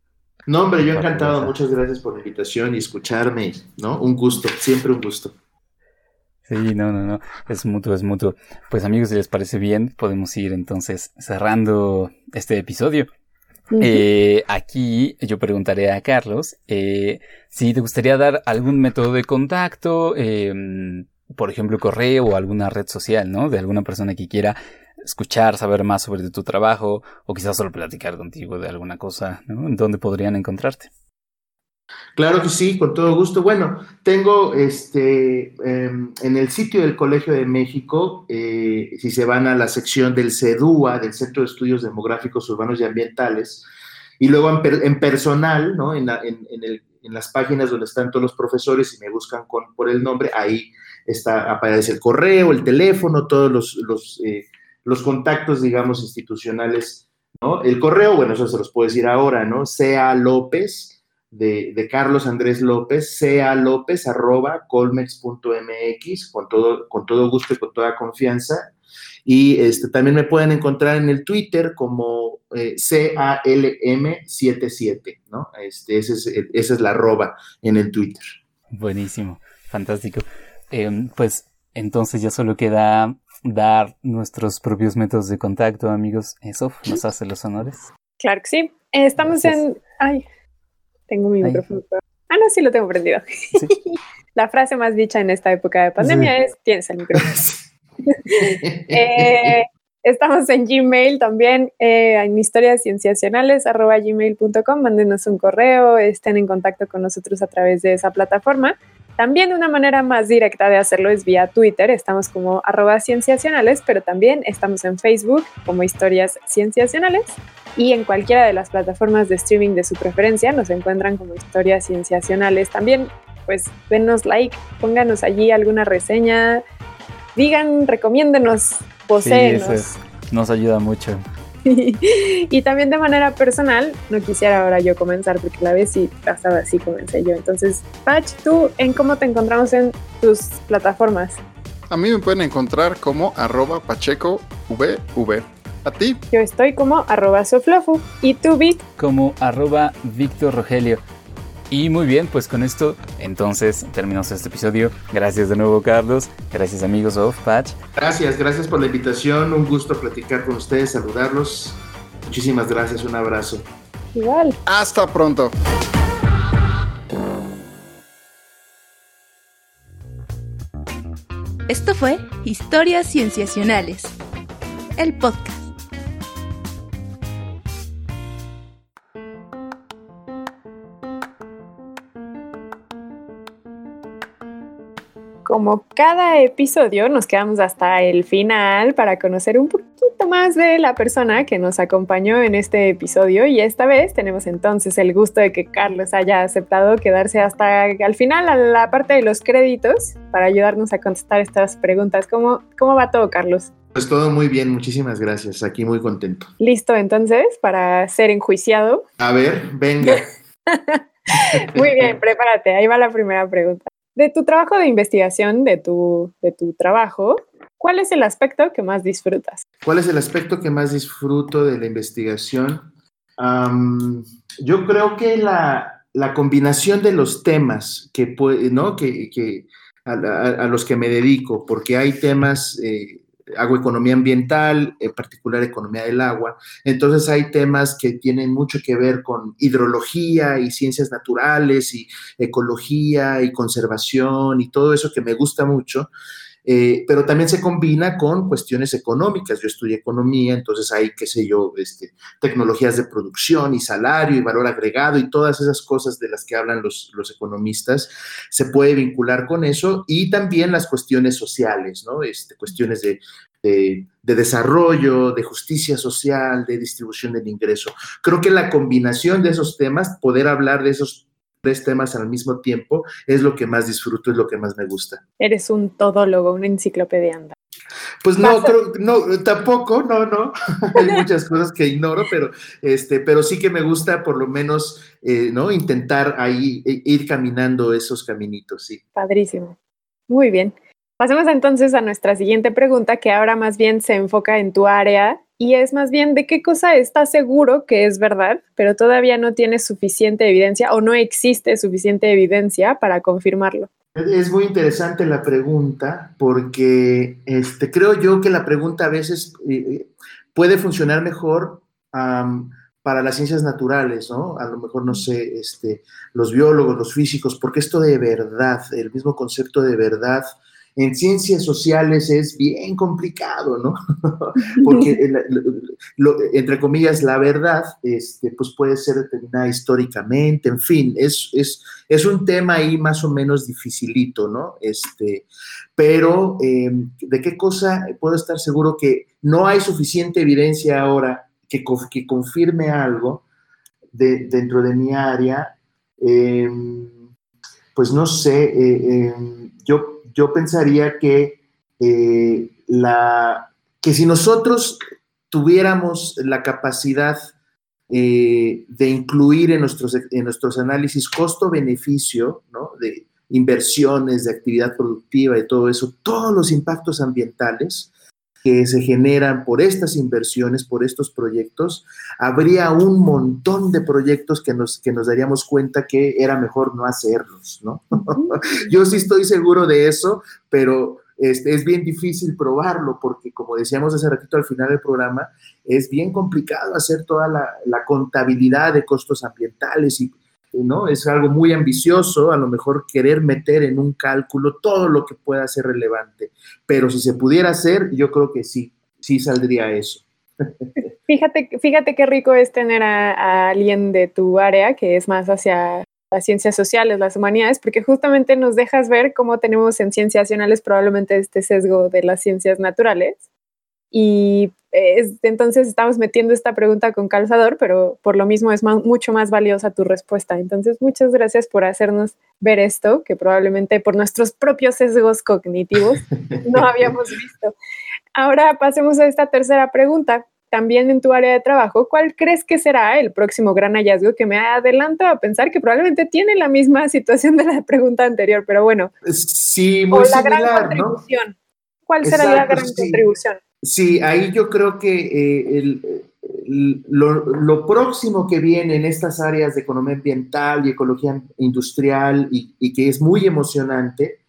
No, hombre, yo encantado. Muchas gracias por la invitación y escucharme, ¿no? Un gusto, siempre un gusto. Sí, no, no, no, es mutuo, es mutuo. Pues amigos, si les parece bien, podemos ir entonces cerrando este episodio. Uh-huh. Eh, aquí yo preguntaré a Carlos eh, si te gustaría dar algún método de contacto, eh, por ejemplo, correo o alguna red social, ¿no? De alguna persona que quiera escuchar, saber más sobre tu trabajo o quizás solo platicar contigo de alguna cosa, ¿no? ¿Dónde podrían encontrarte? Claro que sí, con todo gusto. Bueno, tengo este eh, en el sitio del Colegio de México, eh, si se van a la sección del CEDUA, del Centro de Estudios Demográficos Urbanos y Ambientales, y luego en, per, en personal, ¿no? En, la, en, en, el, en las páginas donde están todos los profesores y me buscan con, por el nombre, ahí está, aparece el correo, el teléfono, todos los, los, eh, los contactos, digamos, institucionales, ¿no? El correo, bueno, eso se los puedo decir ahora, ¿no? Sea López, De, de Carlos Andrés López, López arroba colmex punto m x, con todo, con todo gusto y con toda confianza. Y este, también me pueden encontrar en el Twitter como eh, C A L M setenta y siete, ¿no? Este, ese es, esa es la arroba en el Twitter. Buenísimo, fantástico. Eh, pues entonces ya solo queda dar nuestros propios métodos de contacto, amigos. Sof, ¿nos hace los honores? Claro que sí. Estamos Gracias. en... Ay... Tengo mi Ay. micrófono. Ah, no, sí lo tengo prendido. ¿Sí? La frase más dicha en esta época de pandemia sí. es, tienes el micrófono. eh, estamos en Gmail también, eh, en historiascienciacionales arroba gmail punto com. Mándenos un correo, estén en contacto con nosotros a través de esa plataforma. También una manera más directa de hacerlo es vía Twitter. Estamos como arroba cienciacionales, pero también estamos en Facebook como Historias Cienciacionales. Y en cualquiera de las plataformas de streaming de su preferencia nos encuentran como Historias Cienciacionales. También, pues, denos like, pónganos allí alguna reseña, digan, recomiéndenos, poséenos. Sí, eso nos ayuda mucho. Y también de manera personal, no quisiera ahora yo comenzar porque la vez sí pasaba así, comencé yo. Entonces, Pach, ¿tú en cómo te encontramos en tus plataformas? A mí me pueden encontrar como arroba pacheco vv. ¿A ti? Yo estoy como arroba soflofu. ¿Y tú, Vic? Como arroba Víctor Rogelio. Y muy bien, pues con esto entonces terminamos este episodio. Gracias de nuevo, Carlos. Gracias, amigos of Patch. Gracias, gracias por la invitación. Un gusto platicar con ustedes, saludarlos. Muchísimas gracias, un abrazo. Igual. Hasta pronto. Esto fue Historias Cienciacionales, el podcast. Como cada episodio, nos quedamos hasta el final para conocer un poquito más de la persona que nos acompañó en este episodio, y esta vez tenemos entonces el gusto de que Carlos haya aceptado quedarse hasta al final, a la parte de los créditos, para ayudarnos a contestar estas preguntas. ¿Cómo, cómo va todo, Carlos? Pues todo muy bien, muchísimas gracias, aquí muy contento. ¿Listo entonces para ser enjuiciado? A ver, venga. Muy bien, prepárate, ahí va la primera pregunta. De tu trabajo de investigación, de tu, de tu trabajo, ¿cuál es el aspecto que más disfrutas? ¿Cuál es el aspecto que más disfruto de la investigación? Um, yo creo que la, la combinación de los temas que, ¿no? que, que a, a, a los que me dedico, porque hay temas... Eh, hago economía ambiental, en particular economía del agua, entonces hay temas que tienen mucho que ver con hidrología y ciencias naturales y ecología y conservación y todo eso que me gusta mucho, eh, pero también se combina con cuestiones económicas. Yo estudié economía, entonces hay, qué sé yo, este, tecnologías de producción y salario y valor agregado y todas esas cosas de las que hablan los, los economistas, se puede vincular con eso, y también las cuestiones sociales, ¿no? Este, cuestiones de, de, de desarrollo, de justicia social, de distribución del ingreso. Creo que la combinación de esos temas, poder hablar de esos tres temas al mismo tiempo, es lo que más disfruto, es lo que más me gusta. Eres un todólogo, una enciclopedia. Pues no, creo, no, tampoco, no, no. Hay muchas cosas que ignoro, pero, este, pero sí que me gusta por lo menos, eh, ¿no? Intentar ahí ir caminando esos caminitos, sí. Padrísimo. Muy bien. Pasemos entonces a nuestra siguiente pregunta, que ahora más bien se enfoca en tu área y es más bien de qué cosa estás seguro que es verdad, pero todavía no tienes suficiente evidencia o no existe suficiente evidencia para confirmarlo. Es muy interesante la pregunta porque este, creo yo que la pregunta a veces eh, puede funcionar mejor um, para las ciencias naturales, ¿no? A lo mejor, no sé, este, los biólogos, los físicos, porque esto de verdad, el mismo concepto de verdad, en ciencias sociales es bien complicado, ¿no? Porque, lo, entre comillas, la verdad, este, pues puede ser determinada históricamente, en fin, es, es, es un tema ahí más o menos dificilito, ¿no? Este, pero, eh, ¿de qué cosa puedo estar seguro? Que no hay suficiente evidencia ahora que, que confirme algo de, dentro de mi área, eh, pues no sé, eh, eh, yo Yo pensaría que, eh, la, que si nosotros tuviéramos la capacidad eh, de incluir en nuestros, en nuestros análisis costo-beneficio, ¿no? De inversiones, de actividad productiva y todo eso, todos los impactos ambientales que se generan por estas inversiones, por estos proyectos, habría un montón de proyectos que nos, que nos daríamos cuenta que era mejor no hacerlos, ¿no? Uh-huh. Yo sí estoy seguro de eso, pero este, es bien difícil probarlo porque, como decíamos hace ratito al final del programa, es bien complicado hacer toda la, la contabilidad de costos ambientales y, ¿no? Es algo muy ambicioso, a lo mejor querer meter en un cálculo todo lo que pueda ser relevante, pero si se pudiera hacer, yo creo que sí, sí saldría eso. Fíjate, fíjate qué rico es tener a, a alguien de tu área que es más hacia las ciencias sociales, las humanidades, porque justamente nos dejas ver cómo tenemos en ciencias nacionales probablemente este sesgo de las ciencias naturales. Y es, entonces estamos metiendo esta pregunta con calzador, pero por lo mismo es más, mucho más valiosa tu respuesta. Entonces, muchas gracias por hacernos ver esto, que probablemente por nuestros propios sesgos cognitivos no habíamos visto. Ahora pasemos a esta tercera pregunta. También en tu área de trabajo, ¿cuál crees que será el próximo gran hallazgo? Que me adelanto a pensar que probablemente tiene la misma situación de la pregunta anterior, pero bueno. Sí, muy o la similar, gran contribución. ¿no? ¿Cuál será Exacto, la gran sí. contribución? Sí, ahí yo creo que eh, el, el, lo, lo próximo que viene en estas áreas de economía ambiental y ecología industrial y, y que es muy emocionante,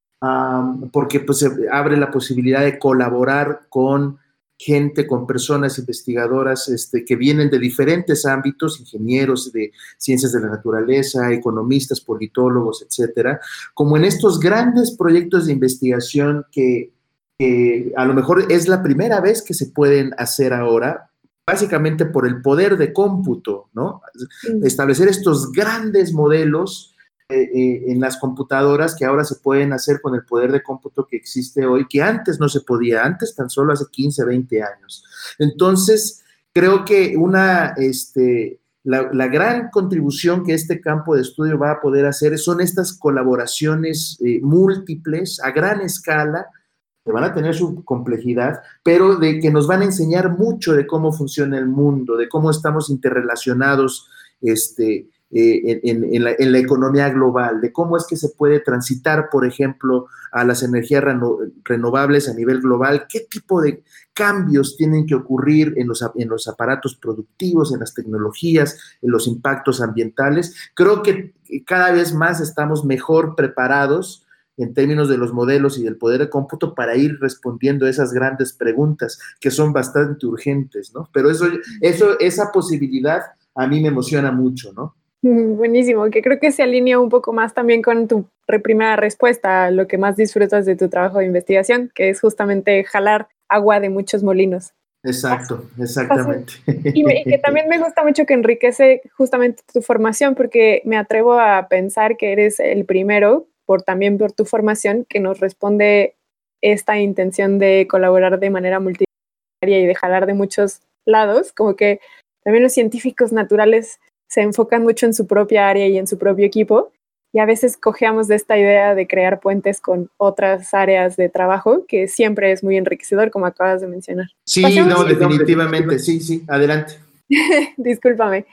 um, porque pues se abre la posibilidad de colaborar con gente, con personas investigadoras este, que vienen de diferentes ámbitos, ingenieros de ciencias de la naturaleza, economistas, politólogos, etcétera, como en estos grandes proyectos de investigación que que a lo mejor es la primera vez que se pueden hacer ahora, básicamente por el poder de cómputo, ¿no? Sí. Establecer estos grandes modelos eh, eh, en las computadoras que ahora se pueden hacer con el poder de cómputo que existe hoy, que antes no se podía, antes tan solo hace quince, veinte años. Entonces, creo que una, este, la, la gran contribución que este campo de estudio va a poder hacer son estas colaboraciones eh, múltiples, a gran escala, que van a tener su complejidad, pero de que nos van a enseñar mucho de cómo funciona el mundo, de cómo estamos interrelacionados este, eh, en, en, la, en la economía global, de cómo es que se puede transitar, por ejemplo, a las energías reno, renovables a nivel global, qué tipo de cambios tienen que ocurrir en los, en los aparatos productivos, en las tecnologías, en los impactos ambientales. Creo que cada vez más estamos mejor preparados en términos de los modelos y del poder de cómputo para ir respondiendo a esas grandes preguntas que son bastante urgentes, ¿no? Pero eso, eso, esa posibilidad a mí me emociona mucho, ¿no? Buenísimo, que creo que se alinea un poco más también con tu primera respuesta a lo que más disfrutas de tu trabajo de investigación, que es justamente jalar agua de muchos molinos. Exacto, exactamente. Y, me, y que también me gusta mucho que enriquece justamente tu formación, porque me atrevo a pensar que eres el primero, por también por tu formación, que nos responde esta intención de colaborar de manera multidisciplinaria y de jalar de muchos lados, como que también los científicos naturales se enfocan mucho en su propia área y en su propio equipo, y a veces cojeamos de esta idea de crear puentes con otras áreas de trabajo, que siempre es muy enriquecedor, como acabas de mencionar. Sí, Pasemos no, definitivamente, sí, sí, adelante. Discúlpame.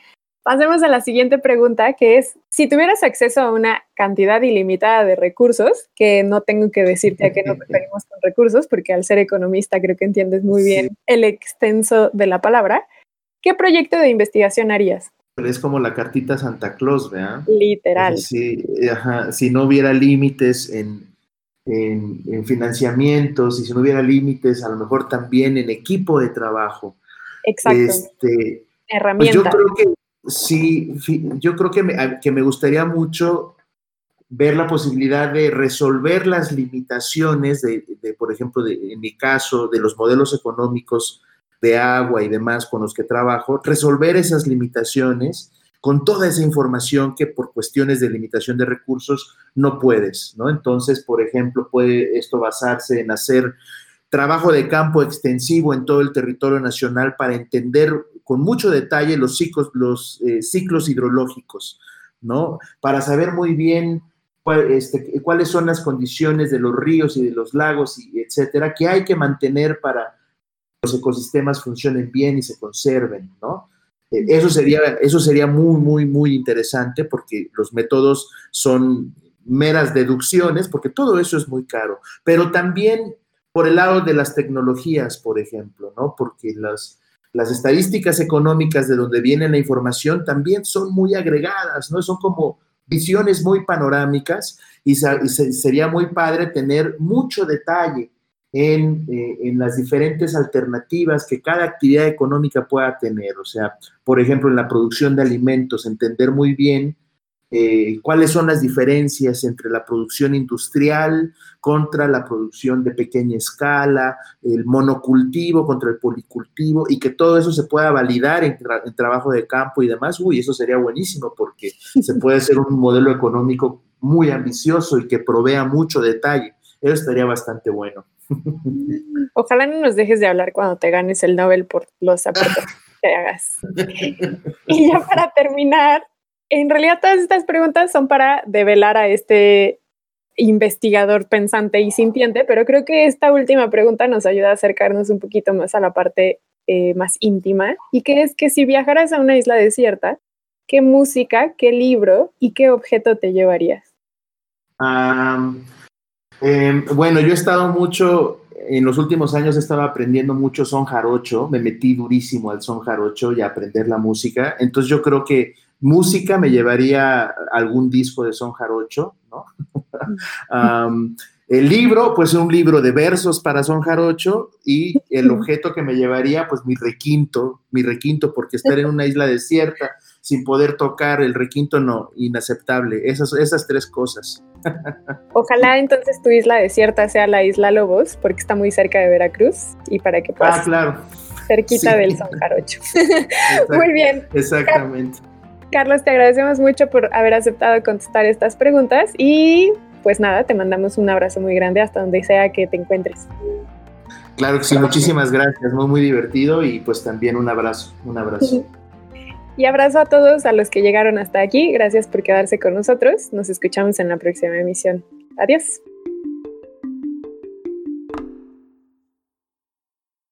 Pasemos a la siguiente pregunta, que es, si tuvieras acceso a una cantidad ilimitada de recursos, que no tengo que decirte a qué nos referimos con recursos, porque al ser economista creo que entiendes muy bien sí. el extenso de la palabra, ¿qué proyecto de investigación harías? Es como la cartita Santa Claus, ¿verdad? Literal. Si, ajá, si no hubiera límites en, en, en financiamientos, y si no hubiera límites, a lo mejor también en equipo de trabajo. Exacto. Este, herramientas. Pues yo creo que sí, yo creo que me, que me gustaría mucho ver la posibilidad de resolver las limitaciones de, de por ejemplo, de, en mi caso, de los modelos económicos de agua y demás con los que trabajo, resolver esas limitaciones con toda esa información que por cuestiones de limitación de recursos no puedes, ¿no? Entonces, por ejemplo, puede esto basarse en hacer trabajo de campo extensivo en todo el territorio nacional para entender con mucho detalle los ciclos, los, eh, ciclos hidrológicos, ¿no? Para saber muy bien cuál, este, cuáles son las condiciones de los ríos y de los lagos, y etcétera, que hay que mantener para que los ecosistemas funcionen bien y se conserven, ¿no? Eh, eso sería, eso sería muy, muy, muy interesante, porque los métodos son meras deducciones, porque todo eso es muy caro, pero también por el lado de las tecnologías, por ejemplo, ¿no? Porque las, las estadísticas económicas de donde viene la información también son muy agregadas, ¿no? Son como visiones muy panorámicas, y, y se, sería muy padre tener mucho detalle en, eh, en las diferentes alternativas que cada actividad económica pueda tener. O sea, por ejemplo, en la producción de alimentos, entender muy bien Eh, cuáles son las diferencias entre la producción industrial contra la producción de pequeña escala, el monocultivo contra el policultivo, y que todo eso se pueda validar en, tra en trabajo de campo y demás. Uy, eso sería buenísimo, porque se puede hacer un modelo económico muy ambicioso y que provea mucho detalle. Eso estaría bastante bueno. Ojalá no nos dejes de hablar cuando te ganes el Nobel por los aportes que hagas. Y ya para terminar, en realidad todas estas preguntas son para develar a este investigador pensante y sintiente, pero creo que esta última pregunta nos ayuda a acercarnos un poquito más a la parte eh, más íntima, y que es que si viajaras a una isla desierta, ¿qué música, qué libro y qué objeto te llevarías? Um, eh, bueno, yo he estado mucho, en los últimos años he estado aprendiendo mucho son jarocho, me metí durísimo al son jarocho y a aprender la música, entonces yo creo que música me llevaría algún disco de son jarocho, ¿no? um, el libro, pues un libro de versos para son jarocho, y el objeto que me llevaría, pues mi requinto, mi requinto, porque estar en una isla desierta sin poder tocar el requinto, no, inaceptable, esas, esas tres cosas. Ojalá entonces tu isla desierta sea la isla Lobos, porque está muy cerca de Veracruz, y para que puedas ah, claro. cerquita sí. del son jarocho. Muy bien. Exactamente. Carlos, te agradecemos mucho por haber aceptado contestar estas preguntas, y pues nada, te mandamos un abrazo muy grande hasta donde sea que te encuentres. Claro que sí, muchísimas gracias, muy muy divertido, y pues también un abrazo, un abrazo. Y abrazo a todos a los que llegaron hasta aquí, gracias por quedarse con nosotros, nos escuchamos en la próxima emisión. Adiós.